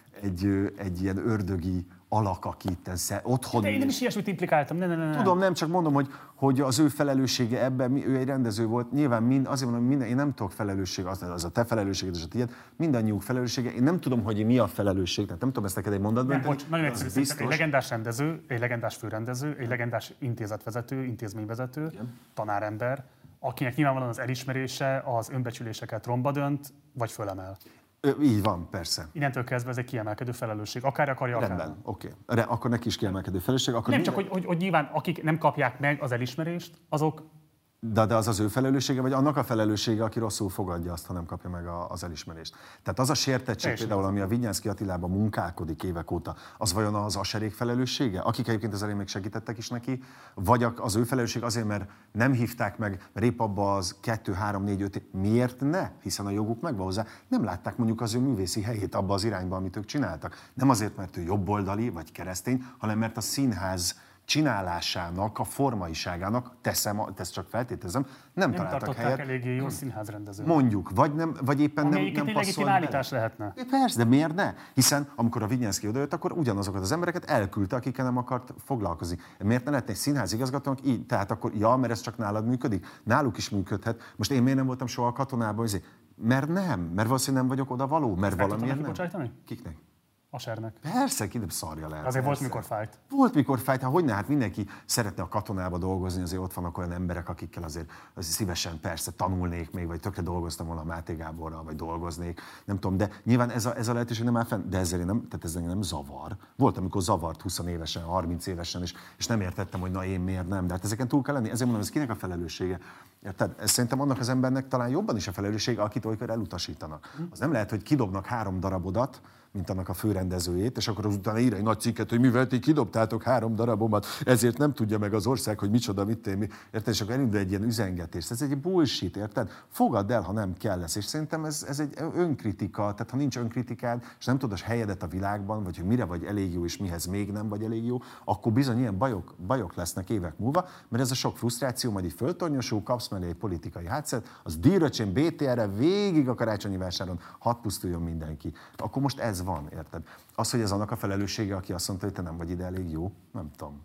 egy ilyen ördögi alak, aki itt otthon... De én nem is ilyesmit implikáltam, ne. Tudom, nem, csak mondom, hogy az ő felelőssége ebben, ő egy rendező volt, nyilván azért mondom, én nem tudok felelősség, az a te felelősséged és a tiéd, mindannyiuk felelőssége, én nem tudom, hogy mi a felelősség, tehát nem tudom ezt neked egy mondatban. Nem, bocs, nagyon egyszerű, egy legendás rendező, egy legendás főrendező, egy legendás intézetvezető, intézményvezető, igen, tanárember, akinek nyilvánvalóan az elismerése, az önbecsüléseket romba dönt, vagy fölemel. Így van, persze. Innentől kezdve ez egy kiemelkedő felelősség. Akár akarja, akár. Rendben, oké. Akkor neki is kiemelkedő felelősség. Akkor nem csak, hogy nyilván akik nem kapják meg az elismerést, azok... De az az ő felelőssége, vagy annak a felelőssége, aki rosszul fogadja azt, ha nem kapja meg az elismerést. Tehát az a sértettség például, ami a Vignyánszky Attilában munkálkodik évek óta, az vajon az Aserék felelőssége? Akik egyébként az elején még segítettek is neki, vagy az ő felelősség azért, mert nem hívták meg, mert épp abba az 2, 3, 4, 5 miért ne? Hiszen a joguk megvan hozzá. Nem látták mondjuk az ő művészi helyét abba az irányba, amit ők csináltak. Nem azért, mert ő jobboldali vagy keresztény, hanem mert a színház csinálásának, a formaiságának, ezt csak feltételezem, nem találtak helyet. Eléggé jó színházrendező. Mondjuk, vagy éppen nem passzolt állítás lehetne. Persze, de miért ne? Hiszen amikor a Vignyánszky odajött, akkor ugyanazokat az embereket elküldte, akikkel nem akart foglalkozni. Miért ne lehetne egy színházigazgatónak így? Tehát akkor, mert ez csak nálad működik? Náluk is működhet. Most én miért nem voltam soha a katonában? Mert nem. Mert valószínűleg nem vagyok oda való. Mert valamiért nem. Kiknek? Asernek. Persze, ki nem szarja le. Azért volt, mikor fájt. Volt, mikor fájt. Hogyne, hát mindenki szeretne a katonába dolgozni, azért ott vannak olyan emberek, akikkel azért szívesen persze tanulnék még, vagy tökre dolgoztam volna a Máté Gáborral, vagy dolgoznék, nem tudom, de nyilván ez a lehetőség nem áll fenn, de ezzel tehát ez nem zavar. Volt, amikor zavart 20 évesen, 30 évesen, és nem értettem, hogy na én miért nem, de hát ezeken túl kell lenni. Ezért mondom, ez kinek a felelőssége? Érted? Ez szerintem annak az embernek talán jobban is a felelőssége, akit olykor elutasítanak. Az nem lehet, hogy kidobnak 3 darabodat, mint annak a főrendezőjét, és akkor utána ír egy nagy cikket, hogy mivel ti kidobtátok 3 darabomat, ezért nem tudja meg az ország, hogy micsoda, mit én, érted? És akkor elindul egy ilyen üzengetés. Ez egy bullshit, érted? Fogadd el, ha nem kell lesz. És szerintem ez egy önkritika, tehát ha nincs önkritikád, és nem tudod a helyedet a világban, vagy hogy mire vagy elég jó, és mihez még nem vagy elég jó, akkor bizony ilyen bajok lesznek évek múlva, mert ez a sok frusztráció majd így föltornyosul, kapsz mellé egy politikai hátszert, az díröcsén BTR-re végig a karácsonyi vásáron, hadd pusztuljon mindenki. Akkor most ez van, érted? Az, hogy ez annak a felelőssége, aki azt mondta, hogy te nem vagy ide elég jó, nem tudom.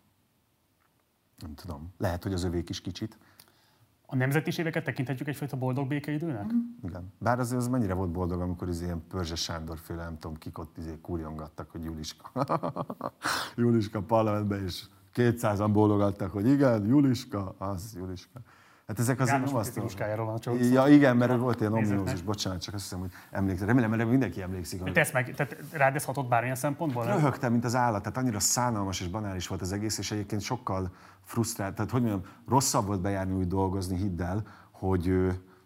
Nem tudom. Lehet, hogy az övék is kicsit. A nemzetiségeket tekinthetjük egyfajta boldog békeidőnek? Igen. Bár azért az mennyire volt boldog, amikor ilyen Pörzse Sándor-féle, nem tudom, kik ott kurjongattak, hogy Juliska. Juliska parlamentben is 200-an bólogattak, hogy igen, Juliska, az Juliska. Hát ezek azért nem azt Juliskájáról van a Ja, igen, mert volt ilyen ominózus, bocsánat, csak azt hiszem, hogy emlékszem. Remélem, mert mindenki emlékszik. Tehát rád ez hatott bármilyen szempontból? Röhögtem, mint az állat, tehát annyira szánalmas és banális volt az egész, és egyébként sokkal frusztrált, tehát hogy mondjam, rosszabb volt bejárni úgy dolgozni, hidd el,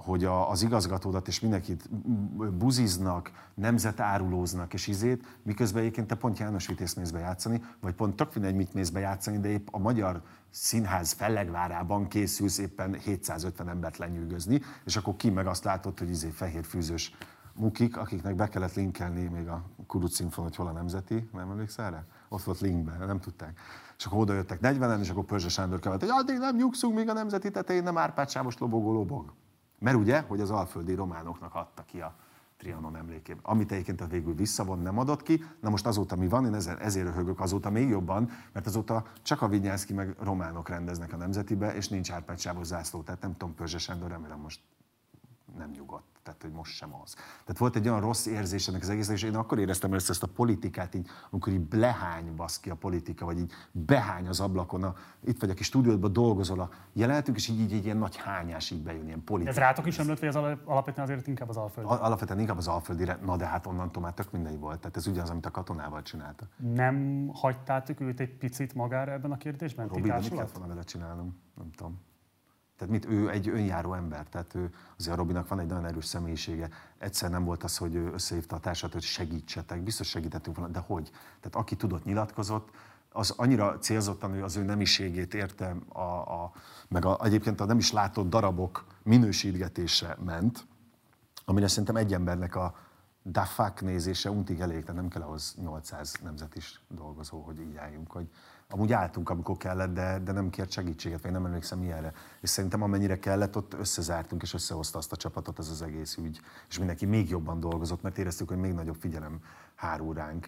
az igazgatódat és mindenkit buziznak, nemzetárulóznak és miközben egyébként te pont János Vitézt mész be játszani, vagy pont tök mindegy, mit mész be játszani, de épp a Magyar Színház Fellegvárában készülsz éppen 750 embert lenyűgözni, és akkor ki meg azt látod, hogy fehér fűzős mukik, akiknek be kellett linkelni még a Kuruc Színfon, hogy hol a Nemzeti, nem emlékszel rá? Ott volt linkben, nem tudták. És akkor oda jöttek 40-en, és akkor Pörzse Sándor követett, hogy addig nem nyugszunk, míg a Nemzeti tetején nem Árpád Sávos lobog. Mert ugye, hogy az alföldi románoknak adta ki a Trianon emlékében. Amit egyébként végül visszavon, nem adott ki. Na most azóta mi van? Én ezért röhögök azóta még jobban, mert azóta csak a Vinyánszky meg románok rendeznek a Nemzetibe, és nincs Árpád Sávos zászló. Tehát nem tudom, Pörzse Sándor remélem most nem nyugodt. Tehát, hogy most sem az. Tehát volt egy olyan rossz érzés ennek az egésznek, és én akkor éreztem ezt a politikát, így, amikor így lehány baszki a politika, vagy így behány az ablakon, itt vagy a kis stúdiódban dolgozol a jelenetünk, és így egy ilyen nagy hányás így bejön, ilyen politika. Ez rátok is ömlött, vagy az alapvetően azért inkább az alföldi? Alapvetően inkább az alföldire, na de hát onnantól már tök mindegy volt. Tehát ez ugyanaz, amit a katonával csinálta. Nem hagytátok őt egy picit magára ebben a kérdésben? Robi, de mit kellett volna vele csinálnom? Nem tudom. Tehát ő egy önjáró ember, tehát azért a Robinak van egy nagyon erős személyisége. Egyszer nem volt az, hogy összehívta a társat, hogy segítsetek, biztos segítettünk volna, de hogy? Tehát aki tudott, nyilatkozott, az annyira célzottan az ő nemiségét érte, egyébként a nem is látott darabok minősítgetése ment, amire szerintem egy embernek a da fuck nézése untig elég, tehát nem kell ahhoz 800 nemzetis dolgozó, hogy így álljunk, hogy amúgy álltunk, amikor kellett, de nem kért segítséget, vagy nem emlékszem ilyenre. És szerintem amennyire kellett, ott összezártunk, és összehozta azt a csapatot az egész ügy. És mindenki még jobban dolgozott, mert éreztük, hogy még nagyobb figyelem hárul ránk.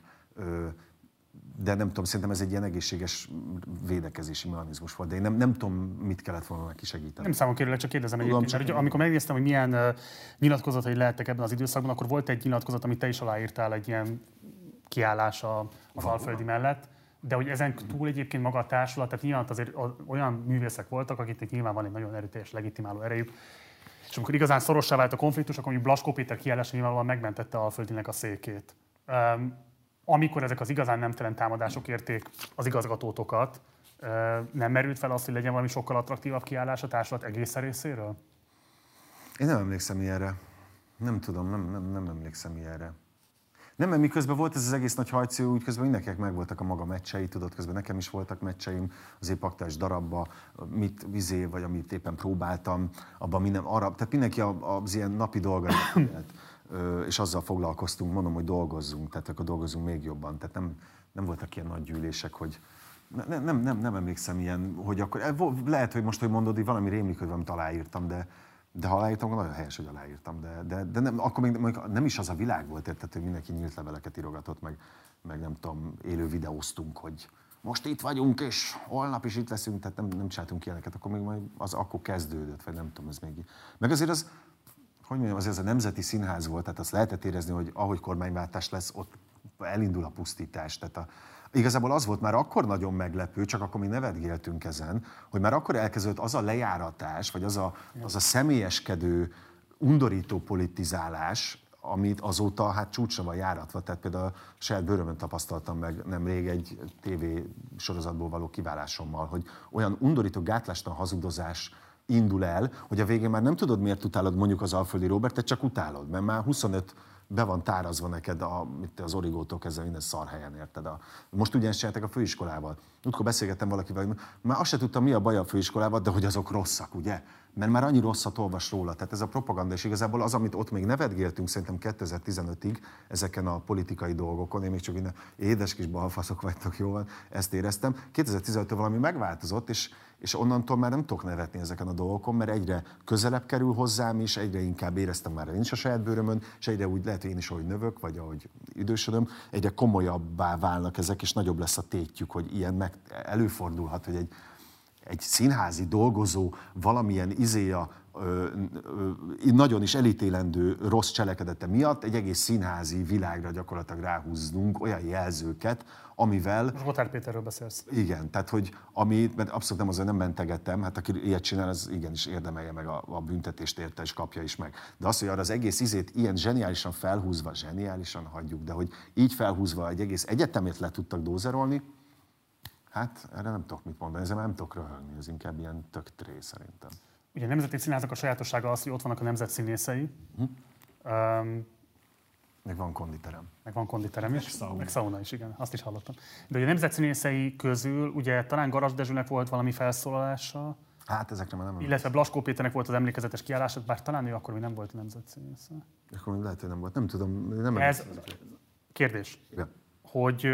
De nem tudom, szerintem ez egy ilyen egészséges védekezési mechanizmus volt, de én nem tudom, mit kellett volna neki segíteni. Nem számon kérlek, csak kérdezem egyébként, mert amikor megnéztem, hogy milyen nyilatkozatai lehettek ebben az időszakban, akkor volt egy nyilatkozat, amit te is aláírtál, egy ilyen kiállás az alföldi mellett. De hogy ezen túl egyébként maga a társulat, tehát nyilván azért olyan művészek voltak, akiknek nyilván van egy nagyon erőteljes legitimáló erejük. És amikor igazán szorossá vált a konfliktus, akkor Blaskó Péter kiállása nyilvánvalóan megmentette Alföldinek a székét. Amikor ezek az igazán nemtelen támadások érték az igazgatótokat, nem merült fel az, hogy legyen valami sokkal attraktívabb kiállás a társulat egész részéről? Én nem emlékszem ilyenre. Nem tudom, nem emlékszem ilyenre. Nem, mert miközben volt ez az egész nagy hajció, úgy közben mindenkinek megvoltak a maga meccsei, tudod, közben nekem is voltak meccseim az épp aktuális darabba, vagy amit éppen próbáltam, abban minden arab, tehát mindenki az ilyen napi dolgait élt, és azzal foglalkoztunk, mondom, hogy dolgozzunk, tehát akkor dolgozzunk még jobban, tehát nem voltak ilyen nagy gyűlések, hogy nem emlékszem ilyen, hogy akkor, lehet, hogy most, hogy mondod, hogy valami rémlik, hogy valamit aláírtam, de ha aláírtam, akkor nagyon helyes, hogy aláírtam. De nem, akkor még nem is az a világ volt, érted, hogy mindenki nyílt leveleket írogatott, meg nem tudom, élő videóztunk, hogy most itt vagyunk, és holnap is itt leszünk, tehát nem csináltunk ilyeneket, akkor még majd az akkor kezdődött, vagy nem tudom, ez még. Meg azért az, hogy mondjam, azért az a Nemzeti Színház volt, tehát azt lehetett érezni, hogy ahogy kormányváltás lesz, ott elindul a pusztítás. Tehát igazából az volt már akkor nagyon meglepő, csak akkor mi nevetgéltünk ezen, hogy már akkor elkezdődött az a lejáratás, vagy az a személyeskedő, undorító politizálás, amit azóta hát csúcsra van járatva. Tehát például a saját bőrömön tapasztaltam meg nemrég egy TV sorozatból való kiválásommal, hogy olyan undorító, gátlástalan hazudozás indul el, hogy a végén már nem tudod, miért utálod mondjuk az Alföldi Róbertet, csak utálod, mert már 25 be van tárazva neked az origótól kezdve minden szarhelyen, érted? Most ugyanis csináltak a főiskolával. Útkor beszélgettem valakivel, hogy már azt se tudtam, mi a baj a főiskolával, de hogy azok rosszak, ugye? Mert már annyi rosszat olvas róla. Tehát ez a propaganda, és igazából az, amit ott még nevetgéltünk szerintem 2015-ig ezeken a politikai dolgokon, én még csak innen édes kis balfaszok vagytok, jó van, ezt éreztem. 2015-től valami megváltozott, és onnantól már nem tudok nevetni ezeken a dolgokon, mert egyre közelebb kerül hozzám is, egyre inkább éreztem már én is a saját bőrömön, és egyre úgy lehet, hogy én is, ahogy növök, vagy ahogy idősödöm, egyre komolyabbá válnak ezek, és nagyobb lesz a tétjük, hogy ilyen előfordulhat, hogy egy színházi dolgozó valamilyen nagyon is elítélendő rossz cselekedete miatt egy egész színházi világra gyakorlatilag ráhúznunk olyan jelzőket, amivel... Most Gotthárd Péterről beszélsz. Igen, tehát hogy mert abszolút nem azért nem mentegetem, hát aki ilyet csinál, az igenis érdemelje meg a büntetést érte, és kapja is meg. De az, hogy arra az egész ilyen zseniálisan felhúzva, zseniálisan hagyjuk, de hogy így felhúzva egy egész egyetemét le tudtak dózerolni, hát erre nem tudok mit mondani, ezzel nem tudok röhögni, ez inkább ilyen tök tré szerintem. Ugye a Nemzeti Színháznak a sajátossága az, hogy ott vannak a nemzetszínészei. Meg van konditerem. Meg van konditerem is, meg szauna is, igen, azt is hallottam. De ugye a nemzetszínészei közül ugye talán Garas Dezsőnek volt valami felszólalása. Hát ezekre már nem. Illetve Blaskó Péternek volt az emlékezetes kiállása, bár talán ő akkor még nem volt nemzetszínésze. Akkor lehet, hogy nem volt. Nem tudom. Nem ez kérdés, ja. hogy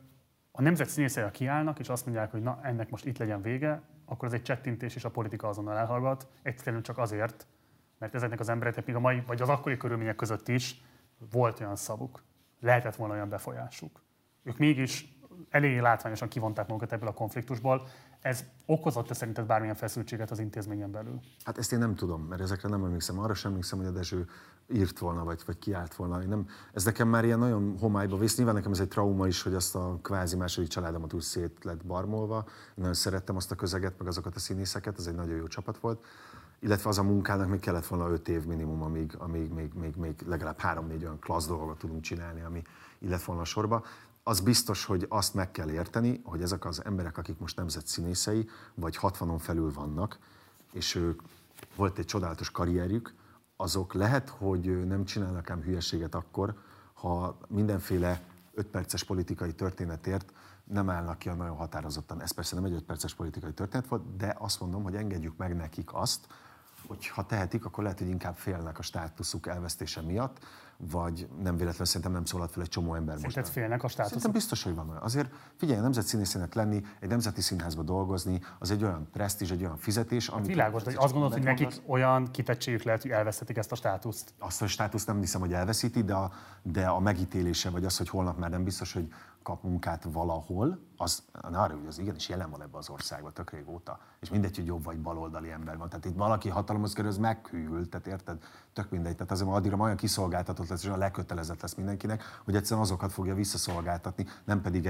a nemzetszínészei kiállnak, és azt mondják, hogy na, ennek most itt legyen vége, akkor az egy csettintés, és a politika azonnal elhallgat. Egyszerűen csak azért, mert ezeknek az embereknek még a mai, vagy az akkori körülmények között is volt olyan szavuk, lehetett volna olyan befolyásuk. Ők mégis elég látványosan kivonták magukat ebből a konfliktusból. Ez okozott-e szerinted bármilyen feszültséget az intézményen belül? Hát ezt én nem tudom, mert ezekre nem emlékszem. Arra sem emlékszem, hogy a Dezső írt volna, vagy kiállt volna. Ez nekem már ilyen nagyon homályba visz. Nyilván nekem ez egy trauma is, hogy azt a kvázi második családomat úgy szét lett barmolva. Én nagyon szerettem azt a közeget, meg azokat a színészeket, ez egy nagyon jó csapat volt. Illetve az a munkának még kellett volna 5 év minimum, amíg még legalább 3-4 olyan klassz dolgot tudunk csinálni, ami illet volna a sorba. Az biztos, hogy azt meg kell érteni, hogy ezek az emberek, akik most nemzetszínészei, vagy 60-on felül vannak, és ők volt egy csodálatos karrierjük, azok lehet, hogy nem csinálnak ám hülyeséget akkor, ha mindenféle 5 perces politikai történetért nem állnak ki a nagyon határozottan. Ez persze nem egy 5 perces politikai történet volt, de azt mondom, hogy engedjük meg nekik azt, hogy ha tehetik, akkor lehet, hogy inkább félnek a státuszuk elvesztése miatt, vagy nem véletlenül szerintem nem szólalt fel egy csomó ember most. Szerinted félnek a státuszuk? Szerintem biztos, hogy van olyan. Azért figyelj, a nemzetszínészének lenni, egy nemzeti színházba dolgozni, az egy olyan presztízs, egy olyan fizetés, amit... Világos, de azt gondolod, hogy nekik olyan kitettségük lehet, hogy elveszítik ezt a státuszt? Azt a státuszt nem hiszem, hogy elveszíti, de a megítélése, vagy az, hogy holnap már nem biztos, hogy kap munkát valahol, az arra, hogy az igenis jelen van ebben az országban tök régóta. És mindegy, hogy jobb vagy baloldali ember van. Tehát itt valaki hatalomhoz kerül, az meghűl, tehát érted? Tök mindegy. Tehát azért addigra olyan kiszolgáltatott lesz, és olyan lekötelezett lesz mindenkinek, hogy egyszerűen azokat fogja visszaszolgáltatni, nem pedig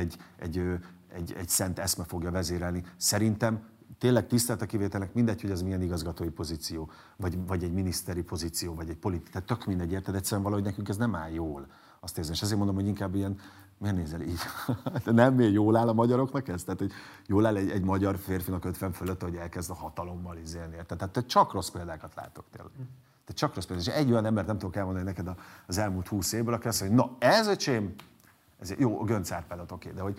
egy szent eszme fogja vezérelni. Szerintem tényleg tisztelt a kivételnek, mindegy, hogy ez milyen igazgatói pozíció, vagy egy miniszteri pozíció, vagy egy politikai, tehát tök mindegy, érted? Egyszerűen valahogy nekünk ez nem áll jól. Azt érzem, és ezért mondom, hogy inkább ilyen, miért nézel így? Nem még jól áll a magyaroknak ez? Tehát, hogy jól áll egy magyar férfinak 50 fölött, hogy elkezd a hatalommal izélni, érted? Tehát csak rossz példákat látok tényleg. Tehát csak rossz példát. És egy olyan embert nem tudok elmondani neked az elmúlt 20 évből, aki azt mondja, hogy na ez öcsém, ez jó, a Gönc Árpádot, oké, de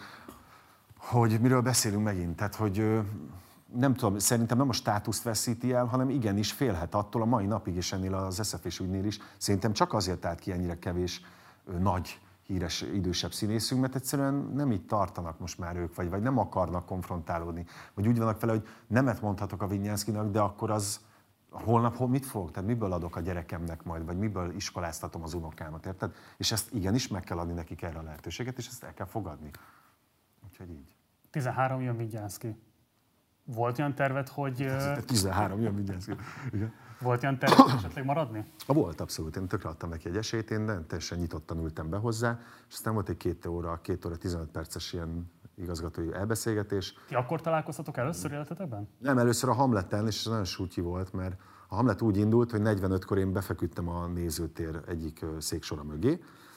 hogy miről beszélünk megint? Tehát, hogy nem tudom, szerintem nem a státuszt veszíti el, hanem igenis félhet attól a mai napig, és ennél az SZF ügynél is. Szerintem csak azért állt ki ennyire kevés nagy, híres, idősebb színészünk, mert egyszerűen nem így tartanak most már ők, vagy nem akarnak konfrontálódni. Vagy úgy vannak vele, hogy nemet mondhatok a Vinyánszkinak, de akkor az holnap mit fog? Tehát miből adok a gyerekemnek majd, vagy miből iskoláztatom az unokámat, érted? És ezt igenis meg kell adni nekik erre a lehetőséget, és ezt el kell fogadni. Úgyhogy így. 13 jön Vinyánszki. Volt olyan terved, hogy... 13 jön Vinyánszki. Volt olyan terved, hogy esetleg maradni? Volt, abszolút. Én tökre adtam neki egy esélyt, én teljesen nyitottan ültem be hozzá, és aztán volt egy 2 óra 15 perces ilyen igazgatói elbeszélgetés. Ti akkor találkoztatok először életetekben? Nem, először a Hamleten, és ez nagyon sútyi volt, mert a Hamlet úgy indult, hogy 45-kor én befeküdtem a nézőtér egyik széksora mögé,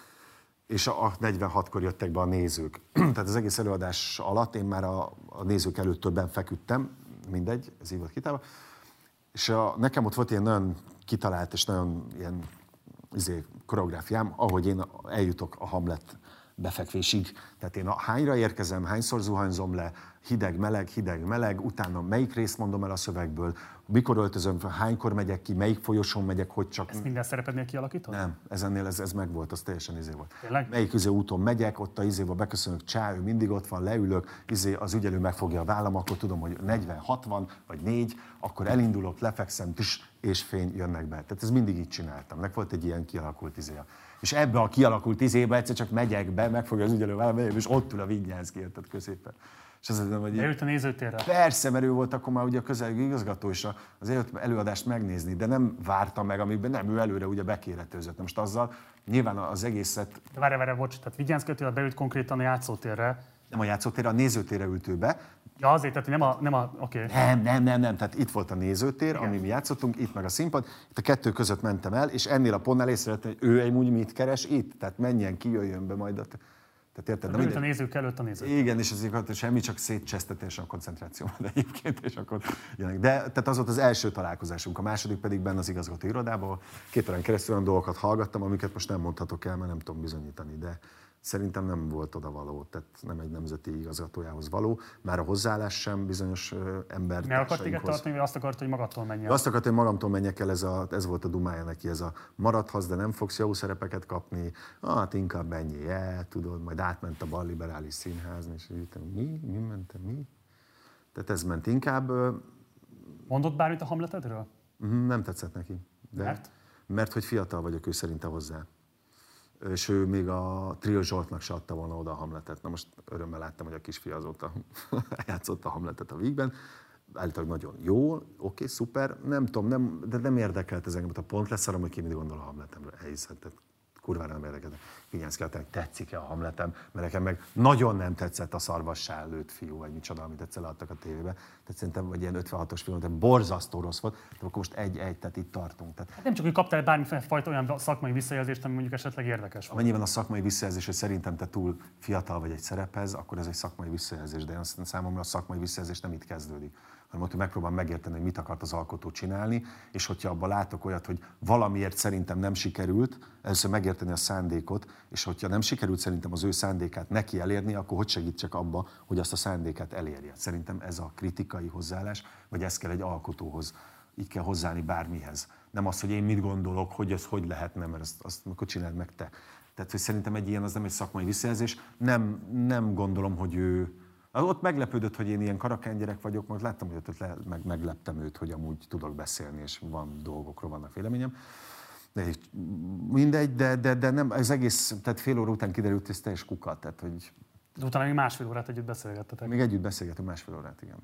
és a 46-kor jöttek be a nézők. Tehát az egész előadás alatt én már a nézők előtt többen feküdtem, mindegy, ez így volt kitálva. És nekem ott volt ilyen nagyon kitalált és nagyon ilyen koreográfiám, ahogy én eljutok a Hamlet befekvésig. Tehát én hányra érkezem, hányszor zuhanyzom le, hideg-meleg, utána melyik részt mondom el a szövegből, mikor öltözöm fel, hánykor megyek ki, melyik folyosón megyek, hogy csak... Ezt minden szerepednél kialakítod? Nem, ez megvolt, az teljesen volt. Tényleg? Melyik úton megyek, ott a beköszönök, csá, ő mindig ott van, leülök, az ügyelő megfogja a vállam, akkor tudom, hogy 40-60 vagy 4, akkor elindulok, lefekszem, és fény jönnek be. Tehát ez mindig így csináltam. Meg volt egy ilyen kialakult izéja. És ebbe a kialakult izébe egyszer csak megyek be, megfogja az ügyelő vállam, és ott ül a Vinyánszki, érted, középen. És az mondom, hogy beült a nézőtérre? Persze, mert ő volt akkor már ugye a közelgő igazgató, és az előadást megnézni, de nem vártam meg, amikben nem, ő előre ugye bekéretőzött. Most azzal nyilván az egészet... De várj, bocs, tehát Vinyánszki beült konkrétan a játszótérre. Nem a játszótérre, a nézőtérre ült ő be. Ja, azért, tehát nem a oké. Nem, tehát itt volt a nézőtér, amin mi játszottunk, itt meg a színpad, itt a kettő között mentem el, és ennél a pontnál észrevettem, hogy ő egy úgy mit keres itt, tehát menjen ki, jöjjön be majd. Tehát érted? Előtt a nézők előtt a nézők. Igen, és azért semmi, csak szétcsesztetés a koncentráció egyébként, és akkor jönnek. De tehát az volt az első találkozásunk, a második pedig benne az igazgató irodában. 2 órán keresztül olyan dolgokat hallgattam, amiket most nem mondhatok el, mert nem tudom bizonyítani, de szerintem nem volt oda való, tehát nem egy nemzeti igazgatójához való. Már a hozzáállás sem bizonyos embertársainkhoz. Ne akart téged tartani, vagy azt akart, hogy magadtól menjen? Azt akart, hogy magamtól menjek el, ez volt a dumája neki, ez a maradhatsz, de nem fogsz jó szerepeket kapni, hát inkább menjél el, tudod, majd átment a balliberális színházni, és így, mi mentem, mi? Tehát ez ment inkább. Mondott bármit a Hamletedről? Nem tetszett neki. De, mert hogy fiatal vagyok ő szerinte hozzá. És ő még a Trill Zsoltnak se adta volna oda a Hamletet. Na most örömmel láttam, hogy a kisfia azóta játszotta a Hamletet a Vígben. Állítólag nagyon jó, oké, szuper. Nem tudom, de nem érdekelt ez engem. A pont lesz arra, hogy ki mit gondol a Hamletemről. Elhiszem, tehát kurvára nem érdekel. Vigyánszki, hogy tetszik-e a Hamletem, mert nekem meg nagyon nem tetszett a szarvassá lőtt fiú, vagy micsoda, amit egyszer leadtak a tévébe. Tehát szerintem vagy ilyen 56-os film, tehát borzasztó rossz volt, de akkor most egy, tehát itt tartunk. Tehát... Hát nem csak, hogy kaptál bármifajta olyan szakmai visszajelzést, ami mondjuk esetleg érdekes volt. Amennyiben a szakmai visszajelzés, hogy szerintem te túl fiatal vagy egy szerephez, akkor ez egy szakmai visszajelzés, de én számomra a szakmai visszajelzés nem itt kezdődik, hanem ott, hogy megpróbálom megérteni, hogy mit akart az alkotó csinálni, és hogyha abban látok olyat, hogy valamiért szerintem nem sikerült, először megérteni a szándékot, és hogyha nem sikerült szerintem az ő szándékát neki elérni, akkor hogy segítsek abba, hogy azt a szándékát elérje. Szerintem ez a kritikai hozzáállás, vagy ez kell egy alkotóhoz. Így kell hozzáállni bármihez. Nem az, hogy én mit gondolok, hogy ez hogy lehetne, mert azt akkor csináld meg te. Tehát, hogy szerintem egy ilyen az nem egy szakmai visszajelzés. Nem gondolom, hogy ő... Ott meglepődött, hogy én ilyen karakángyerek vagyok, majd láttam, hogy ott megleptem őt, hogy amúgy tudok beszélni, és van dolgokról, vannak véleményem. De mindegy, de nem, az egész, tehát fél óra után kiderült, hogy ez teljes kuka, tehát hogy... De utána még másfél órát együtt beszélgettetek. Még együtt beszélgetünk másfél órát, igen.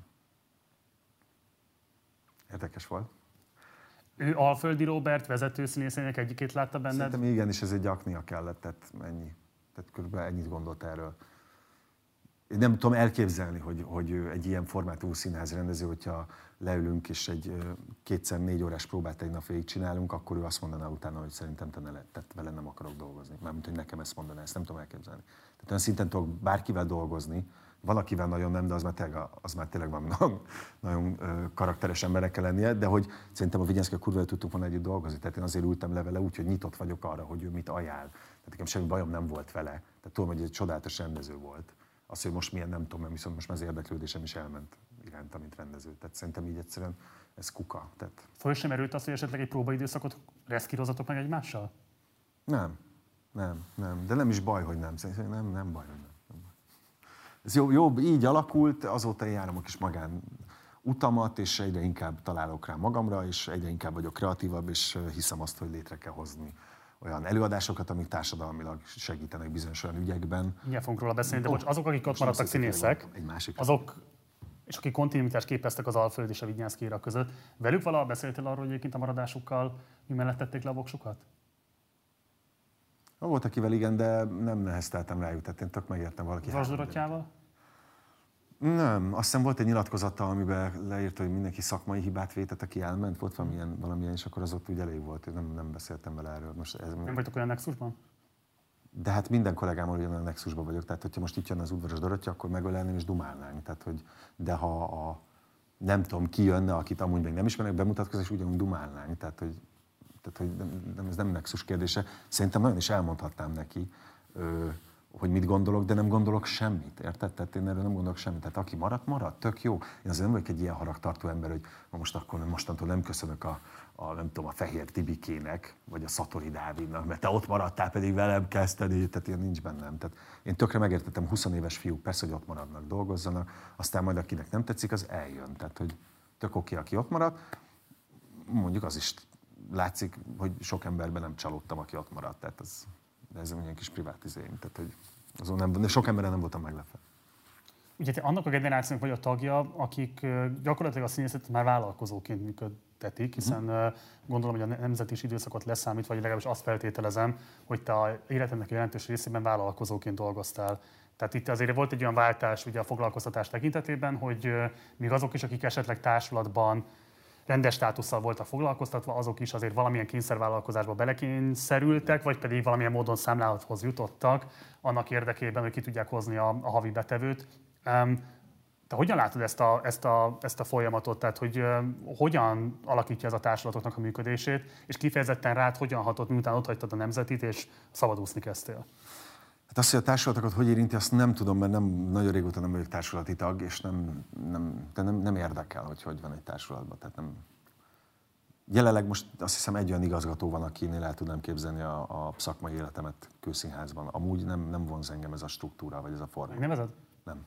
Érdekes volt. Ő Alföldi Róbert vezetőszínészének egyikét látta benned? Szerintem igen, és ez egy aknia kellett, tehát ennyi. Tehát körülbelül ennyit gondolt erről. Én nem tudom elképzelni, hogy egy ilyen formátumú színház rendező, hogyha leülünk és egy 2x4 órás próbát egy nap végig csinálunk, akkor ő azt mondaná utána, hogy szerintem te ne lett, tehát vele nem akarok dolgozni. Mármint, hogy nekem ezt mondaná, ezt nem tudom elképzelni. Tehát olyan szinten tudok bárkivel dolgozni, valakivel nagyon nem, de az már tényleg van nagyon karakteres emberek kell lennie, de hogy szerintem a Vigyánszki kurva tudtunk volna együtt dolgozni. Tehát én azért ültem le vele úgy, hogy nyitott vagyok arra, hogy ő mit ajánl. Tehát nekem semmi bajom nem volt vele. Tehát tudom, hogy egy csodálatos rendező volt. Az, hogy most milyen, nem tudom, mert viszont most már az érdeklődésem is elment iránta, mint rendező. Tehát szerintem így egyszerűen ez kuka. Tehát... Föl sem erőlt azt, hogy esetleg egy próbaidőszakot reszkírozatok meg egymással? Nem. De nem is baj, hogy nem. Szerintem nem baj, hogy nem. Ez jobb, így alakult, azóta én járom a kis magán utamat, és egyre inkább találok rá magamra, és egyre inkább vagyok kreatívabb, és hiszem azt, hogy létre kell hozni olyan előadásokat, amik társadalmilag segítenek bizonyos olyan ügyekben. Mindjárt fogunk róla beszélni, de bocs, azok, akik ott maradtak színészek, azok, és akik kontinuitást képeztek az Alföld és a Vigyánszki Éra között, velük valaha beszéltél arról, hogy egyébként a maradásukkal mi mellett tették le a voksukat? Volt akivel igen, de nem nehezteltem rájuk, tehát én tök megértem valaki. Vas Dorottyával? Nem, azt hiszem volt egy nyilatkozata, amiben leírta, hogy mindenki szakmai hibát vétett, aki elment, volt valamilyen, és akkor az ott úgy elég volt, nem beszéltem vele erről. Most nem vagytok olyan nexusban? De hát minden kollégámmal ugyanolyan nexusban vagyok, tehát hogyha most itt jön az Udvaros Dorottya, akkor megölelném és dumálnánk. Tehát, hogy, de ha nem tudom, ki jönne, akit amúgy még nem ismernek, bemutatkozás, ugyanúgy dumálnánk. Tehát, hogy ez nem nexus kérdése. Szerintem nagyon is elmondhatnám neki, hogy mit gondolok, de nem gondolok semmit, érted? Tehát én erről nem gondolok semmit. Tehát aki marad, tök jó. Én azért nem vagyok egy ilyen haragtartó ember, hogy most akkor mostantól nem köszönök nem tudom, a Fehér Tibikének, vagy a Szatori Dávidnak, mert te ott maradtál, pedig velem kezdeni, tehát ilyen nincs bennem. Tehát én tökre megértettem, 20 éves fiúk persze, hogy ott maradnak, dolgozzanak, aztán majd akinek nem tetszik, az eljön. Tehát, hogy tök oké, aki ott marad, mondjuk az is látszik, hogy sok emberben nem csalódtam, aki ott maradt. Tehát ez egy ilyen kis privát izéim. Tehát, hogy azon nem, de sok emberen nem voltam meglepve. Ugye te annak a generációnak vagy a tagja, akik gyakorlatilag a színészetet már vállalkozóként működtetik, hiszen gondolom, hogy a nemzeti időszakot leszámít, vagy legalábbis azt feltételezem, hogy te a életednek a jelentős részében vállalkozóként dolgoztál. Tehát itt azért volt egy olyan váltás ugye a foglalkoztatás tekintetében, hogy még azok is, akik esetleg társulatban rendes státusszal voltak foglalkoztatva, azok is azért valamilyen kényszervállalkozásba belekényszerültek, vagy pedig valamilyen módon számlálathoz jutottak, annak érdekében, hogy ki tudják hozni a havi betevőt. Te hogyan látod ezt a folyamatot, tehát hogy hogyan alakítja ez a társulatoknak a működését, és kifejezetten rád hogyan hatott, miután otthagytad a Nemzetit, és szabadúszni kezdtél? Hát azt, hogy a társulatokat hogy érinti, azt nem tudom, mert nagyon régóta nem vagyok társulati tag, és nem érdekel, hogy van egy társulatban. Tehát nem. Jelenleg most azt hiszem egy olyan igazgató van, akinél el tudnám képzelni a szakmai életemet Kőszínházban. Amúgy nem vonz engem ez a struktúra, vagy ez a forma. Megnevezed? Nem.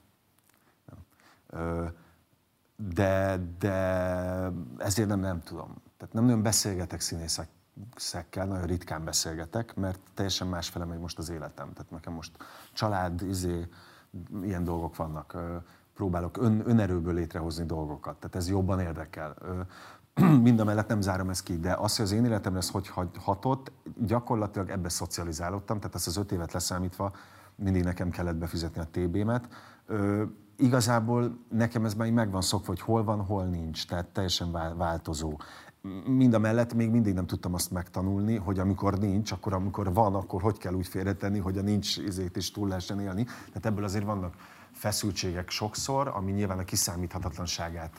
De ezért nem tudom. Tehát nem nagyon beszélgetek színészekkel, nagyon ritkán beszélgetek, mert teljesen másfele megy most az életem. Tehát nekem most család, ilyen dolgok vannak. Próbálok önerőből létrehozni dolgokat. Tehát ez jobban érdekel. Mindamellett nem zárom ezt ki, de az, hogy az én életemre ez hogy hatott, gyakorlatilag ebbe szocializálódtam, tehát ezt az 5 évet leszámítva mindig nekem kellett befizetni a TB-met. Igazából nekem ez már meg van szokva, hogy hol van, hol nincs, tehát teljesen változó. Mindamellett még mindig nem tudtam azt megtanulni, hogy amikor nincs, akkor amikor van, akkor hogy kell úgy félretenni, hogy a nincs is túl lehessen élni. Tehát ebből azért vannak feszültségek sokszor, ami nyilván a kiszámíthatatlanságát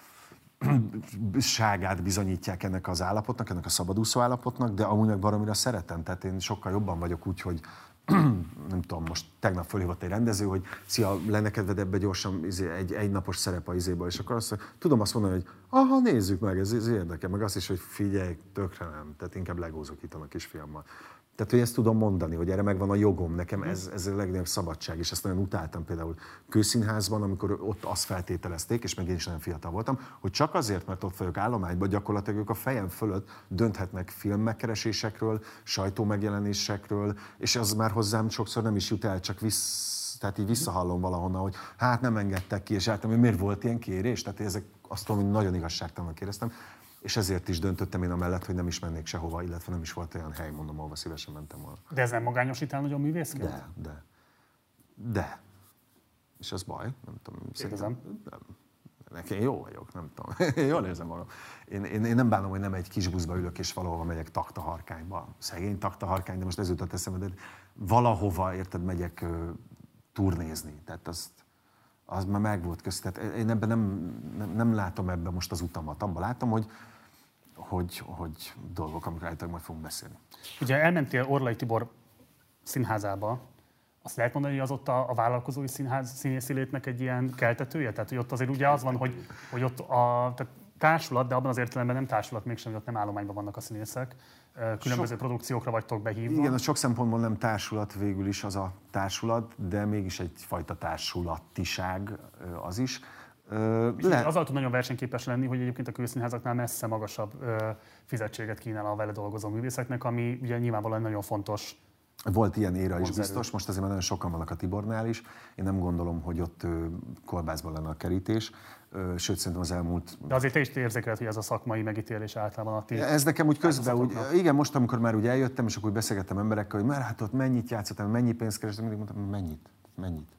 bizonyítják ennek az állapotnak, ennek a szabadúszó állapotnak, de amúgy meg baromira szeretem. Tehát én sokkal jobban vagyok úgy, hogy nem tudom, most tegnap fölhívott egy rendező, hogy szia, lenne kedved ebbe gyorsan egy napos szerep a izéba, és akkor tudom azt mondani, hogy aha, nézzük meg, ez érdekel, meg azt is, hogy figyelj, tökre nem, tehát inkább legózok itt a kisfiammal. Tehát, hogy ezt tudom mondani, hogy erre megvan a jogom, nekem ez a legnagyobb szabadság, és ezt nagyon utáltam például Kőszínházban, amikor ott azt feltételezték, és meg én is nagyon fiatal voltam, hogy csak azért, mert ott vagyok állományban, gyakorlatilag ők a fejem fölött dönthetnek filmmegkeresésekről, sajtómegjelenésekről, és az már hozzám sokszor nem is jut el, csak tehát így visszahallom valahonnan, hogy hát nem engedtek ki, és álltam, hogy miért volt ilyen kérés, tehát ezek azt tudom, hogy nagyon igazságtalannak éreztem. És ezért is döntöttem én amellett, hogy nem is mennék sehova, illetve nem is volt olyan hely, mondom, ahova szívesen mentem volna. De ez nem magányosít el nagyon művészként? De. És az baj, nem tudom. Kérdezem. Nekem jó vagyok, nem tudom. Jól érzem magam. Én nem bánom, hogy nem egy kis buszba ülök, és valahova megyek Taktaharkányba. Szegény Taktaharkány, de most ez jutott eszembe, de valahova, érted, megyek turnézni. Tehát az már meg volt közt. Tehát én ebben nem látom ebben most az utamat. Abban látom, hogy dolgok, amikről állítólag majd fogunk beszélni. Ugye elmentél Orlai Tibor színházába. Azt lehet mondani, hogy az ott a vállalkozói színház színészi létnek egy ilyen keltetője? Tehát, hogy ott azért ugye az van, hogy ott tehát társulat, de abban az értelemben nem társulat mégsem, hogy ott nem állományban vannak a színészek. Különböző produkciókra vagytok behívva. Igen, az sok szempontból nem társulat végül is az a társulat, de mégis egyfajta társulatiság az is. Azzal tud nagyon versenyképes lenni, hogy egyébként a kőszínházaknál messze magasabb fizetséget kínál a vele dolgozó művészeknek, ami ugye nyilvánvalóan nagyon fontos. Volt ilyen éra is biztos, most azért már nagyon sokan vannak a Tibornál is. Én nem gondolom, hogy ott kolbászban lenne a kerítés. Sőt, szerintem az elmúlt... De azért te is érzékeled, hogy ez a szakmai megítélés általában a ti... Ez nekem úgy közben, igen, most amikor már úgy eljöttem, és akkor úgy beszélgettem emberekkel, hogy már hát ott mennyit játszottam, mennyi pénzt kerestem, mindig mondtam, mennyit.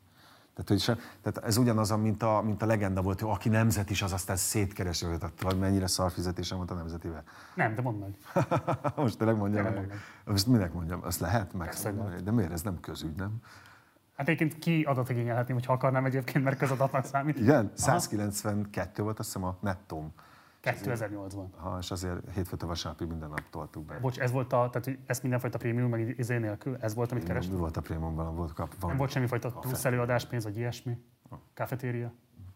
Tehát ez ugyanaz, mint a legenda volt, hogy aki nemzet is, az aztán szétkeresi, hogy mennyire szar fizetésem volt a nemzetivel. Nem, de mondd meg. Most tényleg mondjam meg. Most minek mondjam? Azt lehet meg? De miért ez nem közügy, nem? Hát egyébként ki adatigényelhetném, hogyha akarnám egyébként, mert közadatnak számít. Igen, 192 volt, azt hiszem a nettóm. 2008-ban. És azért hétfőtől vasárnapig minden nap toltuk be. Bocs, ez volt tehát hogy ezt mindenfajta prémium, meg izé nélkül, ez volt, amit kerestem? Mi volt a prémiumban? Nem volt semmifajta plusz előadáspénz, vagy ilyesmi? Kafetéria?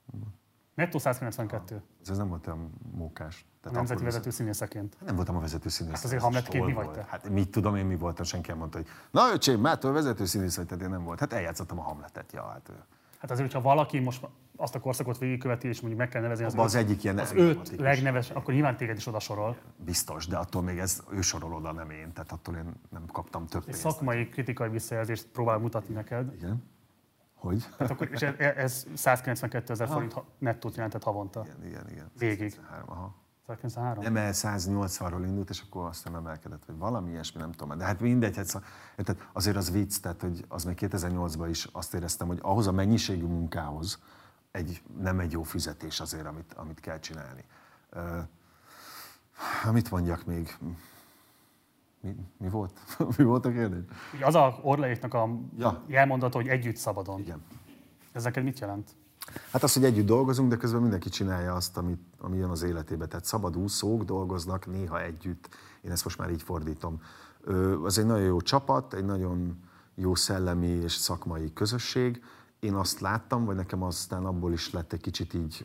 Nettó 192. Ez nem volt olyan mókás. A nemzeti vezető színészeként. Nem voltam a vezető színész. Hát azért Hamletként mi vagy te? Hát mit tudom én, mi voltam, senki nem mondta, hogy na öcsém, mától vezető színész vagy, tehát én nem volt. Hát eljátszottam a Hamletet, ja, hát. Hát azért, hogyha valaki most azt a korszakot végigköveti, és mondjuk meg kell nevezni az egyik ilyen az 5 legneves, akkor nyilván téged is oda sorol. Biztos, de attól még ő sorol oda, nem én. Tehát attól én nem kaptam több pénzt. Szakmai, kritikai visszajelzést próbál mutatni neked. Igen. Hogy? Hát akkor, és ez 192 000 forint nettót jelentett havonta. Igen. Végig. 193? Nem, 180-ról indult, és akkor aztán emelkedett, vagy valami ilyesmi, nem tudom. De hát mindegy, tehát azért az vicc, tehát hogy az még 2008-ban is azt éreztem, hogy ahhoz a mennyiségű munkához nem egy jó fizetés azért, amit kell csinálni. Mit mondjak még? Mi volt? Mi volt a kérdés? Az a Orleéknak a jelmondata, hogy együtt szabadon. Igen. Ez neked mit jelent? Hát az, hogy együtt dolgozunk, de közben mindenki csinálja azt, ami jön az életébe. Tehát szabadúszók dolgoznak néha együtt. Én ezt most már így fordítom. Az egy nagyon jó csapat, egy nagyon jó szellemi és szakmai közösség. Én azt láttam, vagy nekem aztán abból is lett egy kicsit így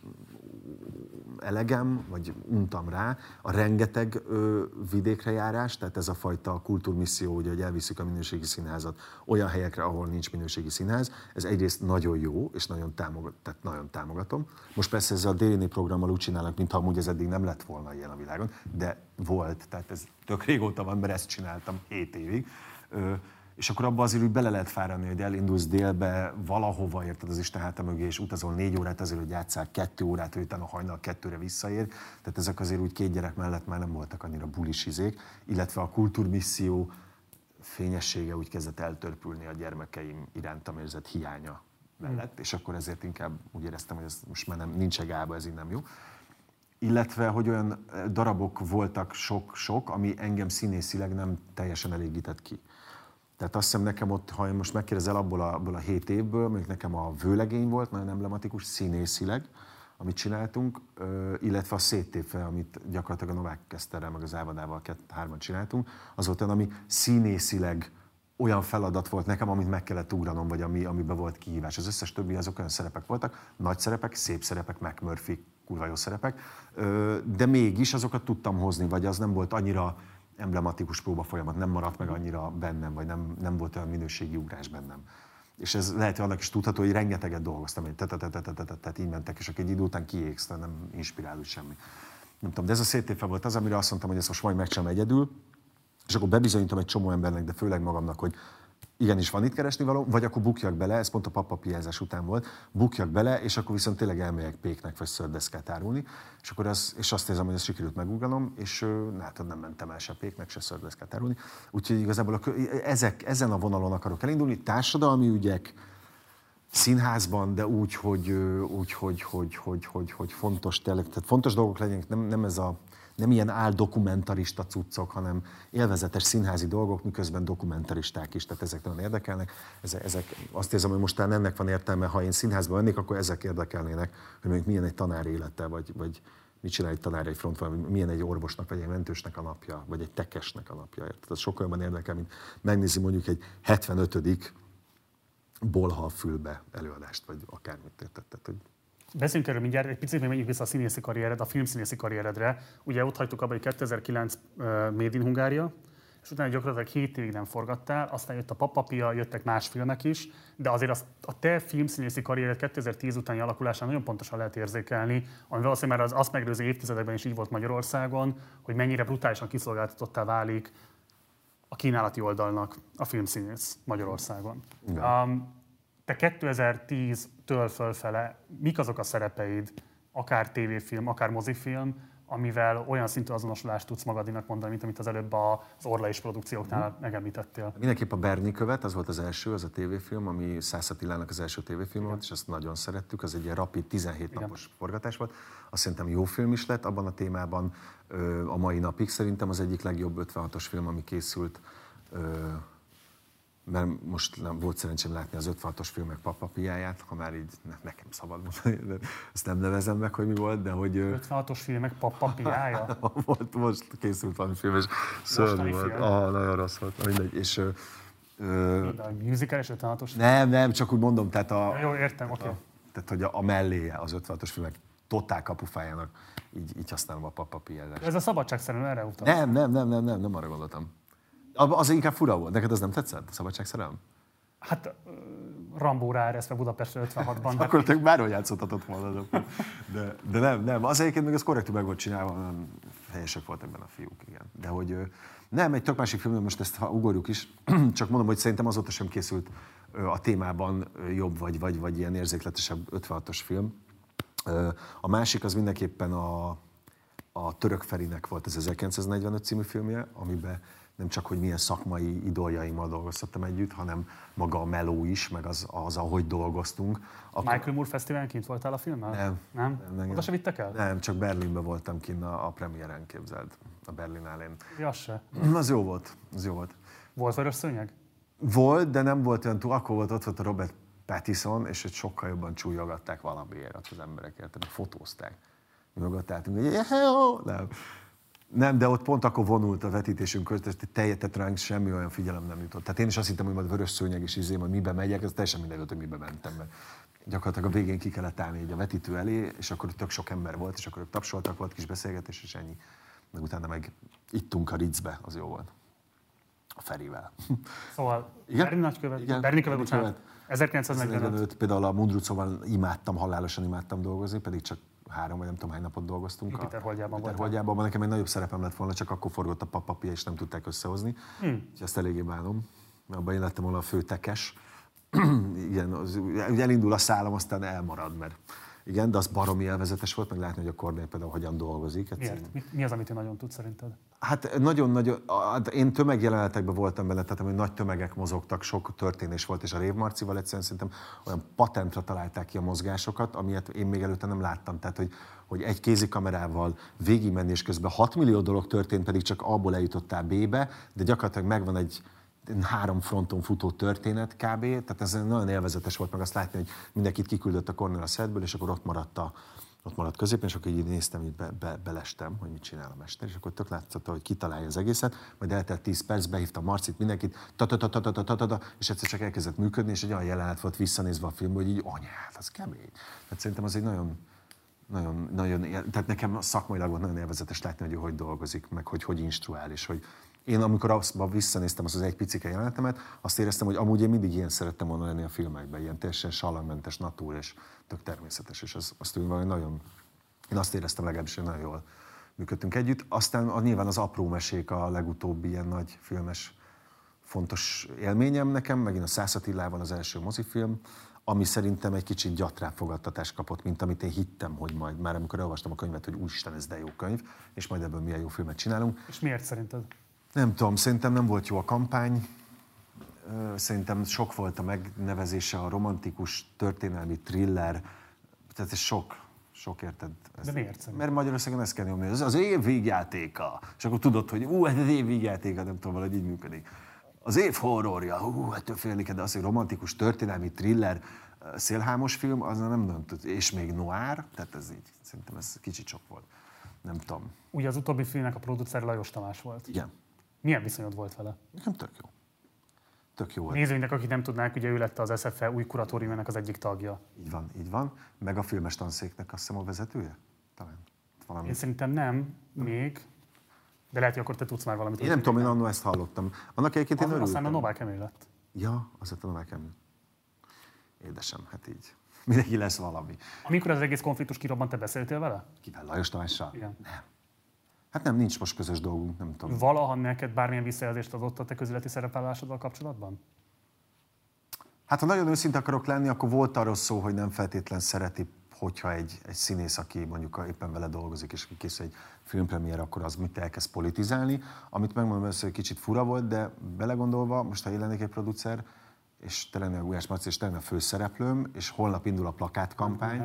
elegem, vagy untam rá, a rengeteg vidékre járás, tehát ez a fajta kultúrmisszió, ugye, hogy elviszük a minőségi színházat olyan helyekre, ahol nincs minőségi színház, ez egyrészt nagyon jó, és nagyon támogatom. Most persze ezzel a Déli programmal úgy csinálnak, mintha amúgy ez eddig nem lett volna ilyen a világon, de volt, tehát ez tök régóta van, mert ezt csináltam 7 évig. És akkor abban azért úgy bele lehet fáradni, hogy elindulsz délbe valahova, érted, az Isten háta mögé, és utazol 4 órát azért, hogy játsszál 2 órát, hogy utána hajnal 2-re visszaér. Tehát ezek azért úgy 2 gyerek mellett már nem voltak annyira bulis izék, illetve a kultúrmisszió fényessége úgy kezdett eltörpülni a gyermekeim irántam érzett hiánya mellett, és akkor ezért inkább úgy éreztem, hogy ez most már nincs gába, ez így nem jó. Illetve, hogy olyan darabok voltak sok, ami engem színészileg nem teljesen elégített ki. Tehát azt hiszem nekem ott, ha én most megkérdezel abból a 7 évből, mondjuk nekem a Vőlegény volt, nagyon emblematikus színészileg, amit csináltunk, illetve a Széttépve, amit gyakorlatilag a Novák Eszterrel meg az Ávadával 3-an csináltunk, az volt olyan, ami színészileg olyan feladat volt nekem, amit meg kellett ugranom, vagy amiben volt kihívás. Az összes többi azok olyan szerepek voltak, nagy szerepek, szép szerepek, McMurphy, kurva jó szerepek, de mégis azokat tudtam hozni, vagy az nem volt annyira emblematikus próbafolyamat, nem maradt meg annyira bennem, vagy nem volt olyan minőségi ugrás bennem. És ez lehet, hogy annak is tudható, hogy rengeteget dolgoztam, hogy tehát így mentek, és akkor egy idő után kiégsz, nem inspirál úgy semmi. Nem tudom, de ez a Széttépve volt az, amire azt mondtam, hogy ezt most majd megcsinálom egyedül, és akkor bebizonyítom egy csomó embernek, de főleg magamnak, hogy igenis van itt keresni való, vagy akkor bukjak bele, ez pont a pappapiázás után volt, bukjak bele, és akkor viszont tényleg elmegyek péknek vagy szördeszkát árulni, és akkor és azt érzem, hogy ezt sikerült megugranom, és hát nem mentem el se péknek, se szördeszkát árulni. Úgyhogy igazából ezen a vonalon akarok elindulni, társadalmi ügyek, színházban, de úgy, hogy fontos tényleg, tehát fontos dolgok legyenek, nem ilyen áldokumentarista cuccok, hanem élvezetes színházi dolgok, miközben dokumentaristák is, tehát ezek nagyon érdekelnek. Ezek azt érzem, hogy most ennek van értelme, ha én színházba mennék, akkor ezek érdekelnének, hogy mondjuk milyen egy tanár élete, vagy mit csinál egy tanár egy frontvonal, milyen egy orvosnak, vagy egy mentősnek a napja, vagy egy tekesnek a napja. Tehát ez sokkal jobban érdekel, mint megnézni mondjuk egy 75. Bolha-fülbe előadást, vagy akármit értetted, hogy... Beszéljünk erről mindjárt, egy picit még menjünk vissza a színészi karriered, a filmszínészi karrieredre. Ugye ott hagytuk abba, hogy 2009 Made in Hungária, és utána gyakorlatilag 7 évig nem forgattál, aztán jött a Papapia, jöttek más filmek is, de azért a te filmszínészi karriered 2010 utáni alakulásán nagyon pontosan lehet érzékelni, ami valószínűleg már az azt megelőző évtizedekben is így volt Magyarországon, hogy mennyire brutálisan kiszolgáltatottá válik a kínálati oldalnak a filmszínész Magyarországon. Te 2010-től fölfele, mik azok a szerepeid, akár tévéfilm, akár mozifilm, amivel olyan szintű azonosulást tudsz magadinak mondani, mint amit az előbb az Orleis produkcióknál megemlítettél? Mindenképp a Berni követ, az volt az első, az a tévéfilm, ami Szász Attilának az első tévéfilm volt, és azt nagyon szerettük, az egy ilyen rapid 17 napos forgatás volt. Azt szerintem jó film is lett, abban a témában a mai napig szerintem az egyik legjobb 56-os film, ami készült, mert most nem volt szerencsém látni az 56-os filmek Pappapiáját, ha már így nekem szabad mondani, ezt nem nevezem meg, hogy mi volt, de hogy... 56-os filmek Pappapiája? Most készült valami film, és szörnyű volt. Nagyon rossz volt. Mindegy. És, a musical és 56-os nem, csak úgy mondom, tehát jó, értem, oké. Tehát, hogy a melléje az 56-os filmek totál kapufájának, így használom a Pappapiázást. Ez a szabadságszerelem erre utal? Nem arra gondoltam. Az inkább fura volt. Neked az nem tetszett, a szabadságszerelem? Hát Rambó ráeresztve Budapestre 56-ban. Akkor te bárhogy játszhatott volna. De nem. Az egyébként még az korrektül meg volt csinálva, nem helyesek voltak benne a fiúk, igen. De hogy nem, egy tök másik film, most ezt ha ugorjuk is, csak mondom, hogy szerintem azóta sem készült a témában jobb vagy ilyen érzékletesebb 56-os film. A másik az mindenképpen a Török Ferinek volt az 1945 című filmje, amiben nem csak, hogy milyen szakmai idoljaimmal dolgoztattam együtt, hanem maga a meló is, meg az ahogy dolgoztunk. Michael Moore Fesztiválon kint voltál a filmmel? Nem? Oda se vittek el? Nem, csak Berlinben voltam kint a premiéren, képzeld, a Berlinálén. Ja, se. Az jó volt, az jó volt. Volt vörös szőnyeg? Volt, de nem volt olyan túl, akkor ott volt a Robert Pattinson, és hogy sokkal jobban csúlyogatták valamiért az emberek, érted, fotózták. Mi mögött álltunk, hogy nem, de ott pont akkor vonult a vetítésünk között, tehát ránk semmi olyan figyelem nem jutott. Tehát én is azt hittem, hogy majd vörös szőnyeg is hogy mibe megyek, ez teljesen mindegy volt, hogy mibe mentem. Mert gyakorlatilag a végén ki kellett állni így a vetítő elé, és akkor tök sok ember volt, és akkor ők tapsoltak, volt kis beszélgetés, és ennyi. Meg utána meg ittunk a Ritzbe, az jó volt. A Ferivel. Szóval Berni nagykövet, Berni követ, bocsánat, 1945. Például a Mundrucóval halálosan imádtam dolgozni, pedig csak 3 vagy nem tudom hány napot dolgoztunk. Jupiter holdjában volt. Holdjában nekem egy nagyobb szerepem lett volna, csak akkor forgott a papapia, és nem tudták összehozni. Úgyhogy ezt eléggé bánom. Abban én lettem volna a főtekes. Igen, ugye elindul a szállam, aztán elmarad, mert igen, de az baromi élvezetes volt, meg látni, hogy a Kornél például hogyan dolgozik. Miért? Mi az, amit ő nagyon tud szerinted? Hát nagyon-nagyon, én tömegjelenetekben voltam benne, tehát hogy nagy tömegek mozogtak, sok történés volt, és a Rév Marcival egyszerűen szerintem olyan patentre találták ki a mozgásokat, amilyet én még előtte nem láttam. Tehát, hogy egy kézikamerával végigmenni, és közben 6 millió dolog történt, pedig csak A-ból eljutottál B-be, de gyakorlatilag megvan egy 3 fronton futó történet kb. Tehát ez nagyon élvezetes volt meg azt látni, hogy mindenkit kiküldött a Kornél a szetből, és akkor ott maradt középen, és akkor így néztem, így belestem, hogy mit csinál a mester, és akkor tök látszott, hogy kitalálja az egészet, majd eltelt 10 perc, behívta Marcit, mindenkit, és egyszer csak elkezdett működni, és egy olyan jelenet volt visszanézve a filmben, hogy így anyád, az kemény. Tehát szerintem az egy nagyon, tehát nekem szakmailag volt nagyon élvezetes látni, hogy dolgozik, meg hogy instruál, és hogy én amikor azt visszanéztem azt az egy picike jelenetemet, azt éreztem, hogy amúgy én mindig ilyen szerettem volna lenni a filmekben, ilyen teljesen sallammentes, natúr és tök természetes, és azt valami nagyon, én azt éreztem legalábbis, hogy nagyon jól működtünk együtt. Aztán nyilván az Apró mesék a legutóbbi ilyen nagy filmes fontos élményem nekem, megint a Szász Attilával az első mozifilm, ami szerintem egy kicsit gyatrább fogadtatást kapott, mint amit én hittem, hogy majd már amikor elolvastam a könyvet, hogy úristen, ez de jó könyv, és majd ebből milyen jó filmet csinálunk. És miért szerinted? Nem tudom, szerintem nem volt jó a kampány, szerintem sok volt a megnevezése, a romantikus, történelmi thriller, tehát ez sok érted. De miért szerintem? Mert Magyarországon ezt kell nyomni, az év végjátéka, és akkor tudod, hogy ez az év végjátéka, nem tudom, valahogy így működik. Az év horrorja, ettől félni kell, de az, hogy romantikus, történelmi thriller, szélhámos film, az nem nagyon tud, és még noir, tehát ez így, szerintem ez kicsit sok volt. Nem tudom. Ugye az utóbbi filmnek a producer Lajos Tamás volt. Igen. Milyen viszonyod volt vele? Nekem tök jó. Tök jó volt. Nézőinknek, akik nem tudnák, ugye ő lett az SFE új kuratóriumának az egyik tagja. Így van. Meg a filmes tanszéknek azt hiszem a vezetője? Talán. Valami. Én szerintem nem, még. De lehet, hogy akkor te tudsz már valamit. Én nem tudom, én annól ezt hallottam. Annak egyébként én örültem. Aztán a Novák Emil lett. Ja, az lett a Novák Emil. Édesem, hát így. Mindenki lesz valami. Amikor az egész konfliktus kirobbant, te beszéltél vele? Kivel? Lajos Tamással? Igen. Nem. Hát nem, nincs most közös dolgunk, nem tudom. Valaha neked bármilyen visszajelzést adott a te közéleti szerepvállalásoddal kapcsolatban? Hát ha nagyon őszinte akarok lenni, akkor volt arról szó, hogy nem feltétlen szereti, hogyha egy színész, aki mondjuk éppen vele dolgozik, és készül egy filmpremiér, akkor az mit elkezd politizálni. Amit megmondom először, hogy kicsit fura volt, de belegondolva, most ha én lennék egy producer, és te lennél a Gulyás Marci, és te lennél a főszereplőm, és holnap indul a plakátkampány.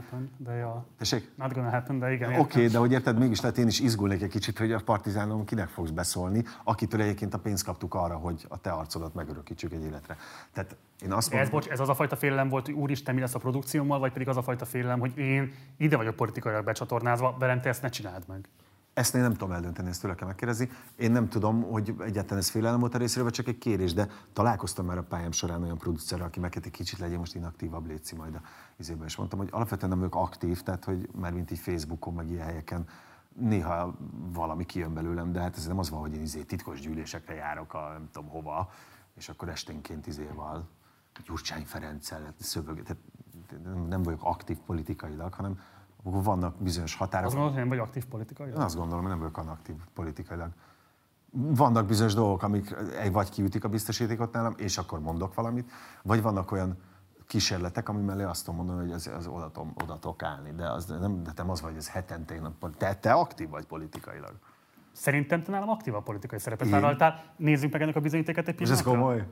Not gonna happen, de igen. Oké, de hogy érted, mégis lehet én is izgulnék egy kicsit, hogy a Partizánon kinek fogsz beszólni, akitől egyébként a pénzt kaptuk arra, hogy a te arcodat megörökítsük egy életre. Tehát én azt mondom, ez az a fajta félelem volt, hogy úristen, mi lesz a produkciómmal, vagy pedig az a fajta félelem, hogy én ide vagyok politikailag becsatornázva, velem te ezt ne csináld meg. Ezt én nem tudom eldönteni, ezt tőle kell megkérdezni. Én nem tudom, hogy egyáltalán ez félelem volt a részéről, vagy csak egy kérés, de találkoztam már a pályám során olyan producerrel, aki megkért, egy kicsit legyen most inaktívabb, létszi majd a izében. És mondtam, hogy alapvetően nem vagyok aktív, tehát hogy már mint így Facebookon, meg ilyen helyeken néha valami kijön belőlem, de hát ez nem az van, hogy én titkos gyűlésekre járok a nem tudom hova, és akkor esténként Gyurcsány Ferenccel szövög, tehát nem vagyok aktív politikailag, hanem vannak bizonyos határok. Azt gondolod, hogy nem vagy aktív politikailag? Én azt gondolom, hogy nem vagyok aktív politikailag. Vannak bizonyos dolgok, amik vagy kiütik a biztosítékot nálam, és akkor mondok valamit, vagy vannak olyan kísérletek, ami mellé azt tudom mondani, hogy az oda tudok állni. De nem az vagy, ez hetente én te aktív vagy politikailag. Szerintem te nálam aktív a politikai szerepet vállaltál. Nézzük meg ennek a bizonyítéket egy pillanatra. Ez komoly?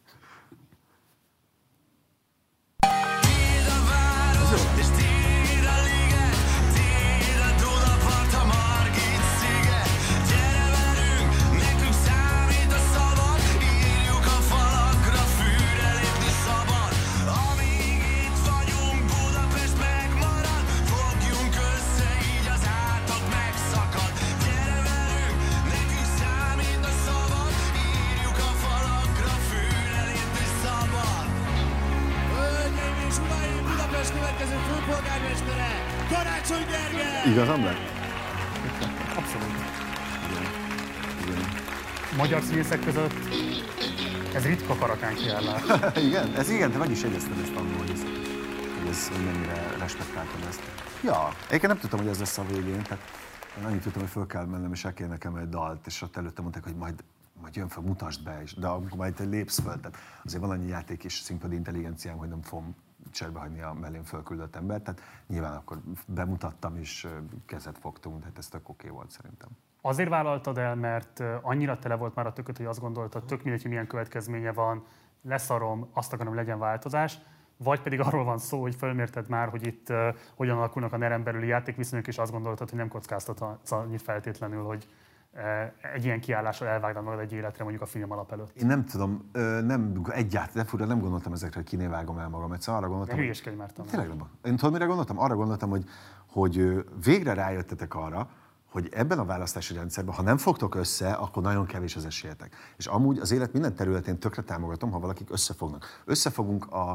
Igazam lett? Abszolút. Magyar színészek között ez ritka karakán kiállás. igen, te meg is jegyezted ezt annól, hogy mennyire respektáltam ezt. Ja, egyébként nem tudtam, hogy ez lesz a végén, tehát én annyit tudtam, hogy föl kell mennem, és el kell nekem egy dalt, és ott előtte mondták, hogy majd jön fel, mutasd be, de amikor majd te lépsz föl, tehát azért van annyi játék és színpadi intelligenciám, hogy nem fogom cserbe hagyni a mellém fölküldött embert, tehát nyilván akkor bemutattam és kezet fogtunk, tehát ez tök oké volt szerintem. Azért vállaltad el, mert annyira tele volt már a tököd, hogy azt gondoltad, tök mindegy, hogy milyen következménye van, leszarom, azt akarom, legyen változás, vagy pedig arról van szó, hogy fölmérted már, hogy itt hogyan alakulnak a NER-en belüli játékviszonyok, és azt gondoltad, hogy nem kockáztatsz annyit feltétlenül, hogy egy ilyen kiállással elvágnád magad egy életre, mondjuk a film alap előtt. Én nem tudom, egyáltalán nem gondoltam ezekre, hogy kinél vágom el magam. Egyszer arra gondoltam, de hülyéskedj már tanul. Tényleg nem. Én tudom, mire gondoltam? Arra gondoltam, hogy végre rájöttetek arra, hogy ebben a választási rendszerben, ha nem fogtok össze, akkor nagyon kevés az esélyetek. És amúgy az élet minden területén tökre támogatom, ha valakik összefognak. Összefogunk a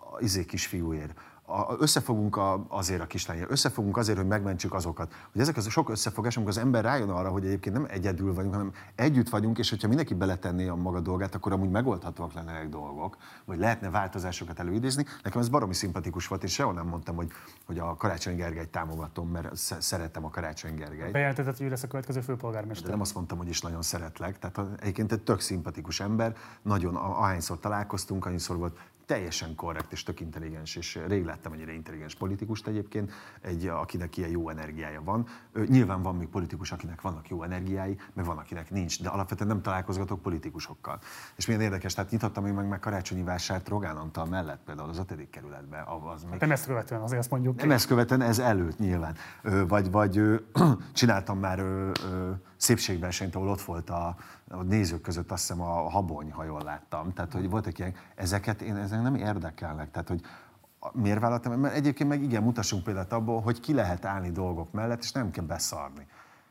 kisfiúért. Összefogunk azért a kislányért, összefogunk azért, hogy megmentsük azokat. Hogy ezek az sok összefogás, amikor az ember rájön arra, hogy egyébként nem egyedül vagyunk, hanem együtt vagyunk, és hogyha mindenki beletenné a maga dolgát, akkor amúgy megoldhatóak lennének dolgok, vagy lehetne változásokat előidézni. Nekem ez baromi szimpatikus volt, és sehol nem mondtam, hogy a Karácsony Gergelyt támogatom, mert szeretem a Karácsony Gergelyt. Bejelentetted, hogy ő lesz a következő főpolgármester. De nem azt mondtam, hogy is nagyon szeretlek. Tehát egyébként egy tök szimpatikus ember, nagyon ahányszor találkoztunk, annyiszor volt teljesen korrekt és tök intelligens, és rég láttam ennyire intelligens politikust egyébként, akinek ilyen jó energiája van. Nyilván van még politikus, akinek vannak jó energiái, meg van, akinek nincs, de alapvetően nem találkozgatok politikusokkal. És milyen érdekes, tehát nyitottam én meg karácsonyi vásárt Rogán Antal mellett, például az 5. kerületben. Nem ezt követően, azért azt mondjuk. Nem ezt követően, ez előtt nyilván. Vagy csináltam már szépségversenyt, ahol ott volt a nézők között, azt hiszem a Habony, ha jól láttam. Tehát, hogy voltak ilyen, ezek nem érdekelnek. Tehát, hogy miért vállaltam? Mert egyébként meg igen, mutassunk példát abból, hogy ki lehet állni dolgok mellett, és nem kell beszarni.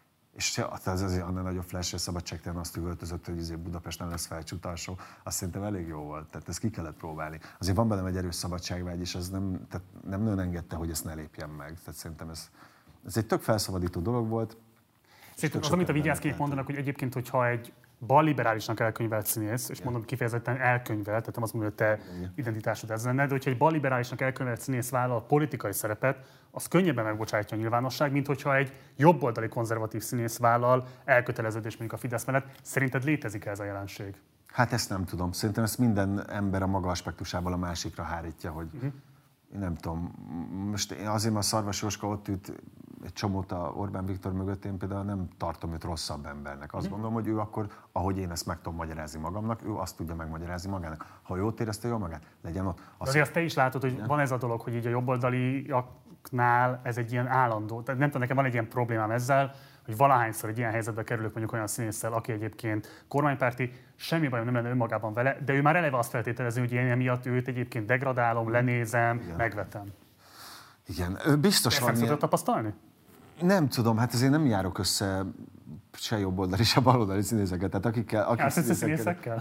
És az azért annál nagyobb flash szabadságtelen azt üvöltözött, hogy azért Budapest nem lesz felcsutalsó, azt szerintem elég jó volt. Tehát ezt ki kellett próbálni. Azért van bennem egy erős szabadságvágy, és az nem nagyon engedte, hogy ezt ne lépjem meg. Tehát szerintem ez egy tök felszabadító dolog volt. Szerintem az, amit a vigyázkék mondanak, hogy egyébként, hogyha egy balliberálisnak elkönyvelt színész, és mondom kifejezetten elkönyvelt, tehát nem azt mondom, hogy te identitásod ez lenne, de hogyha egy balliberálisnak elkönyvelt színész vállal politikai szerepet, az könnyebben megbocsátja a nyilvánosság, mint hogyha egy jobboldali konzervatív színész vállal elköteleződés mondjuk a Fidesz mellett. Szerinted létezik ez a jelenség? Hát ezt nem tudom. Szerintem ezt minden ember a maga aspektusából a másikra hárítja, hogy én nem tudom. Most azért, mert a Szarvas Jóska ott ült egy csomót a Orbán Viktor mögött, én például nem tartom őt rosszabb embernek. Azt gondolom, hogy ő akkor, ahogy én ezt meg tudom magyarázni magamnak, ő azt tudja megmagyarázni magának. Ha jól érezte jól magát, legyen ott. Azért azt te is látod, hogy van ez a dolog, hogy így a jobboldaliaknál ez egy ilyen állandó. Tehát nem tudom, nekem van egy ilyen problémám ezzel, hogy valahányszor egy ilyen helyzetbe kerülök mondjuk olyan színésszel, aki egyébként kormánypárti, semmi bajom nem lenne önmagában vele, de ő már eleve azt feltételezi, hogy én emiatt őt egyébként degradálom, lenézem, megvetem. Igen, biztos van. Ezt tudod tapasztalni? Nem tudom, hát azért nem járok össze se jobboldali, se baloldali színészeket. Tehát akik színészekkel?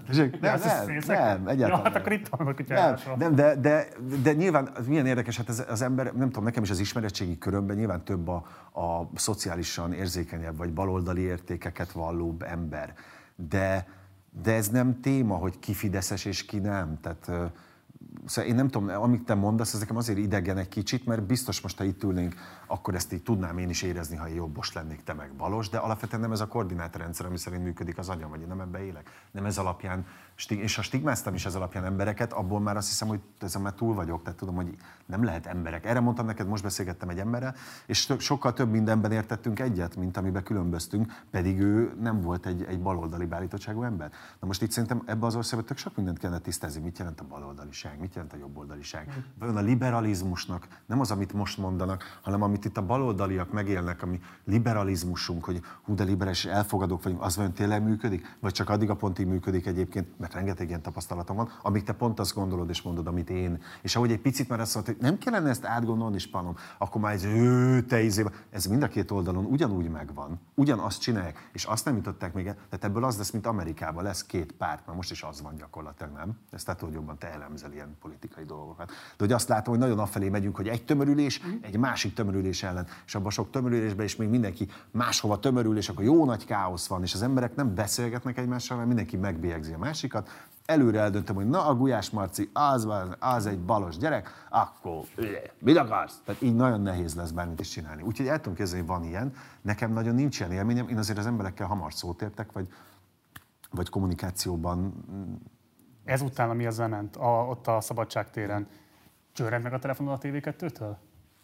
Nem, egyáltalán. Ja, hát akkor itt vannak, hogy de nyilván milyen érdekes, hát az ember, nem tudom, nekem is az ismeretségi körömben nyilván több a szociálisan érzékenyebb, vagy baloldali értékeket vallóbb ember. De ez nem téma, hogy ki fideszes és ki nem. Tehát Szóval én nem tudom, amit te mondasz, ez nekem azért idegen egy kicsit, mert biztos most, ha itt ülnénk, akkor ezt így tudnám én is érezni, ha én jobbos lennék, te meg balos, de alapvetően nem ez a koordinátorrendszer, ami szerint működik az agyam, vagy én nem ebbe élek. Nem ez alapján, és ha stigmáztam is ez alapján embereket, abból már azt hiszem, hogy ezen már túl vagyok, tehát tudom, hogy nem lehet emberek. Erre mondtam neked, most beszélgettem egy emberrel, és sokkal több mindenben értettünk egyet, mint amiben különböztünk, pedig ő nem volt egy baloldali beállítottságú ember. Na most itt szerintem ebbe az országban tök sok mindent kellene tisztázni, mit jelent a baloldaliság, mit jelent a jobboldaliság. Vajon a liberalizmusnak nem az, amit most mondanak, hanem amit itt a baloldaliak megélnek, ami liberalizmusunk, hogy hú, de liberális elfogadók vagyunk, az vajon tényleg működik? Vagy csak addig a pontig működik egyébként, mert rengeteg ilyen tapasztalatom van, amíg te pont azt gondolod és mondod, amit én. És ahogy egy picit már azt mondta, hogy nem kellene ezt átgondolni, Spanom, akkor már ez mind a két oldalon ugyanúgy megvan, ugyanazt csinálják, és azt nem jutották még el, tehát ebből az lesz, mint Amerikában, lesz két párt, mert most is az van gyakorlatilag, nem? Ezt te tudod jobban, te elemzel ilyen politikai dolgokat. De hogy azt látom, hogy nagyon afelé megyünk, hogy egy tömörülés, egy másik tömörülés ellen, és abban sok tömörülésben is még mindenki máshova tömörül, és akkor jó nagy káosz van, és az emberek nem beszélgetnek egymással, mert mindenki megbélyegzi a másikat. Előre eldöntöm, hogy na a Gulyás Marci, az egy balos gyerek, akkor mit akarsz? Tehát így nagyon nehéz lesz bármit is csinálni. Úgyhogy el tudom képzelni, hogy van ilyen. Nekem nagyon nincs ilyen élményem, én azért az emberekkel hamar szót értek, vagy kommunikációban. Ezután, ami ezzel ment, ott a Szabadság téren, csörrent meg a telefonod a TV2-től?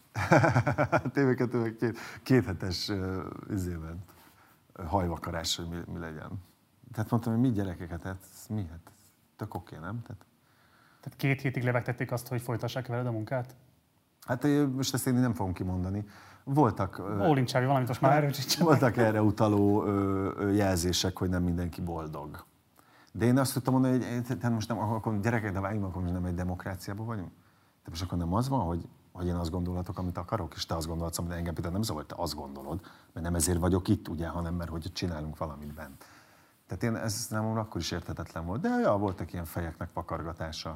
TV2 két hetes izében hajvakarás, hogy mi legyen. Tehát mondtam, hogy mi gyerekeket, hát mi? Hát tök oké, nem? Tehát 2 hétig levegtették azt, hogy folytassák veled a munkát? Hát most ezt én nem fogom kimondani. Voltak... Ólincsávi, valamit most már erősítsen. Voltak erre utaló jelzések, hogy nem mindenki boldog. De én azt tudtam mondani, hogy most nem, akkor gyerekek, de vágjunk, akkor most nem egy demokráciában vagyunk. De most akkor nem az van, hogy én azt gondolatok, amit akarok, és te azt gondolsz, amit engem például nem zavar, te azt gondolod, mert nem ezért vagyok itt, ugye, hanem mert hogy csinálunk valamit bent. Tehát ez számomra akkor is érthetetlen volt, de ja, voltak ilyen fejeknek pakargatása.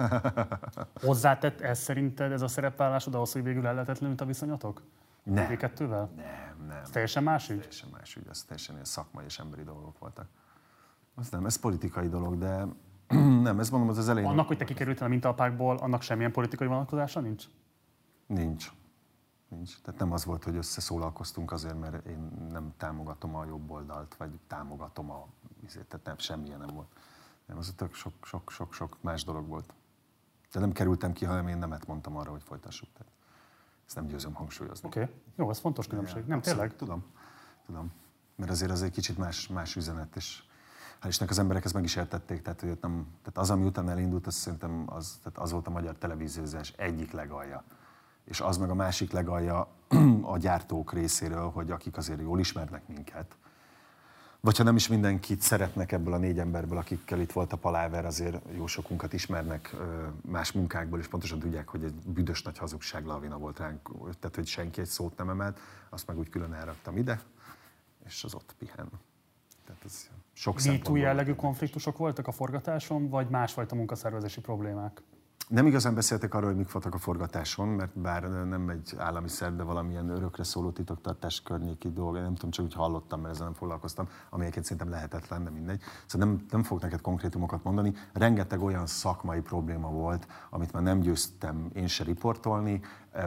Hozzátett ez szerinted, ez a szerepvállásod ahhoz, hogy végül ellehetetlenült a viszonyatok? Nem. TV2-vel? Nem. Ez teljesen más ügy? Teljesen más ügy, ez teljesen ilyen szakmai és emberi dolgok voltak. Az nem, ez politikai dolog, de nem, ez mondom, az elején... Annak, hogy te kikerültél a mintapákból, annak semmilyen politikai vonatkozása nincs? Nincs. Tehát nem az volt, hogy összeszólalkoztunk azért, mert én nem támogatom a jobb oldalt, vagy támogatom tehát nem, semmilyen nem volt. Nem, az tök sok más dolog volt. De nem kerültem ki, hanem én nemet mondtam arra, hogy folytassuk. Tehát ezt nem győzöm hangsúlyozni. Oké. Jó, ez fontos különbség. Nem, abszolút, tényleg? Tudom. Mert azért az egy kicsit más üzenet, és hál' Istennek az emberek ezt meg is értették, tehát az, ami utána elindult, az szerintem az volt a magyar televíziózás egyik legalja. És az meg a másik legalja a gyártók részéről, hogy akik azért jól ismernek minket, vagy ha nem is mindenkit szeretnek ebből a 4 emberből, akikkel itt volt a paláver, azért jó sokunkat ismernek más munkákból, és pontosan tudják, hogy egy büdös nagy hazugság lavina volt ránk, tehát hogy senki egy szót nem emelt, azt meg úgy külön elraktam ide, és az ott pihen. Tehát ez sok MeToo jellegű konfliktusok voltak a forgatáson, vagy másfajta munkaszervezési problémák? Nem igazán beszéltek arról, hogy mik voltak a forgatáson, mert bár nem egy állami szerv, de valamilyen örökre szóló titoktartás környéki dolga, nem tudom, csak úgy hallottam, mert ezzel nem foglalkoztam, ami egyébként szerintem lehetetlen, de mindegy. Szóval nem fogok neked konkrétumokat mondani. Rengeteg olyan szakmai probléma volt, amit már nem győztem én se riportolni.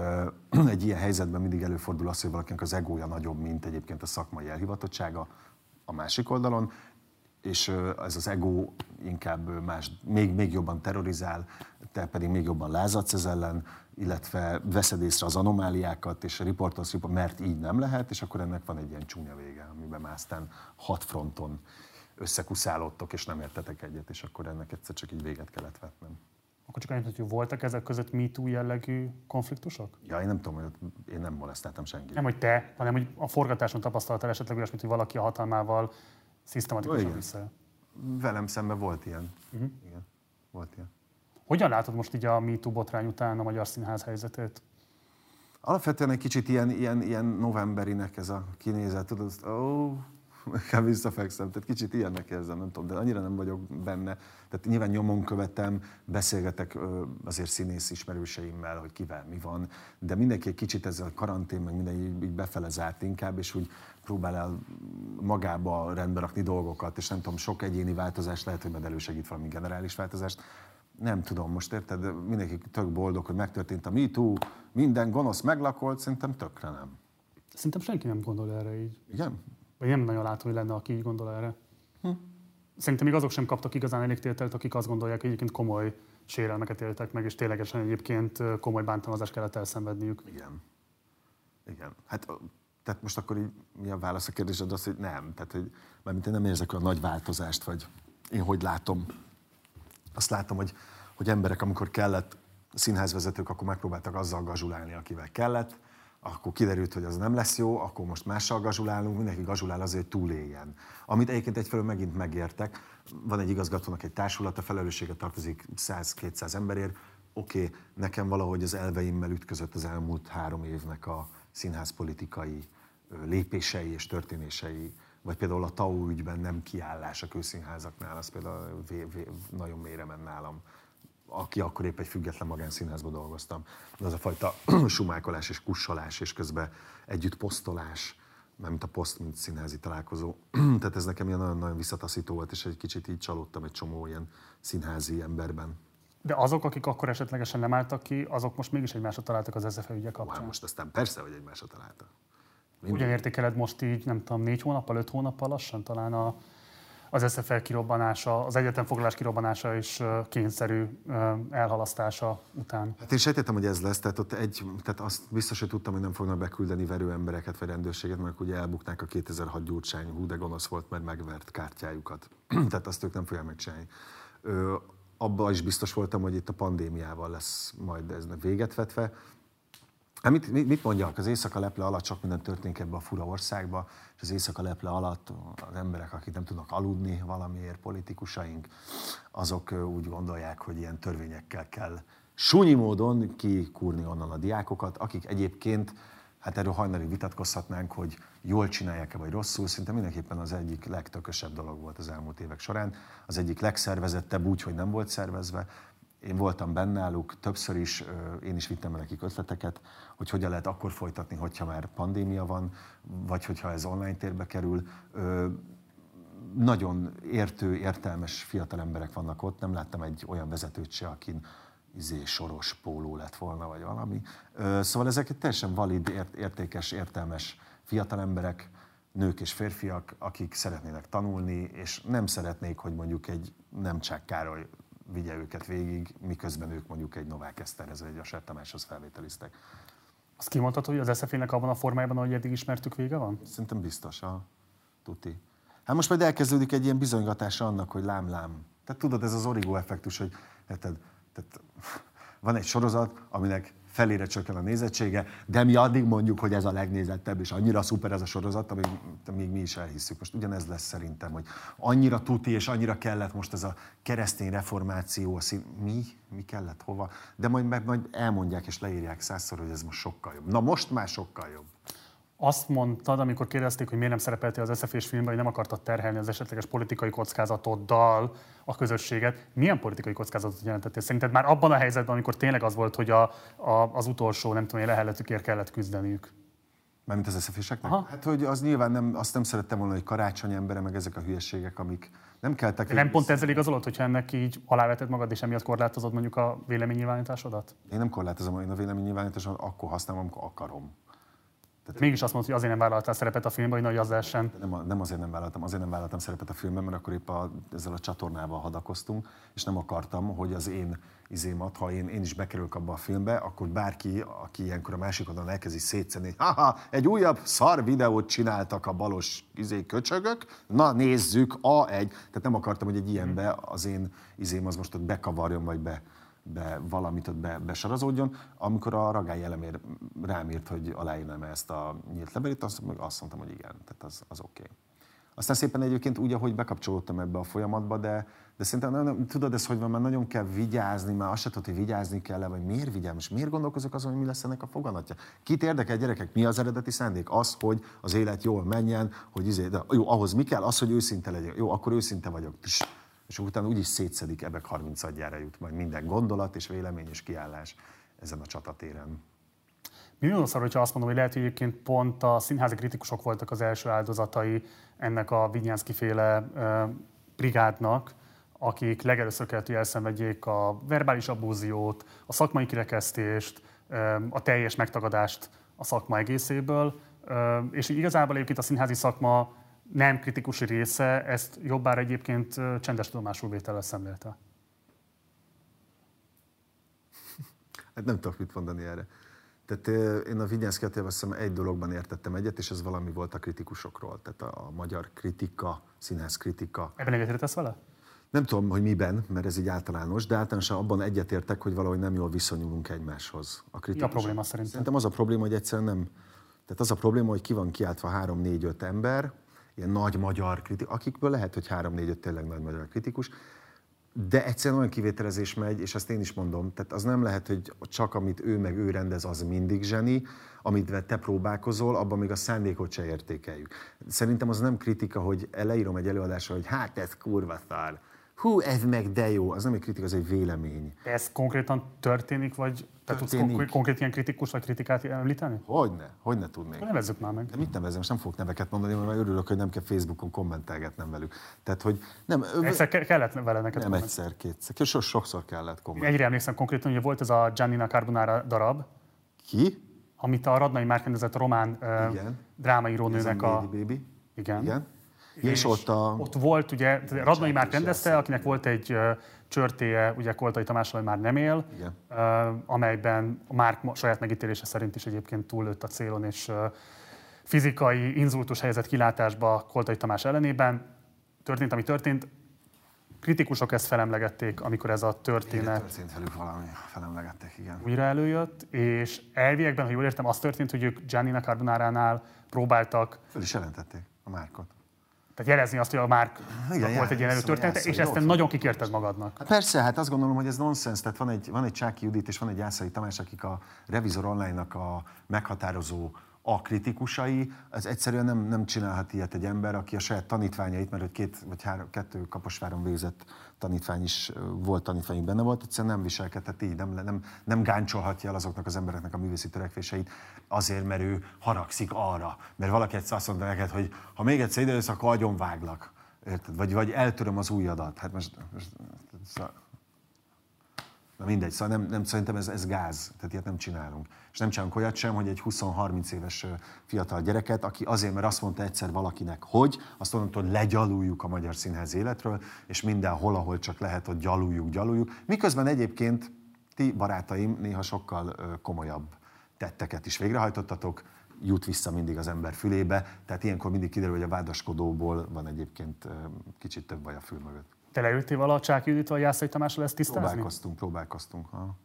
Egy ilyen helyzetben mindig előfordul az, hogy valakinek az egója nagyobb, mint egyébként a szakmai elhivatottsága a másik oldalon, és ez az ego inkább még jobban terrorizál, te pedig még jobban lázadsz ez ellen, illetve veszed észre az anomáliákat, és riportolsz, mert így nem lehet, és akkor ennek van egy ilyen csúnya vége, amiben már aztán 6 fronton összekuszálódtok, és nem értetek egyet, és akkor ennek egyszer csak így véget kellett vetnem. Akkor csak annyit, hogy voltak ezek között MeToo jellegű konfliktusok? Ja, én nem tudom, hogy én nem molesztáltam senkit. Nem, hogy te, hanem hogy a forgatáson tapasztaltál esetleg olyasmit, hogy valaki a hatalmával szisztematikusan vissza. Velem szemben volt ilyen. Igen, volt ilyen. Hogyan látod most így a MeToo botrány után a magyar színház helyzetét? Alapvetően egy kicsit ilyen novemberinek ez a kinézet, tudod, inkább visszafekszem, tehát kicsit ilyennek érzem, nem tudom, de annyira nem vagyok benne. Tehát nyilván nyomon követem, beszélgetek azért színész ismerőseimmel, hogy kivel mi van, de mindenki egy kicsit ezzel a karantén, meg minden így befele zárt inkább, és úgy próbál el magába rendbe rakni dolgokat, és nem tudom, sok egyéni változás lehet, hogy majd elősegít valami generális változást. nem tudom, most érted, mindenki tök boldog, hogy megtörtént a MeToo, minden gonosz meglakolt, szerintem tökre nem. Szerintem senki nem gondol erre így. Igen? Vagy nem nagyon látom, hogy lenne, aki így gondol erre. Szerintem még azok sem kaptak igazán elég tételt, akik azt gondolják, hogy egyébként komoly sérelmeket éltek meg, és ténylegesen egyébként komoly bántalmazást kellett elszenvedniük. Igen. Igen. Hát, tehát most akkor így mi a válasz a kérdésed? Az, hogy nem. Tehát, hogy mármint én nem érzek olyan nagy változást, vagy én hogy látom. Azt látom, hogy emberek, amikor kellett színházvezetők, akkor megpróbáltak azzal gazsulálni, akivel kellett, akkor kiderült, hogy az nem lesz jó, akkor most mással gazsulálunk, mindenki gazsulál azért, hogy túléljen. Amit egyébként egyfelől megint megértek, van egy igazgatónak egy társulata, felelőssége tartozik 100-200 emberért, oké, nekem valahogy az elveimmel ütközött az elmúlt 3 évnek a színházpolitikai lépései és történései, vagy például a TAO ügyben nem kiállás a közszínházaknál, az például nagyon mélyre ment nálam, aki akkor épp egy független magánszínházban dolgoztam. De az a fajta sumákolás és kussolás, és közben együtt posztolás, mármint a poszt, mint színházi találkozó. Tehát ez nekem ilyen nagyon-nagyon visszataszító volt, és egy kicsit így csalódtam egy csomó ilyen színházi emberben. De azok, akik akkor esetlegesen nem álltak ki, azok most mégis egymásra találtak az SZFE ügye kapcsán. Most aztán persze, hogy egymásra találtak. Ugyan értékeled most így, nem tudom, 4 hónappal, 5 hónappal lassan talán az SZFE kirobbanása, az egyetemfoglalás kirobbanása és kényszerű elhalasztása után? Hát én sejtettem, hogy ez lesz, tehát ott tehát azt biztos, hogy tudtam, hogy nem fognak beküldeni verőembereket vagy rendőrséget, mert ugye elbuknák a 2006 Gyurcsány, hú de gonosz volt, mert megvert kártyájukat. Tehát azt ők nem fogják megcsinálni. Abban is biztos voltam, hogy itt a pandémiával lesz majd ez véget vetve. Hát mit mondjak? Az éjszaka leple alatt sok minden történik ebbe a fura országba, és az éjszaka leple alatt az emberek, akik nem tudnak aludni valamiért, politikusaink, azok úgy gondolják, hogy ilyen törvényekkel kell súnyi módon kikúrni onnan a diákokat, akik egyébként, hát erről hajnalig vitatkozhatnánk, hogy jól csinálják-e vagy rosszul, szinte mindenképpen az egyik legtökösebb dolog volt az elmúlt évek során, az egyik legszervezettebb úgy, hogy nem volt szervezve. Én voltam bennáluk, többször is, én is vittem nekik ötleteket, hogy hogyan lehet akkor folytatni, hogyha már pandémia van, vagy hogyha ez online térbe kerül. Nagyon értő, értelmes fiatal emberek vannak ott, nem láttam egy olyan vezetőt se, akin soros póló lett volna, vagy valami. Szóval ezek teljesen valid, értékes, értelmes fiatal emberek, nők és férfiak, akik szeretnének tanulni, és nem szeretnék, hogy mondjuk egy Nemcsák Károly vigye őket végig, miközben ők mondjuk egy Novák Eszterhez vagy egy Asser Tamáshoz felvételiztek. Azt kimondhatod, hogy az SZFE-nek abban a formájában, ahogy eddig ismertük, vége van? Szerintem biztos, tuti. Hát most majd elkezdődik egy ilyen bizonygatása annak, hogy lám-lám. Tehát tudod, ez az Origo effektus, hogy tehát van egy sorozat, aminek felére csökken a nézettsége, de mi addig mondjuk, hogy ez a legnézettebb, és annyira szuper ez a sorozat, amíg mi is elhisszük. Most ugyanez lesz szerintem, hogy annyira tuti, és annyira kellett most ez a keresztény reformáció, mi kellett, hova, de majd elmondják és leírják 100-szor, hogy ez most sokkal jobb. Na most már sokkal jobb. Azt mondtad, amikor kérdezték, hogy miért nem szerepeltél az SZFE-s filmben, hogy nem akartad terhelni az esetleges politikai kockázatoddal a közösséget. Milyen politikai kockázatot jelentettél? Szerinted már abban a helyzetben, amikor tényleg az volt, hogy az utolsó, nem tudom, lehelletükért kellett küzdeniük? Mármint az SZFE-seknek? Hát, hogy az nyilván azt nem szerettem volna, hogy karácsony embere, meg ezek a hülyeségek, amik nem keltek. De nem pont ezzel igazolod, hogyha ennek így aláveted magad, és emiatt korlátozod mondjuk a véleménynyilvánításodat? Én nem korlátozom, én a véleménynyilvánításomat akkor használom, amikor akarom. Mégis azt mondod, hogy azért nem vállaltál szerepet a filmben, hogy nagy az lehessen. Nem azért nem vállaltam szerepet a filmben, mert akkor épp ezzel a csatornával hadakoztunk, és nem akartam, hogy az én izémat, ha én is bekerülök abba a filmbe, akkor bárki, aki ilyenkor a másik oldalon elkezdi szétszedni, haha, egy újabb szar videót csináltak a balos köcsögök, na nézzük, tehát nem akartam, hogy egy ilyenbe az én izém az most ott bekavarjon, vagy valamit ott besarazódjon. Amikor a Ragály Elemér rám írt, hogy aláírnám ezt a nyílt levelit, azt mondtam, hogy igen, tehát az oké. Aztán szépen egyébként úgy, ahogy bekapcsolódtam ebbe a folyamatba, de szerintem tudod, ez hogy van, már nagyon kell vigyázni, már azt se tudod, hogy vigyázni kell-e, vagy miért vigyázom, és miért gondolkozok azon, hogy mi lesz ennek a foganatja. Kit érdekel, gyerekek, mi az eredeti szándék? Az, hogy az élet jól menjen, hogy de jó, ahhoz mi kell? Az, hogy őszinte legyen. Jó, akkor őszinte vagyok. És utána úgyis szétszedik, ebek 30 adjára jut majd minden gondolat és vélemény és kiállás ezen a csatatéren. Mi gondolsz arra, hogyha azt mondom, hogy lehet, hogy egyébként pont a színházi kritikusok voltak az első áldozatai ennek a Vignyánszky féle brigádnak, akik legelőször kellett, hogy elszenvedjék a verbális abúziót, a szakmai kirekesztést, a teljes megtagadást a szakma egészéből, és igazából egyébként a színházi szakma nem kritikusi része ezt jobbára egyébként csendes tudomásul vétellel szemlélte. Hát nem tudok mit mondani erre. Tehát én a Vigyánszky Attilával azt hiszem egy dologban értettem egyet, és ez valami volt a kritikusokról. Tehát a magyar kritika, színház kritika. Ebben egyetértesz vele? Nem tudom, hogy miben, mert ez így általános, de általánosan abban egyetértek, hogy valahogy nem jól viszonyulunk egymáshoz. Mi a probléma szerintem? Szerintem az a probléma, hogy egyszerűen nem. Tehát az a probléma, hogy ki van kiáltva 3-4-5 ember, ilyen nagy magyar kritikus, akikből lehet, hogy 3-4-5 tényleg nagy magyar kritikus, de egyszerűen olyan kivételezés megy, és azt én is mondom, tehát az nem lehet, hogy csak amit ő meg ő rendez, az mindig zseni, amit te próbálkozol, abban még a szándékot se értékeljük. Szerintem az nem kritika, hogy leírom egy előadásra, hogy hát ez kurva szar, hú, ez meg de jó, az nem egy kritika, az egy vélemény. Ez konkrétan történik, vagy te tudsz konkrét ilyen kritikus vagy kritikát említeni? Hogyne tudnék. Nevezzük már meg. De mit nevezem? Most nem fogok neveket mondani, mert már örülök, hogy nem kell Facebookon kommentelgetnem velük. Tehát, hogy nem... Egyszer kellett vele neked nem egyszer, kétszer. Sokszor kellett kommentelni. Egyre emlékszem konkrétan, hogy volt ez a Giannina Carbonara darab. Ki? Amit a Radnai Márk rendezett, a román drámaírónőnek a... Baby. Igen. És ott volt, ugye, Radnai Márk rendezte, akinek volt egy csörtéje, ugye Koltai Tamással, hogy már nem él, amelyben a Márk saját megítélése szerint is egyébként túllőtt a célon, és fizikai inzultus helyezett kilátásba Koltai Tamás ellenében. Történt, ami történt. Kritikusok ezt felemlegették, amikor ez a történet... Igen, történt velük valami, felemlegették, igen. Újra előjött, és elviekben, ha jól értem, az történt, hogy ők Giannina Carbonaránál próbáltak... Föl is jelentették a Márkot. Tehát jelezni azt, hogy a Márk volt egy ilyen előtörténete, és ezt nagyon kikérted magadnak. Hát persze, hát azt gondolom, hogy ez nonsens. Tehát van egy Csáky Judit és van egy Jászai Tamás, akik a Revizor Online-nak a meghatározó kritikusai. Ez egyszerűen nem csinálhat ilyet egy ember, aki a saját tanítványait, mert hogy 2 Kaposváron végzett tanítvány is volt, tanítványuk benne volt, egyszerűen nem viselkedhet így, nem gáncsolhatja el azoknak az embereknek a művészi törekvéseit azért, mert ő haragszik arra. Mert valaki egyszer azt mondta neked, hogy ha még egyszer idejössz, akkor agyonváglak. Érted? Vagy eltöröm az ujjadat. Hát most na mindegy, szóval nem szerintem ez gáz, tehát ilyet nem csinálunk. És nem csinálunk olyat sem, hogy egy 20-30 éves fiatal gyereket, aki azért, mert azt mondta egyszer valakinek, hogy, azt mondta, hogy legyaluljuk a magyar színház életről, és mindenhol, ahol csak lehet, hogy gyaluljuk. Miközben egyébként ti barátaim néha sokkal komolyabb tetteket is végrehajtottatok, jut vissza mindig az ember fülébe, tehát ilyenkor mindig kiderül, hogy a vádaskodóból van egyébként kicsit több baj a fül mögött. Te leültél vala a Csáky Judittal, vagy Jászai Tamással ezt tisztázni? Próbálkoztunk.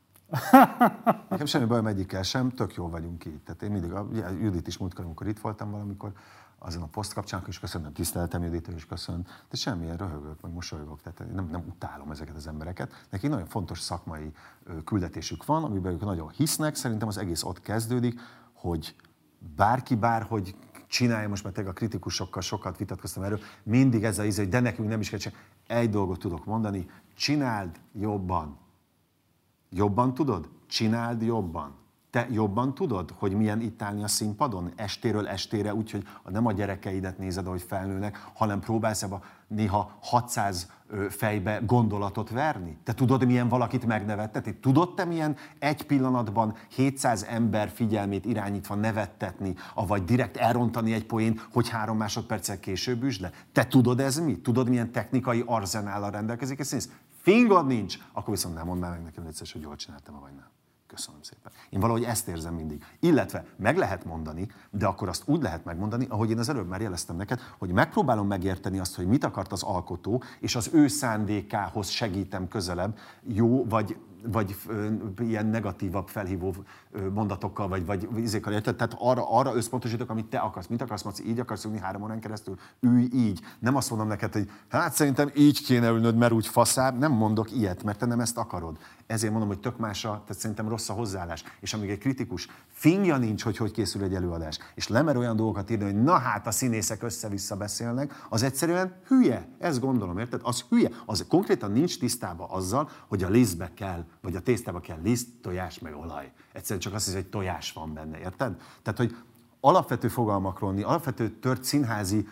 Nekem semmi bajom egyikkel sem, tök jól vagyunk így. Tehát én mindig, Judit is múltkor, amikor itt voltam valamikor, azon a poszt kapcsán is köszönöm, tiszteltem Judit, és köszönöm. De semmilyen röhögök, vagy mosolygok, tehát nem utálom ezeket az embereket. Nekik nagyon fontos szakmai küldetésük van, amiben ők nagyon hisznek, szerintem az egész ott kezdődik, hogy bárki bárhogy csinálja, most már tényleg a kritikusokkal sokat vitatkoztam erről, mindig ez az íze, hogy de nekünk nem is kell csinálni. Egy dolgot tudok mondani, csináld jobban. Jobban tudod? Csináld jobban. Te jobban tudod, hogy milyen itt állni a színpadon? Estéről estére, úgyhogy nem a gyerekeidet nézed, ahogy felnőnek, hanem próbálsz ebbe néha 600 fejbe gondolatot verni? Te tudod, milyen valakit megnevettetni? Tudod te milyen egy pillanatban 700 ember figyelmét irányítva nevettetni, avagy direkt elrontani egy poént, hogy 3 másodperccel később üsd le? Te tudod ez mi? Tudod, milyen technikai arzenállal rendelkezik ez színész? Fingod nincs! Akkor viszont nem mondd már meg nekem egyszer, hogy jól csináltam, vagy nem. Köszönöm szépen. Én valahogy ezt érzem mindig. Illetve meg lehet mondani, de akkor azt úgy lehet megmondani, ahogy én az előbb már jeleztem neked, hogy megpróbálom megérteni azt, hogy mit akart az alkotó, és az ő szándékához segítem közelebb, jó vagy ilyen negatívabb felhívó mondatokkal, vagy izékkal, érted? Tehát arra összpontosítok, amit te akarsz. Mit akarsz, Maci? Így akarsz ülni 3 órán keresztül? Ülj így. Nem azt mondom neked, hogy hát szerintem így kéne ülnöd, mert úgy faszább. Nem mondok ilyet, mert te nem ezt akarod. Ezért mondom, hogy tök más tehát szerintem rossz a hozzáállás. És amíg egy kritikus fingja nincs, hogy készül egy előadás, és lemer olyan dolgokat írni, hogy na hát a színészek össze-vissza beszélnek, az egyszerűen hülye. Ezt gondolom, érted? Az hülye. Az konkrétan nincs tisztában azzal, hogy a lisztbe kell, vagy a tésztába kell liszt, tojás, meg olaj. Egyszerűen csak azt hiszem, hogy tojás van benne, érted? Tehát, hogy alapvető fogalmakról, alapvető tört színházi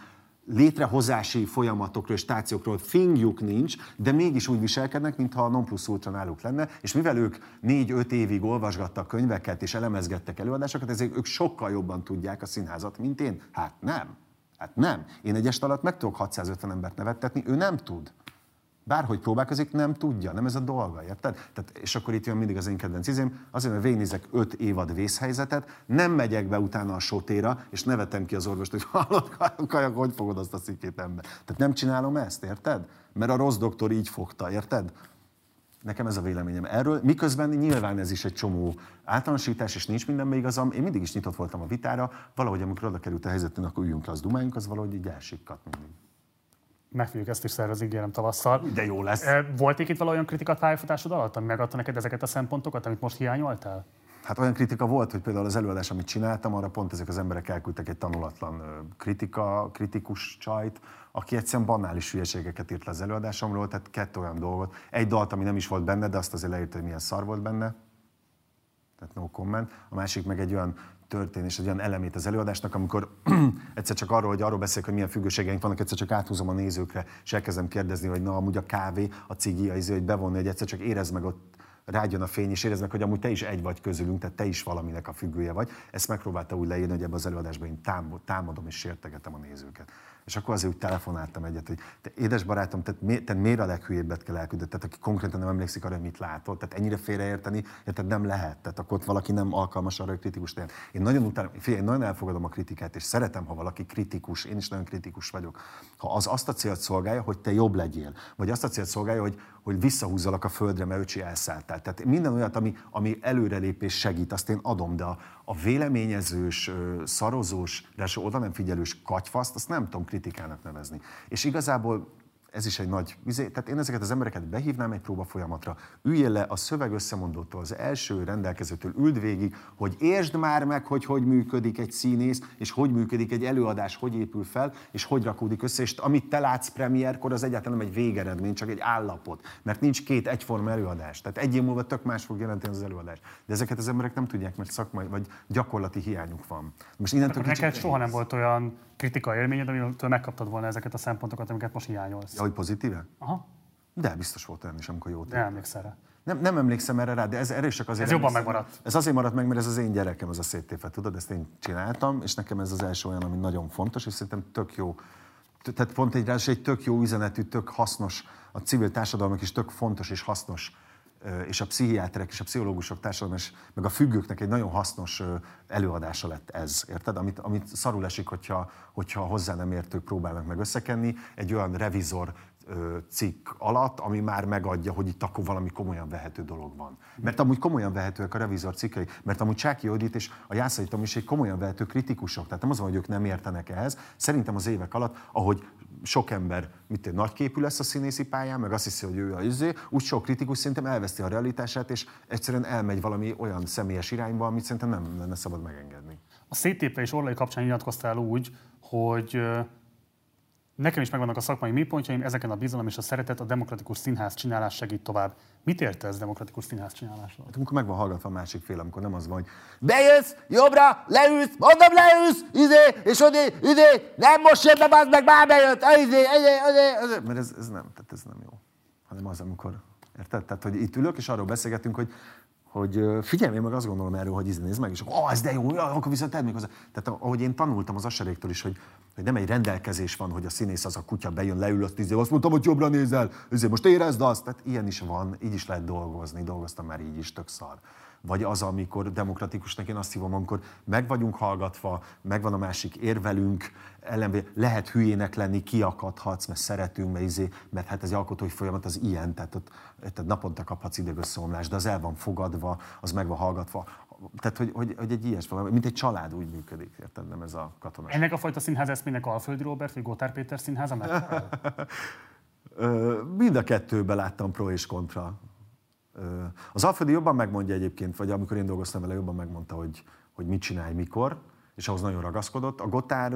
létrehozási folyamatokról és stációkról fingjuk nincs, de mégis úgy viselkednek, mintha a non plus ultra náluk lenne, és mivel ők 4-5 évig olvasgattak könyveket és elemezgettek előadásokat, ezért ők sokkal jobban tudják a színházat, mint én. Hát nem. Én egy este alatt meg tudok 650 embert nevettetni, ő nem tud. Bárhogy próbálkozik, nem tudja, nem ez a dolga, érted? Tehát, és akkor itt jön mindig az én kedvenc izém, azért, mert végignézek 5 évad vészhelyzetet, nem megyek be utána a sotéra, és nevetem ki az orvost, hogy hallod, Kajak, hogy fogod azt a szikét ember. Tehát nem csinálom ezt, érted? Mert a rossz doktor így fogta, érted? Nekem ez a véleményem erről, miközben nyilván ez is egy csomó általánosítás, és nincs mindenben igazam. Én mindig is nyitott voltam a vitára, valahogy amikor oda került a helyzetén, akkor üljünk le, az dumáljunk, az valahogy így elsikkadt mindig. Meg fogjuk ezt is szervezni, ígérem, tavasszal. De jó lesz. Volt itt valami kritika pályafutásod alatt, ami megadta neked ezeket a szempontokat, amit most hiányoltál? Hát olyan kritika volt, hogy például az előadás, amit csináltam, arra pont ezek az emberek elküldtek egy tanulatlan kritikus csajt, aki egyszerűen banális hülyeségeket írt le az előadásomról, tehát 2 olyan dolgot. Egy dalt, ami nem is volt benne, de azt azért leírta, hogy milyen szar volt benne. Tehát no comment. A másik meg egy olyan történés, egy olyan elemét az előadásnak, amikor egyszer csak arról beszélek, hogy milyen függőségeink vannak, egyszer csak áthúzom a nézőkre, és elkezdem kérdezni, hogy na, amúgy a kávé, a cigi, hogy bevonni, hogy egyszer csak érezd meg, ott rágyön a fény, és érezd meg, hogy amúgy te is egy vagy közülünk, tehát te is valaminek a függője vagy. Ezt megpróbálta úgy leírni, hogy ebben az előadásban én támadom és sértegetem a nézőket. És akkor azért úgy telefonáltam egyet, hogy te édes barátom, te miért a leghülyébbet kell elküldeni? Tehát aki konkrétan nem emlékszik arra, mit látott, tehát ennyire félreérteni, tehát nem lehet. Tehát akkor ott valaki nem alkalmas arra, hogy kritikus legyen. Én nagyon elfogadom a kritikát, és szeretem, ha valaki kritikus, én is nagyon kritikus vagyok. Ha az azt a célt szolgálja, hogy te jobb legyél, vagy azt a célt szolgálja, hogy visszahúzzalak a földre, mert öcsi elszálltál. Tehát minden olyat, ami előrelépés segít, azt én adom, de a véleményezős, szarozós, ráadásul oda nem figyelős katyfaszt, azt nem tudom kritikának nevezni. És igazából ez is egy nagy tehát én ezeket az embereket behívnám egy próba folyamatra. Üljél le a szöveg összemondótól, az első rendelkezőtől, üld végig, hogy értsd már meg, hogy működik egy színész, és hogy működik egy előadás, hogy épül fel, és hogy rakódik össze, és amit te látsz premierkor, az egyáltalán nem egy végeredmény, csak egy állapot. Mert nincs 2 egyforma előadás. Tehát egy év múlva tök más fog jelenteni az előadás. De ezeket az emberek nem tudják, mert szakmai vagy gyakorlati hiányuk van. Most innentől neked soha nem volt olyan kritika élményed, amitől megkaptad volna ezeket a szempontokat, amiket most hiányolsz. Ja, hogy pozitíve? Aha. De biztos volt olyan is, amikor jó De emlékszel rá. Nem emlékszem erre rá, de erre is csak azért. Ez jobban megmaradt. Ez azért maradt meg, mert ez az én gyerekem, az a széttépve, tudod, ezt én csináltam, és nekem ez az első olyan, ami nagyon fontos, és szerintem tök jó. Tehát pont egy tök jó üzenetű, tök hasznos, a civil társadalmak is tök fontos és hasznos, és a pszichiáterek és a pszichológusok társadalom, és meg a függőknek egy nagyon hasznos előadása lett ez, érted? Amit szarul esik, hogyha hozzá nem értők próbálnak meg összekenni, egy olyan revizor cikk alatt, ami már megadja, hogy itt akkor valami komolyan vehető dolog van. Mert amúgy komolyan vehetőek a revizor cikkei, mert amúgy Csáky Judit és a Jászai Tomi is egy komolyan vehető kritikusok, tehát nem az van, hogy ők nem értenek ehhez. Szerintem az évek alatt, ahogy sok ember nagyképű lesz a színészi pályán, meg azt hiszi, hogy ő a úgy sok kritikus szerintem elveszti a realitását, és egyszerűen elmegy valami olyan személyes irányba, amit szerintem nem lenne szabad megengedni. A Széttépve és Orlai kapcsán nyilatkoztál úgy, hogy nekem is megvannak a szakmai mélypontjaim, ezeken a bizalom és a szeretet, a demokratikus színház csinálás segít tovább. Mit érte ez demokratikus színház csinálásról? Hát amikor meg van hallgatva a másik fél, amikor nem az van, hogy bejössz, jobbra, leülsz, mondom leülsz, és nem most jön be, bazd meg, már bejött, mert ez nem, tehát ez nem jó. Hanem az, amikor, érted? Tehát, hogy itt ülök, és arról beszélgetünk, hogy figyelj, én meg azt gondolom erről, hogy nézd meg, és akkor ez de jó, akkor viszont tedd még hozzá. Tehát ahogy én tanultam az Asseréktől is, hogy nem egy rendelkezés van, hogy a színész az a kutya bejön, leül, azt mondtam, hogy jobbra nézel, most érezd azt. Tehát ilyen is van, így is lehet dolgozni, dolgoztam már így is, tök szar. Vagy az, amikor demokratikusnak én azt hívom, amikor meg vagyunk hallgatva, megvan a másik érvelünk, lehet hülyének lenni, kiakadhatsz, mert szeretünk, mert hát ez egy alkotói folyamat, az ilyen, tehát naponta kaphatsz idegösszeomlást, de az el van fogadva, az meg van hallgatva. Tehát, hogy egy ilyes valami, mint egy család úgy működik, érted, nem ez a katonás. Ennek a fajta színház eszmének Alföldi Róbert vagy Gotthard Péter színháza megfelel? Mind a kettőben láttam pro és kontra. Az Alföldi jobban megmondja egyébként, vagy amikor én dolgoztam vele, jobban megmondta, hogy mit csinálj, mikor, és ahhoz nagyon ragaszkodott. A Gotthard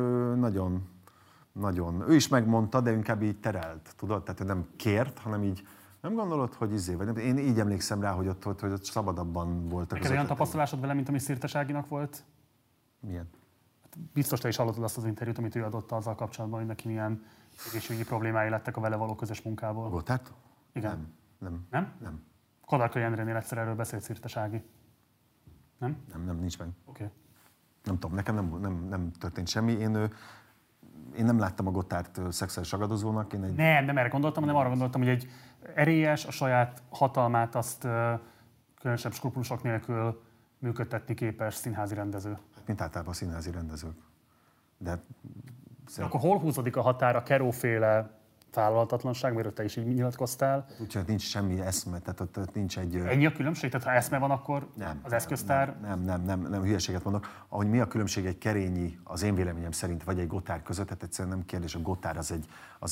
nagyon, ő is megmondta, de inkább így terelt, tudod? Tehát ő nem kért, hanem így, nem gondolod, hogy vagy nem? Én így emlékszem rá, hogy ott szabadabban voltak. Neked olyan tapasztalásod vele, mint ami Szirtes Áginak volt? Milyen? Biztos te is hallottad azt az interjút, amit ő adott azzal kapcsolatban, hogy neki milyen egészségügyi problémái lettek a vele való közös munkából. Gotthárd? Igen. Nem. Kadarkai Endrénél egyszer erről beszélt Szirtes Ági. Nem? Nem, nincs meg. Oké. Nem tudom, nekem nem történt semmi. Én nem láttam a Gotthárd szexuális ragadozónak. Nem erre gondoltam, hanem arra gondoltam, hogy egy erélyes, a saját hatalmát azt különösebb skrupulusok nélkül működtetni képes színházi rendező. Mint általában a színházi rendezők. De akkor hol húzódik a határ a Keró-féle vállalhatatlanság, mert te is így nyilatkoztál? Úgyhogy nincs semmi eszme, tehát ott nincs egy... Ennyi a különbség? Tehát ha eszme van, akkor az eszköztár... Nem, hülyeséget mondok. Ahogy mi a különbség egy Kerényi, az én véleményem szerint, vagy egy Gotthárd között, tehát egyszerűen nem kérdés, a Gotthárd az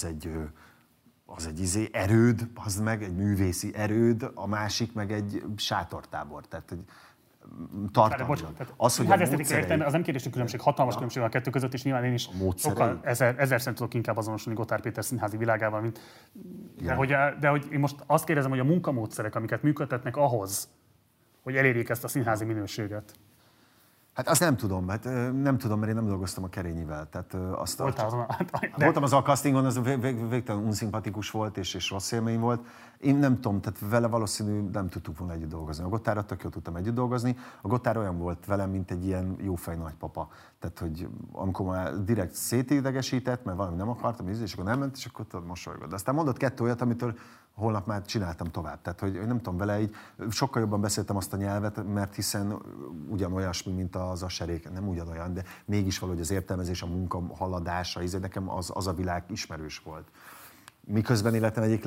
egy erőd, az meg egy művészi erőd, a másik meg egy sátortábor. Tehát egy tartalmilag. Az, hogy az nem kérdés, hogy különbség, hatalmas különbség van a kettő között, és nyilván én is sokkal ezerszer tudok inkább azonosulni Gotthárd Péter színházi világával, mint... De hogy én most azt kérdezem, hogy a munkamódszerek, amiket működtetnek ahhoz, hogy elérjék ezt a színházi minőséget. Hát azt nem tudom, mert én nem dolgoztam a Kerényivel. Voltam az a castingon, az végtelen unszimpatikus volt, és rossz élmény volt. Én nem tudom, tehát vele valószínű nem tudtuk volna együtt dolgozni. A Gotthárddal tök jól tudtam együtt dolgozni. A Gotthárd olyan volt velem, mint egy ilyen jófej nagypapa. Tehát, hogy amikor már direkt szétidegesített, mert valami nem akartam, és akkor nem ment, és akkor tudod, mosolygott. De aztán mondott 2 olyat, amitől holnap már csináltam tovább. Tehát, hogy nem tudom, vele így sokkal jobban beszéltem azt a nyelvet, mert hiszen ugyanolyasmi, mint az aserék, nem ugyanolyan, de mégis valahogy az értelmezés, a munka haladása, nekem az a világ ismerős volt. Miközben életem egyik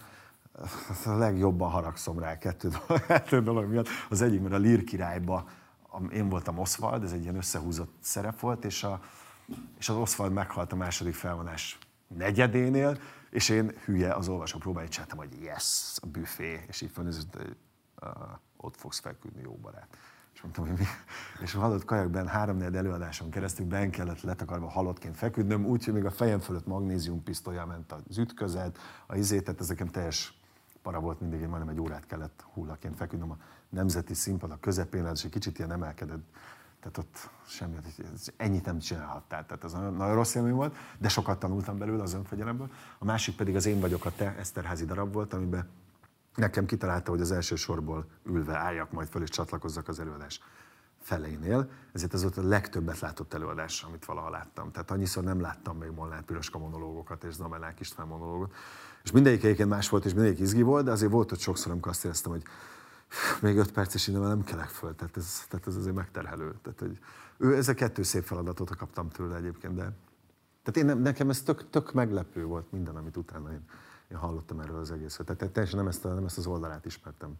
legjobban haragszom rá kettő dolog miatt. Az egyik, mert a Lír királyba én voltam Oswald, ez egy ilyen összehúzott szerep volt, és az Oswald meghalt a második felvonás negyedénél, és én hülye az olvasó próbáját csináltam, hogy yes, a büfé, és így fölnézett, hogy ott fogsz feküdni, jó barát. És mondtam, hogy mi? És a halott kajakban 3-4 előadáson keresztül benn kellett letakarva halottként feküdnöm, úgyhogy még a fejem fölött magnéziumpistollyal ment az ütközet, tehát ez nekem teljes para volt mindig, én majdnem egy órát kellett hullaként feküdnöm a Nemzeti Színpad a közepén, és egy kicsit ilyen emelkedett. Tehát ott semmi, ennyit nem csinálhattál. Tehát ez nagyon rossz élmény volt, de sokat tanultam belőle az önfegyelemből. A másik pedig az Én vagyok a te Eszterházy darab volt, amiben nekem kitalálta, hogy az első sorból ülve álljak majd föl és csatlakozzak az előadás felénél. Ezért ez volt a legtöbbet látott előadás, amit valaha láttam. Tehát annyiszor nem láttam még Molnár Piroska monológokat és Znamenák István monológot. És mindegyik egyébként más volt, és mindegyik izgi volt, de azért volt ott sokszor, amikor azt éreztem, hogy még 5 perces időben nem kelek föl, tehát ez azért megterhelő. Tehát, hogy ez a 2 szép feladatot kaptam tőle egyébként, de tehát nekem ez tök meglepő volt minden, amit utána én hallottam erről az egészet. Tehát teljesen nem ezt az oldalát ismertem.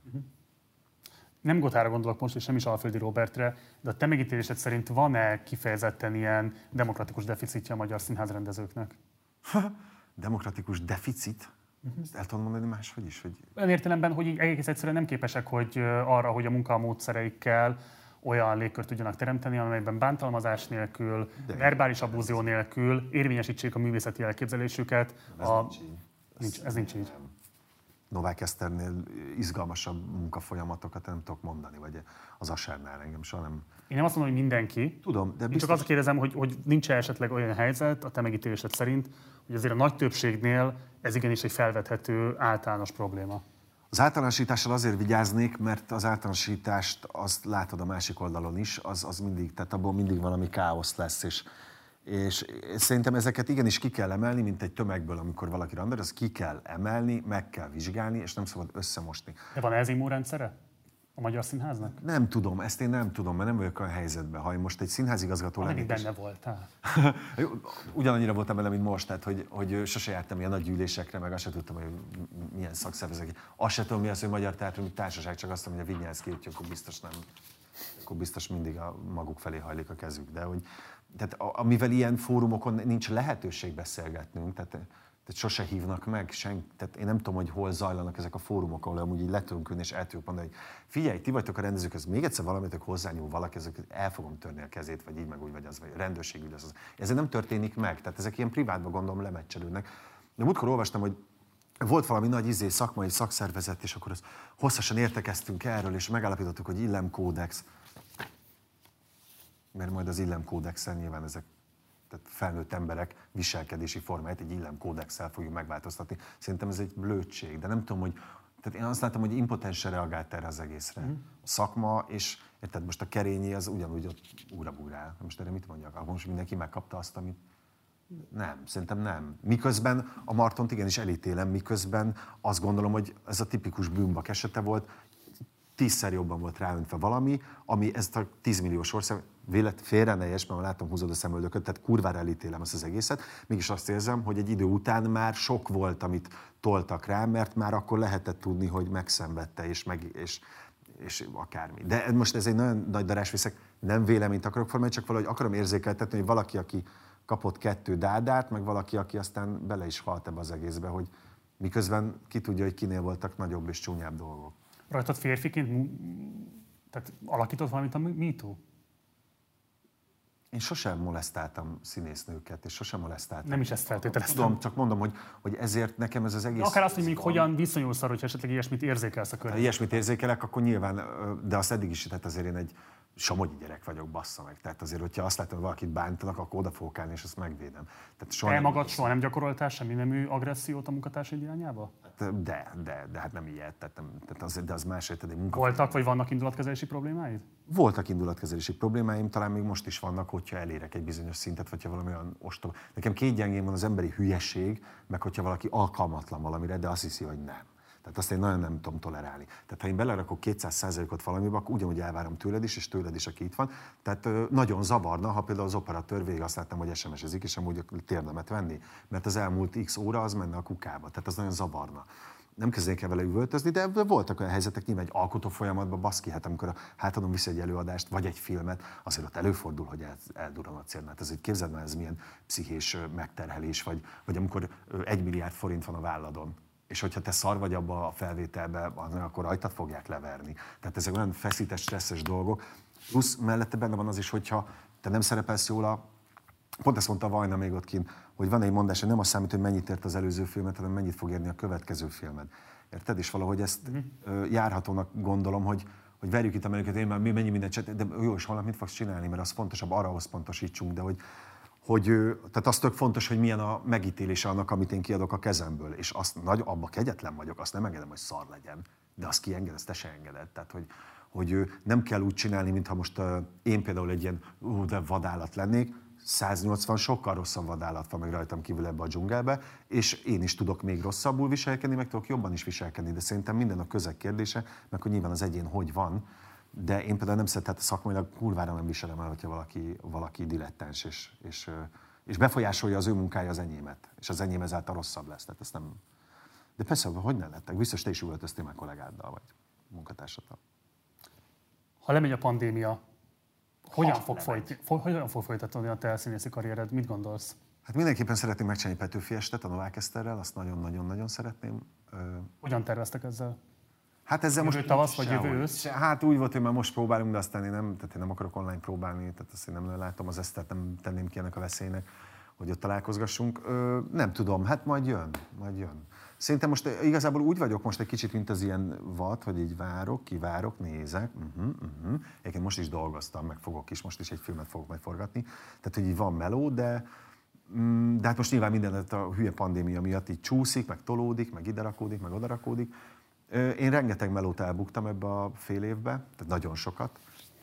Nem Gotthárra gondolok most, és nem is Alföldi Róbertre, de a te megítélésed szerint van-e kifejezetten ilyen demokratikus deficitje a magyar színházrendezőknek? Demokratikus deficit? Ezt el tudom mondani máshogy is? Hogy... Olyan értelemben, hogy egész egyszerűen nem képesek arra, hogy a munkamódszereikkel olyan légkört tudjanak teremteni, amelyben bántalmazás nélkül, verbális abúzió nélkül érvényesítsék a művészeti elképzelésüket. Ez nincs így. Novák Eszternél izgalmasabb munkafolyamatokat nem tudok mondani, vagy az Asernál engem soha nem... Én nem azt mondom, hogy mindenki. Tudom, de biztos... Én csak azt kérdezem, hogy nincs esetleg olyan helyzet, a te megítélésed szerint, hogy azért a nagy többségnél ez igenis egy felvethető általános probléma. Az általánosítással azért vigyáznék, mert az általánosítást azt látod a másik oldalon is, az mindig, tehát abból mindig valami káosz lesz, és szerintem ezeket igenis ki kell emelni, mint egy tömegből, amikor valaki randal, azt ki kell emelni, meg kell vizsgálni, és nem szabad összemosni. De van ez immunrendszere a Magyar Színháznak? Nem tudom, ezt én nem tudom, mert nem vagyok olyan helyzetben. Ha én most egy színházigazgató lennék... benne voltál. Ugyanannyira voltam benne, mint most, tehát hogy sose jártam ilyen nagy gyűlésekre, meg azt sem tudtam, hogy milyen szakszervezetek. Azt sem tudom, mi az, hogy Magyar Teátrumi Társaság, csak azt mondom, hogy a Vinyánszky, akkor biztos nem. Akkor biztos mindig a maguk felé hajlik a kezük. De hogy, tehát amivel ilyen fórumokon nincs lehetőség beszélgetnünk, tehát sose hívnak meg senki. Tehát én nem tudom, hogy hol zajlanak ezek a fórumok, ahol amúgy így le tudunk ülni, és el tudjuk mondani, hogy figyelj, ti vagytok a rendezők, ez még egyszer valamitől hozzányúl valaki, ezeket el fogom törni a kezét, vagy így meg úgy, vagy az, vagy a rendőrségügy az. Ez nem történik meg, tehát ezek ilyen privátban gondolom lemecselődnek. De múltkor olvastam, hogy volt valami nagy szakmai szakszervezet, és akkor hosszasan értekeztünk erről, és megállapítottuk, hogy illemkódex. mert majd az illemkódexen nyilván ezek tehát felnőtt emberek viselkedési formáját egy illemkódexel fogjuk megváltoztatni. Szerintem ez egy blödség, de nem tudom, hogy tehát én azt láttam, hogy impotensen reagált erre az egészre. A szakma, és érted, most a Kerényi az ugyanúgy ott úra-búrál. Most erre mit mondjak? Akkor most mindenki megkapta azt, amit... Nem, szerintem nem. Miközben a Martont igenis elítélem, miközben azt gondolom, hogy ez a tipikus bűnbak esete volt, 10-szer jobban volt ráöntve valami, ami ezt a 10 milliós ország félre ne esd, mert látom húzod a szemöldököt, tehát kurvára elítélem azt az egészet, mégis azt érzem, hogy egy idő után már sok volt, amit toltak rá, mert már akkor lehetett tudni, hogy megszenvedte, és akármi. De most ez egy nagyon nagy darásviszek, nem véleményt akarok formálni, csak valahogy akarom érzékeltetni, hogy valaki, aki kapott 2 dádát, meg valaki, aki aztán bele is halt ebbe az egészbe, hogy miközben ki tudja, hogy kinél voltak nagyobb és csúnyább dolgok. Rajtad férfiként tehát alakított valamit a MeToo? Én sosem molesztáltam színésznőket, és sosem molesztáltam. Nem is ezt feltételeztem. Tudom, csak mondom, hogy ezért nekem ez az egész... Akár azt, hogy mondjuk hogyan viszonyulsz arra, hogy esetleg ilyesmit érzékelsz a környezetben. Ha ilyesmit érzékelek, akkor nyilván, de azt eddig is, tehát azért én egy somogyi gyerek vagyok, bassza meg. Tehát azért, hogyha azt látom, hogy valakit bántanak, akkor oda fogok állni, és azt megvédem. Te magad soha nem gyakoroltál semmi nemű agressziót a munkatársaid irányába? De hát nem ilyet. De az más, egy Voltak, vagy vannak indulatkezelési problémáid? Voltak indulatkezelési problémáim, talán még most is vannak, hogyha elérek egy bizonyos szintet, vagy ha valami olyan ostoba. Nekem 2 gyengém van, az emberi hülyeség, meg hogyha valaki alkalmatlan valamire, de azt hiszi, hogy nem. Tehát azt én nagyon nem tudom tolerálni. Tehát ha én belerakok 200%-ot valamibe, akkor ugyanúgy elvárom tőled is, és tőled is, aki itt van. Tehát nagyon zavarna, ha például az operatőr végig azt láttam, hogy SMS-ezik, és amúgy a térdemet venni, mert az elmúlt x óra az menne a kukába. Tehát az nagyon zavarna. Nem kezdnék el vele üvöltözni, de voltak olyan helyzetek, nyilván egy alkotó folyamatban, baszki, hát amikor a hátadon viszi egy előadást, vagy egy filmet, azért ott előfordul, hogy eldurran a cél. Hát ez egy képzeld már, ez milyen pszichés megterhelés, vagy amikor 1 milliárd forint van a válladon. És hogyha te szar vagy abba a felvételbe, akkor rajtad fogják leverni. Tehát ezek olyan feszítes, stresszes dolgok. Plusz mellette benne van az is, hogyha te nem szerepelsz jól pont ezt mondta Vajna még ott kint, hogy van egy mondás, hogy nem azt számít, hogy mennyit ért az előző filmet, hanem mennyit fog érni a következő filmed. Érted? És valahogy ezt járhatónak gondolom, hogy verjük itt a menüket, én már mennyi mindent csinálni, de jó, és holnap mit fogsz csinálni, mert az fontosabb, arra pontosítsunk, de tehát az tök fontos, hogy milyen a megítélése annak, amit én kiadok a kezemből, és abba kegyetlen vagyok, azt nem engedem, hogy szar legyen, de azt kienged, azt te se engeded. Tehát, hogy nem kell úgy csinálni, mintha most én például egy ilyen de vadállat lennék, 180 sokkal rosszabb vadállat van meg rajtam kívül ebbe a dzsungelbe, és én is tudok még rosszabbul viselkedni, meg tudok jobban is viselkedni, de szerintem minden a közeg kérdése, meg hogy nyilván az egyén hogy van, de én például nem szeretem, tehát szakmailag kurvára nem viselem el, hogyha valaki dilettáns, és befolyásolja az ő munkája az enyémet, és az enyém ezáltal rosszabb lesz. Tehát ezt nem... De persze, hogy ne lettek? Biztos te is üvöltöztél már kollégáddal, vagy munkatársaddal. Ha lemegy a pandémia, hogyan fog folytatni a te színészi karriered? Mit gondolsz? Hát mindenképpen szeretném megcsinálni Petőfi estet a Novák Eszterrel, azt nagyon-nagyon-nagyon szeretném. Hogyan terveztek ezzel? Hát ezzel jövő tavasz vagy jövő ősz? Hát úgy volt, hogy már most próbálunk, de aztán én nem akarok online próbálni, tehát azt én nem látom az Esztert, nem tenném ki ennek a veszélynek, hogy ott találkozgassunk. Nem tudom, hát majd jön. Szerintem most igazából úgy vagyok most egy kicsit, mint az ilyen vad, hogy így kivárok, nézek. Egyébként most is dolgoztam, meg fogok is, most is egy filmet fogok majd forgatni. Tehát, hogy így van meló, de hát most nyilván minden a hülye pandémia miatt így csúszik, meg tolódik, meg ide rakódik, meg oda rakódik. Én rengeteg melót elbuktam ebbe a fél évbe, tehát nagyon sokat.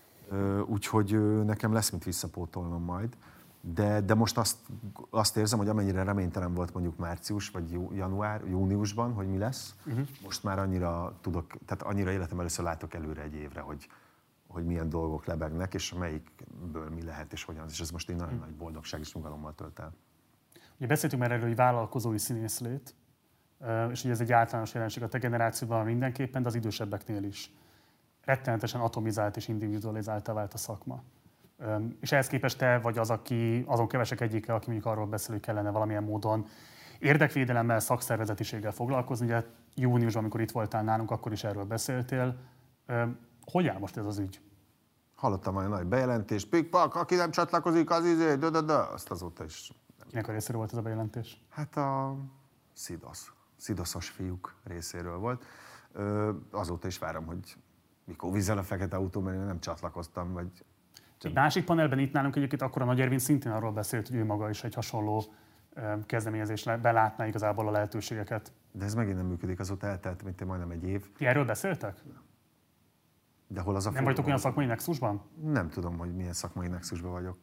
Úgyhogy nekem lesz mit visszapótolnom majd. De most azt érzem, hogy amennyire reménytelen volt mondjuk március vagy júniusban, hogy mi lesz, most már annyira tudok, tehát annyira életem először látok előre egy évre, hogy milyen dolgok lebegnek, és melyikből mi lehet, és hogyan. És ez most egy nagyon nagy boldogság és nyugalommal tölt el. Ugye beszéltünk már erről, hogy vállalkozói színészlét, és ugye ez egy általános jelenség a te generációban mindenképpen, de az idősebbeknél is. Rettenetesen atomizált és individualizáltá vált a szakma. És ehhez képest te vagy az, aki azon kevesek egyike, aki mondjuk arról beszél, hogy kellene valamilyen módon érdekvédelemmel, szakszervezetiséggel foglalkozni. Ugye júniusban, amikor itt voltál nálunk, akkor is erről beszéltél. Hogy áll most ez az ügy? Hallottam olyan nagy bejelentés, pikpak, aki nem csatlakozik, az azt azóta is. Kinek a részéről volt ez a bejelentés? Hát a Szidoszos fiúk részéről volt. Azóta is várom, hogy mikor vízzel a fekete autó, mert én nem csatlakoztam, vagy... Egy másik panelben itt nálunk egyébként akkor a Nagy Ervin szintén arról beszélt, hogy ő maga is egy hasonló kezdeményezésre belátná igazából a lehetőségeket. De ez megint nem működik, azóta eltelt, mint majdnem egy év. Ti erről beszéltek? De hol az a nem vagytok olyan szakmai nexusban? Nem tudom, hogy milyen szakmai nexusban vagyok.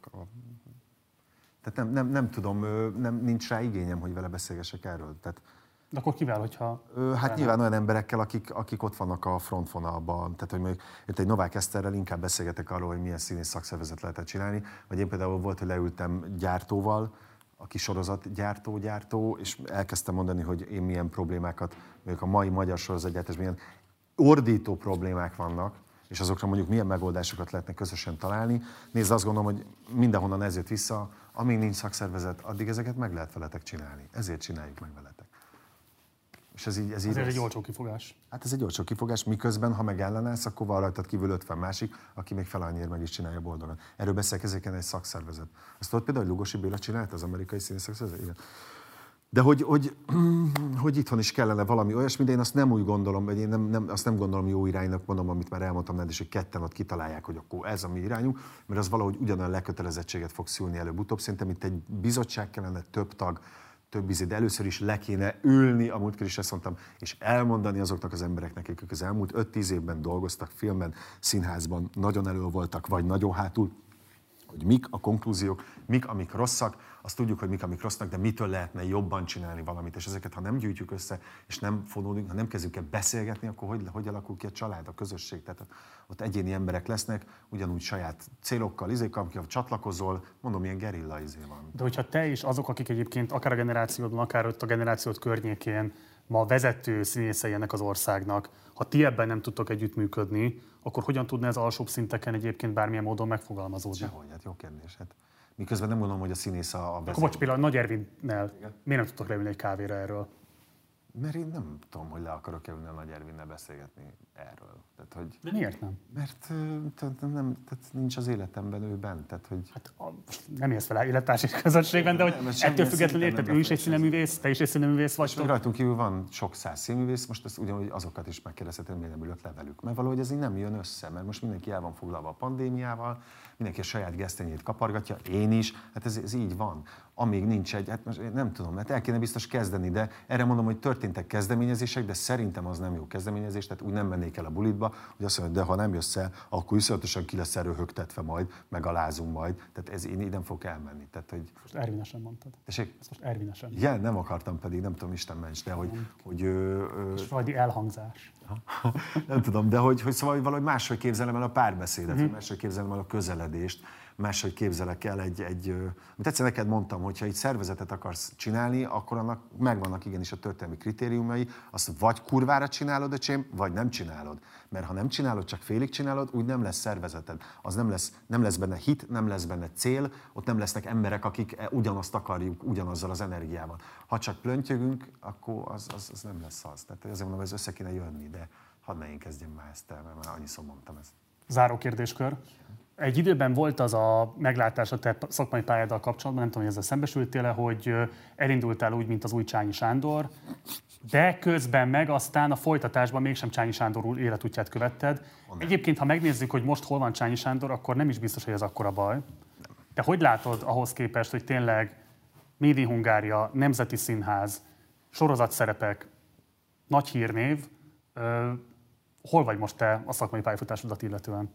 Tehát nem tudom, nincs rá igényem, hogy vele beszélgessek erről. Tehát, de akkor kivel, hogyha... Hát nyilván olyan emberekkel, akik ott vannak a frontvonalban. Tehát, hogy mondjuk egy Novák Eszterrel inkább beszélgetek arról, hogy milyen színész szakszervezet lehetett csinálni. Vagy én például volt, hogy leültem gyártóval, aki sorozatgyártó, és elkezdtem mondani, hogy én milyen problémákat, mondjuk a mai magyar sorozatgyártásban milyen ordító problémák vannak, és azokra mondjuk milyen megoldásokat lehetne közösen találni. Nézd, azt gondolom, hogy mindenhonnan ez jött vissza, amíg nincs szakszervezet, addig ezeket meg lehet veletek csinálni. Ezért csináljuk meg veletek. És ez így ezért egy olcsó kifogás. Hát ez egy olcsó kifogás, miközben, ha meg ellenállsz, akkor van rajtad kívül 50 másik, aki még fel annyiért meg is csinálja boldogan. Erről beszélkezik egy szakszervezet. Azt tudod például, hogy Lugosi Béla csinált az amerikai színész szakszervezet? Igen. De hogy itthon is kellene valami olyasmi, de én azt nem úgy gondolom, vagy én azt nem gondolom jó iránynak, mondom, amit már elmondtam neked, és hogy ketten ott kitalálják, hogy akkor ez a mi irányunk, mert az valahogy ugyanolyan lekötelezettséget fog szülni előbb-utóbb. Szerintem itt egy bizottság kellene, több tag, több ízé, de először is le kéne ülni, a múltkor is ezt mondtam, és elmondani azoknak az embereknek, akik az elmúlt 5-10 évben dolgoztak filmben, színházban, nagyon elő voltak, vagy nagyon hátul, hogy mik a konklúziók, mik amik rosszak, azt tudjuk, hogy mik amik rosszak, de mitől lehetne jobban csinálni valamit, és ezeket, ha nem gyűjtjük össze, és nem fonódunk, ha nem kezdjük el beszélgetni, akkor hogy alakul ki a család, a közösség, tehát ott egyéni emberek lesznek, ugyanúgy saját célokkal, amikor csatlakozol, mondom, ilyen gerilla van. De hogyha te is azok, akik egyébként akár a generációdban, akár ott a generációd környékén ma vezető színészei ennek az országnak, ha ti ebben nem tudtok együttműködni, akkor hogyan tudna ez alsóbb szinteken egyébként bármilyen módon megfogalmazódni? Sehogy, hát jó kérdés. Hát miközben nem gondolom, hogy a színész a vezető. Akkor bocs, például Nagy Ervinnel miért nem tudtok leülni egy kávéra erről? Mert én nem tudom, hogy le akarok ülni a Nagy Ervinnel beszélgetni erről. Tehát, hogy... De miért nem? Mert tehát nincs az életemben ő bent. Tehát, hogy... Hát nem élsz vele élettársi közösségben, de hogy ettől függetlenül érted, ő is egy színeművész, te is egy színeművész vagy. És rajtunk kívül van sok száz színművész, most ezt ugyanúgy azokat is megkérdezhetem, miért nem ülök le velük. Mert valahogy ez így nem jön össze, mert most mindenki el van foglalva a pandémiával, mindenki a saját gesztenyét kapargatja, én is, hát ez így van. Amíg nincs egy, hát most nem tudom, hát el kéne biztos kezdeni, de erre mondom, hogy történtek kezdeményezések, de szerintem az nem jó kezdeményezés, tehát úgy nem mennék el a bulitba, hogy azt mondja, de ha nem jössz el, akkor iszonyatosan ki lesz röhögtetve majd, megalázunk majd, tehát ez én így nem fogok elmenni. Tehát, hogy... Most Ervinesen mondtad. Tessék? Ezt most Ervinesen. Ja, nem akartam pedig, nem tudom, Isten ments, de hogy és frajdi elhangzás. Nem tudom, de hogy szóval valahogy máshogy képzelem el a párbeszédet, máshogy képzelem el a közeledést, máshogy képzelek el amit egyszer neked mondtam, hogy ha egy szervezetet akarsz csinálni, akkor annak megvannak igenis a történelmi kritériumai, azt vagy kurvára csinálod, öcsém, vagy nem csinálod. Mert ha nem csinálod, csak félig csinálod, úgy nem lesz szervezeted. Az nem lesz benne hit, nem lesz benne cél, ott nem lesznek emberek, akik ugyanazt akarjuk, ugyanazzal az energiával. Ha csak plöntyögünk, akkor az nem lesz az. Tehát azért mondom, ez össze kéne jönni, de hadd ne én kezdjem már ezt el, mert már annyiszor mondtam ezt. Záró kérdéskör. Egy időben volt az a meglátás a te szakmai pályáddal kapcsolatban, nem tudom, hogy ezzel szembesültél-e, hogy elindultál úgy, mint az új Csányi Sándor, de közben meg aztán a folytatásban mégsem Csányi Sándor úr életútját követted. Egyébként, ha megnézzük, hogy most hol van Csányi Sándor, akkor nem is biztos, hogy ez akkora baj. De hogy látod ahhoz képest, hogy tényleg Made in Hungária, Nemzeti Színház, sorozatszerepek, nagy hírnév, hol vagy most te a szakmai pályafutásodat illetően?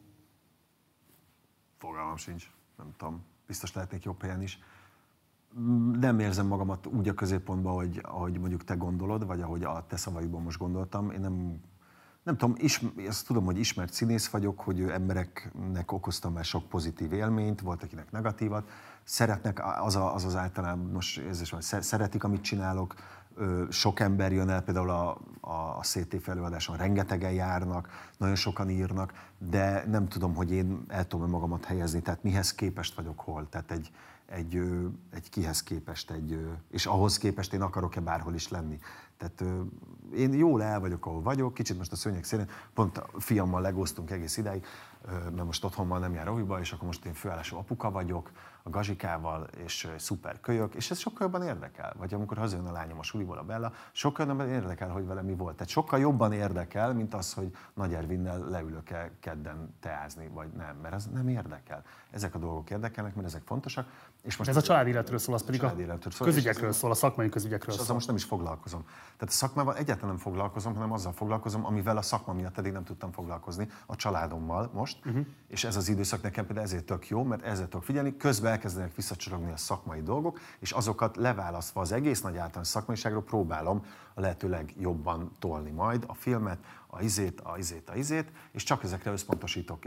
Fogalmam sincs, nem tudom, biztos lehetnék jobb helyen is. Nem érzem magamat úgy a középpontban, ahogy mondjuk te gondolod, vagy ahogy a te szavaidban most gondoltam. Én nem tudom, azt tudom, hogy ismert színész vagyok, hogy embereknek okoztam már sok pozitív élményt, volt akinek negatívat. Szeretnek, az általános érzés, hogy szeretik, amit csinálok. Sok ember jön el, például a CT előadáson rengetegen járnak, nagyon sokan írnak, de nem tudom, hogy én el tudom magamat helyezni, tehát mihez képest vagyok hol. Tehát egy kihez képest, és ahhoz képest én akarok-e bárhol is lenni. Tehát én jól el vagyok, ahol vagyok, kicsit most a szőnyeg szélén, pont a fiammal legóztunk egész idáig, mert most otthonban nem jár óviba, és akkor most én főállású apuka vagyok, a Gazsikával, és szuper kölyök, és ez sokkal jobban érdekel. Vagy amikor hazajön a lányom a suliból, a Bella, sokkal jobban érdekel, hogy vele mi volt. Tehát sokkal jobban érdekel, mint az, hogy Nagy Ervinnel leülök-e kedden teázni, vagy nem, mert ez nem érdekel. Ezek a dolgok érdekelnek, mert ezek fontosak. És most ez a családi életről szól, az pedig a közügyekről szól, a szakmai közügyekről szól. És azzal most nem is foglalkozom. Tehát a szakmával egyáltalán nem foglalkozom, hanem azzal foglalkozom, amivel a szakma miatt eddig nem tudtam foglalkozni, a családommal most. És ez az időszak nekem például ezért tök jó, mert ezzel tudok figyelni, közben elkezdenek visszacsorogni a szakmai dolgok, és azokat leválasztva az egész nagy általános szakmaiságról próbálom a lehető legjobban tolni majd a filmet, a izét, és csak ezekre összpontosítok,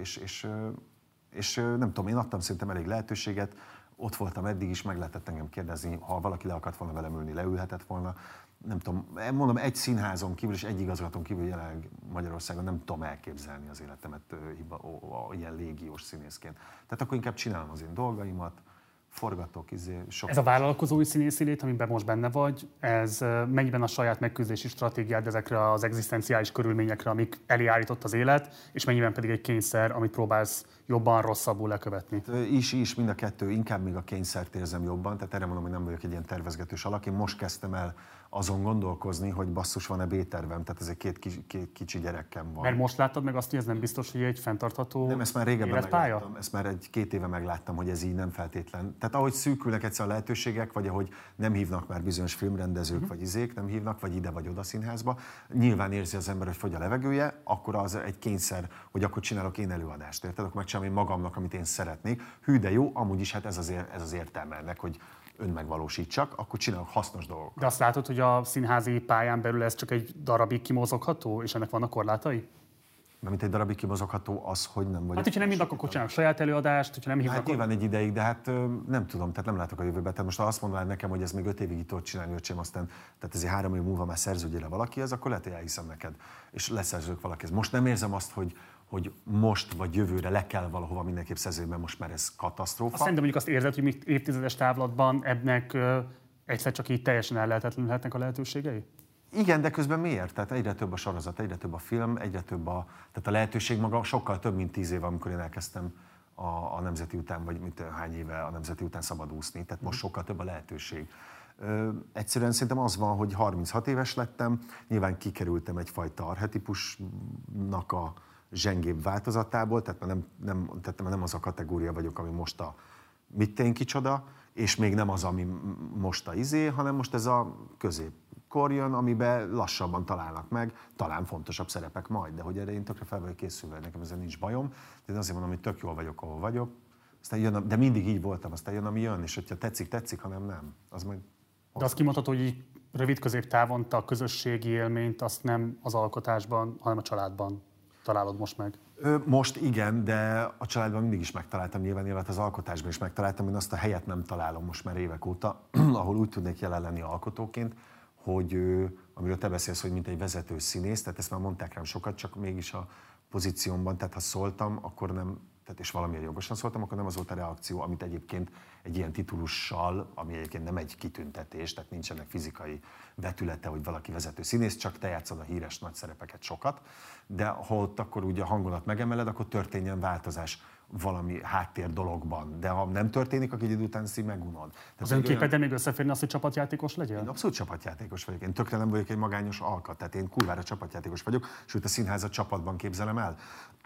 és nem tudom, én adtam szerintem elég lehetőséget, ott voltam eddig is, meg lehetett engem kérdezni, ha valaki le akart volna velem ülni, leülhetett volna. Nem tudom, mondom, egy színházon kívül és egy igazgatón kívül jelenleg Magyarországon nem tudom elképzelni az életemet ilyen légiós színészként. Tehát akkor inkább csinálom az én dolgaimat, forgatok, sok... Ez a vállalkozói színészi lét, amiben most benne vagy, ez mennyiben a saját megküzdési stratégiád ezekre az egzisztenciális körülményekre, amik elé állított az élet, és mennyiben pedig egy kényszer, amit próbálsz jobban, rosszabbul lekövetni? Is, mind a kettő, inkább még a kényszert érzem jobban, tehát erre mondom, hogy nem vagyok egy ilyen tervezgetős alak. Én most kezdtem el azon gondolkozni, hogy basszus, van-e B-tervem, tehát ezek két kicsi gyerekem van. Mert most láttad meg azt, hogy ez nem biztos, hogy egy fenntartható nem, ezt már régebben életpálya? megláttam, ezt már 2 éve megláttam, hogy ez így nem feltétlen. Tehát ahogy szűkülnek egyszer a lehetőségek, vagy ahogy nem hívnak már bizonyos filmrendezők, vagy izék, nem hívnak, vagy ide vagy oda színházba, nyilván érzi az ember, hogy fogy a levegője, akkor az egy kényszer, hogy akkor csinálok én előadást, érted? Akkor megcsinálom én magamnak, amit én szeretnék. Hű, de jó, amúgy is hát ez az értelme ennek, hogy önmegvalósítsak, akkor csinálok hasznos dolgokat. De azt látod, hogy a színházi pályán belül ez csak egy darabig kimozogható, és ennek vannak korlátai? Mint egy darabig kimozogható az, hogy nem vagyok. Hát, hogyha nem hívnak, akkor csinálok saját előadást, hogyha nem hívnak... Hát nyilván egy ideig, de hát nem tudom, tehát nem látok a jövőbe. Tehát most ha azt mondanád nekem, hogy ez még 5 évig itt tudod csinálni, öcsém, aztán tehát ezért 3 év múlva már szerződjél le valakihez, akkor lehet, hogy elhiszem neked, és leszerződök valakihez. Most nem érzem azt, hogy most vagy jövőre le kell valahova mindenképp szerződni, most már ez katasztrófa. Azt mondjuk azt érzed, hogy még évtizedes távlatban ennek egyszer csak így teljesen ellehetetlenülhetnek a lehetőségei? Igen, de közben miért? Tehát egyre több a sorozat, egyre több a film, egyre több tehát a lehetőség maga sokkal több, mint 10 éve, amikor én elkezdtem a Nemzeti után, vagy hány éve a Nemzeti után szabadúszni. Tehát most sokkal több a lehetőség. Egyszerűen szerintem az van, hogy 36 éves lettem, nyilván kikerültem egyfajta archetipusnak a zsengébb változatából, tehát nem az a kategória vagyok, ami most a mit én kicsoda, és még nem az, ami most a hanem most ez a középkor jön, amiben lassabban találnak meg, talán fontosabb szerepek majd, de hogy erre én tökre fel vagyok készülve, nekem ezzel nincs bajom, de azért mondom, hogy tök jól vagyok, ahol vagyok, aztán jön, de mindig így voltam, aztán jön, ami jön, és hogyha tetszik, hanem nem, az majd... De azt kimondható, hogy így rövid középtávon a közösségi élményt azt nem az alkotásban, hanem a családban találod most meg? Most igen, de a családban mindig is megtaláltam, nyilván az alkotásban is megtaláltam, én azt a helyet nem találom most már évek óta, ahol úgy tudnék jelen lenni alkotóként, hogy amiről te beszélsz, hogy mint egy vezető színész, tehát ezt már mondták rám sokat, csak mégis a pozíciómban, tehát ha szóltam, akkor nem, tehát és valamiért jogosan szóltam, akkor nem az volt a reakció, amit egyébként egy ilyen titulussal, ami egyébként nem egy kitüntetés, tehát nincsenek fizikai vetülete, hogy valaki vezető színész, csak te játszod a híres nagy szerepeket sokat, de ha ott akkor ugye a hangolat megemeled, akkor történjen változás valami háttér dologban. De ha nem történik, akkor egy idő után szív megunod. Az önképeden még összeférni azt, hogy csapatjátékos legyen? Én abszolút csapatjátékos vagyok. Én tökre nem vagyok egy magányos alkat. Tehát én kurvára csapatjátékos vagyok, sőt a színházat csapatban képzelem el.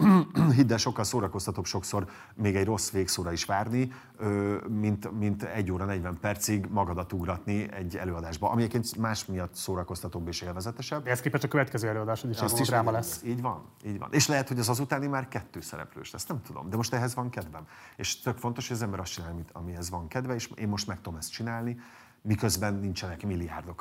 Hidd el, sokkal szórakoztatóbb sokszor még egy rossz végszóra is várni, mint 1 óra 40 percig magadat ugratni egy előadásba, ami egyébként más miatt szórakoztatóbb és élvezetesebb. De ez képest a következő előadásod is egy dráma lesz. Így van. És lehet, hogy az utáni már 2 szereplős, ezt nem tudom, de most ehhez van kedvem. És tök fontos, hogy az ember azt csinál, amihez van kedve, és én most meg tudom ezt csinálni, miközben nincsenek milliárdok a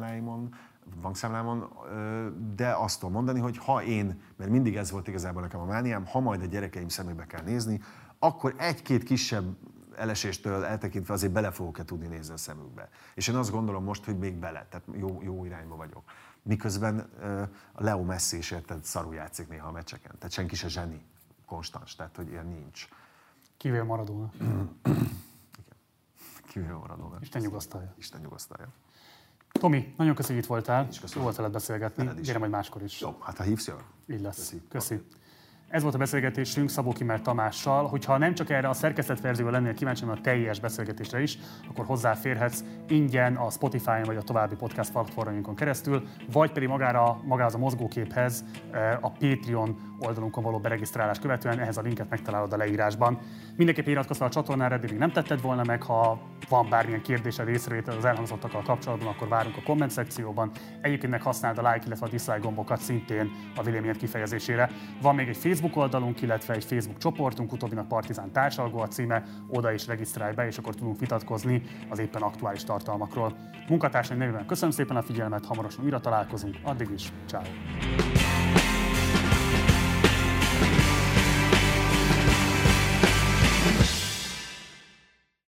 bankszámlámon, de azt tudom mondani, hogy ha én, mert mindig ez volt igazából nekem a mániám, ha majd a gyerekeim szemébe kell nézni, akkor 1-2 kisebb eleséstől eltekintve azért bele fogok-e tudni nézni a szemükbe. És én azt gondolom most, hogy még bele, tehát jó irányba vagyok. Miközben a Leo Messi is érted, szarul játszik néha a meccseken, tehát senki se zseni, konstans, tehát hogy ilyen nincs. Kivéve Maradona. Kivéve Maradona. Isten nyugasztalja. Isten nyugasztalja. Tomi, nagyon köszönjük, hogy itt voltál. Jó volt veled beszélgetni. Veled is. Gyere majd máskor is. Jó, hát ha hívsz, jön. Így lesz. Köszi. Ez volt a beszélgetésünk Szabó Kimmer Tamással. Hogyha nem csak erre a szerkesztett verzióval lennél kíváncsi, hanem a teljes beszélgetésre is, akkor hozzáférhetsz ingyen a Spotify-on vagy a további podcast platformjainkon keresztül, vagy pedig magához a mozgóképhez a Patreon oldalunkon való beregisztrálás követően, ehhez a linket megtalálod a leírásban. Mindenképp iratkozz fel a csatornára, eddig még nem tetted volna meg, ha van bármilyen kérdésed, észrevétel az elhangzottakkal kapcsolatban, akkor várunk a komment szekcióban. Egyébként meg használd a like, illetve a dislike gombokat szintén a véleményed kifejezésére. Van még egy Facebook oldalunk, illetve egy Facebook csoportunk, utóbbinak Partizán társalgó a címe, oda is regisztrálj be, és akkor tudunk vitatkozni az éppen aktuális tartalmakról. Munkatársaim nevében köszönöm szépen a figyelmet, hamarosan újra találkozunk, addig is, ciao.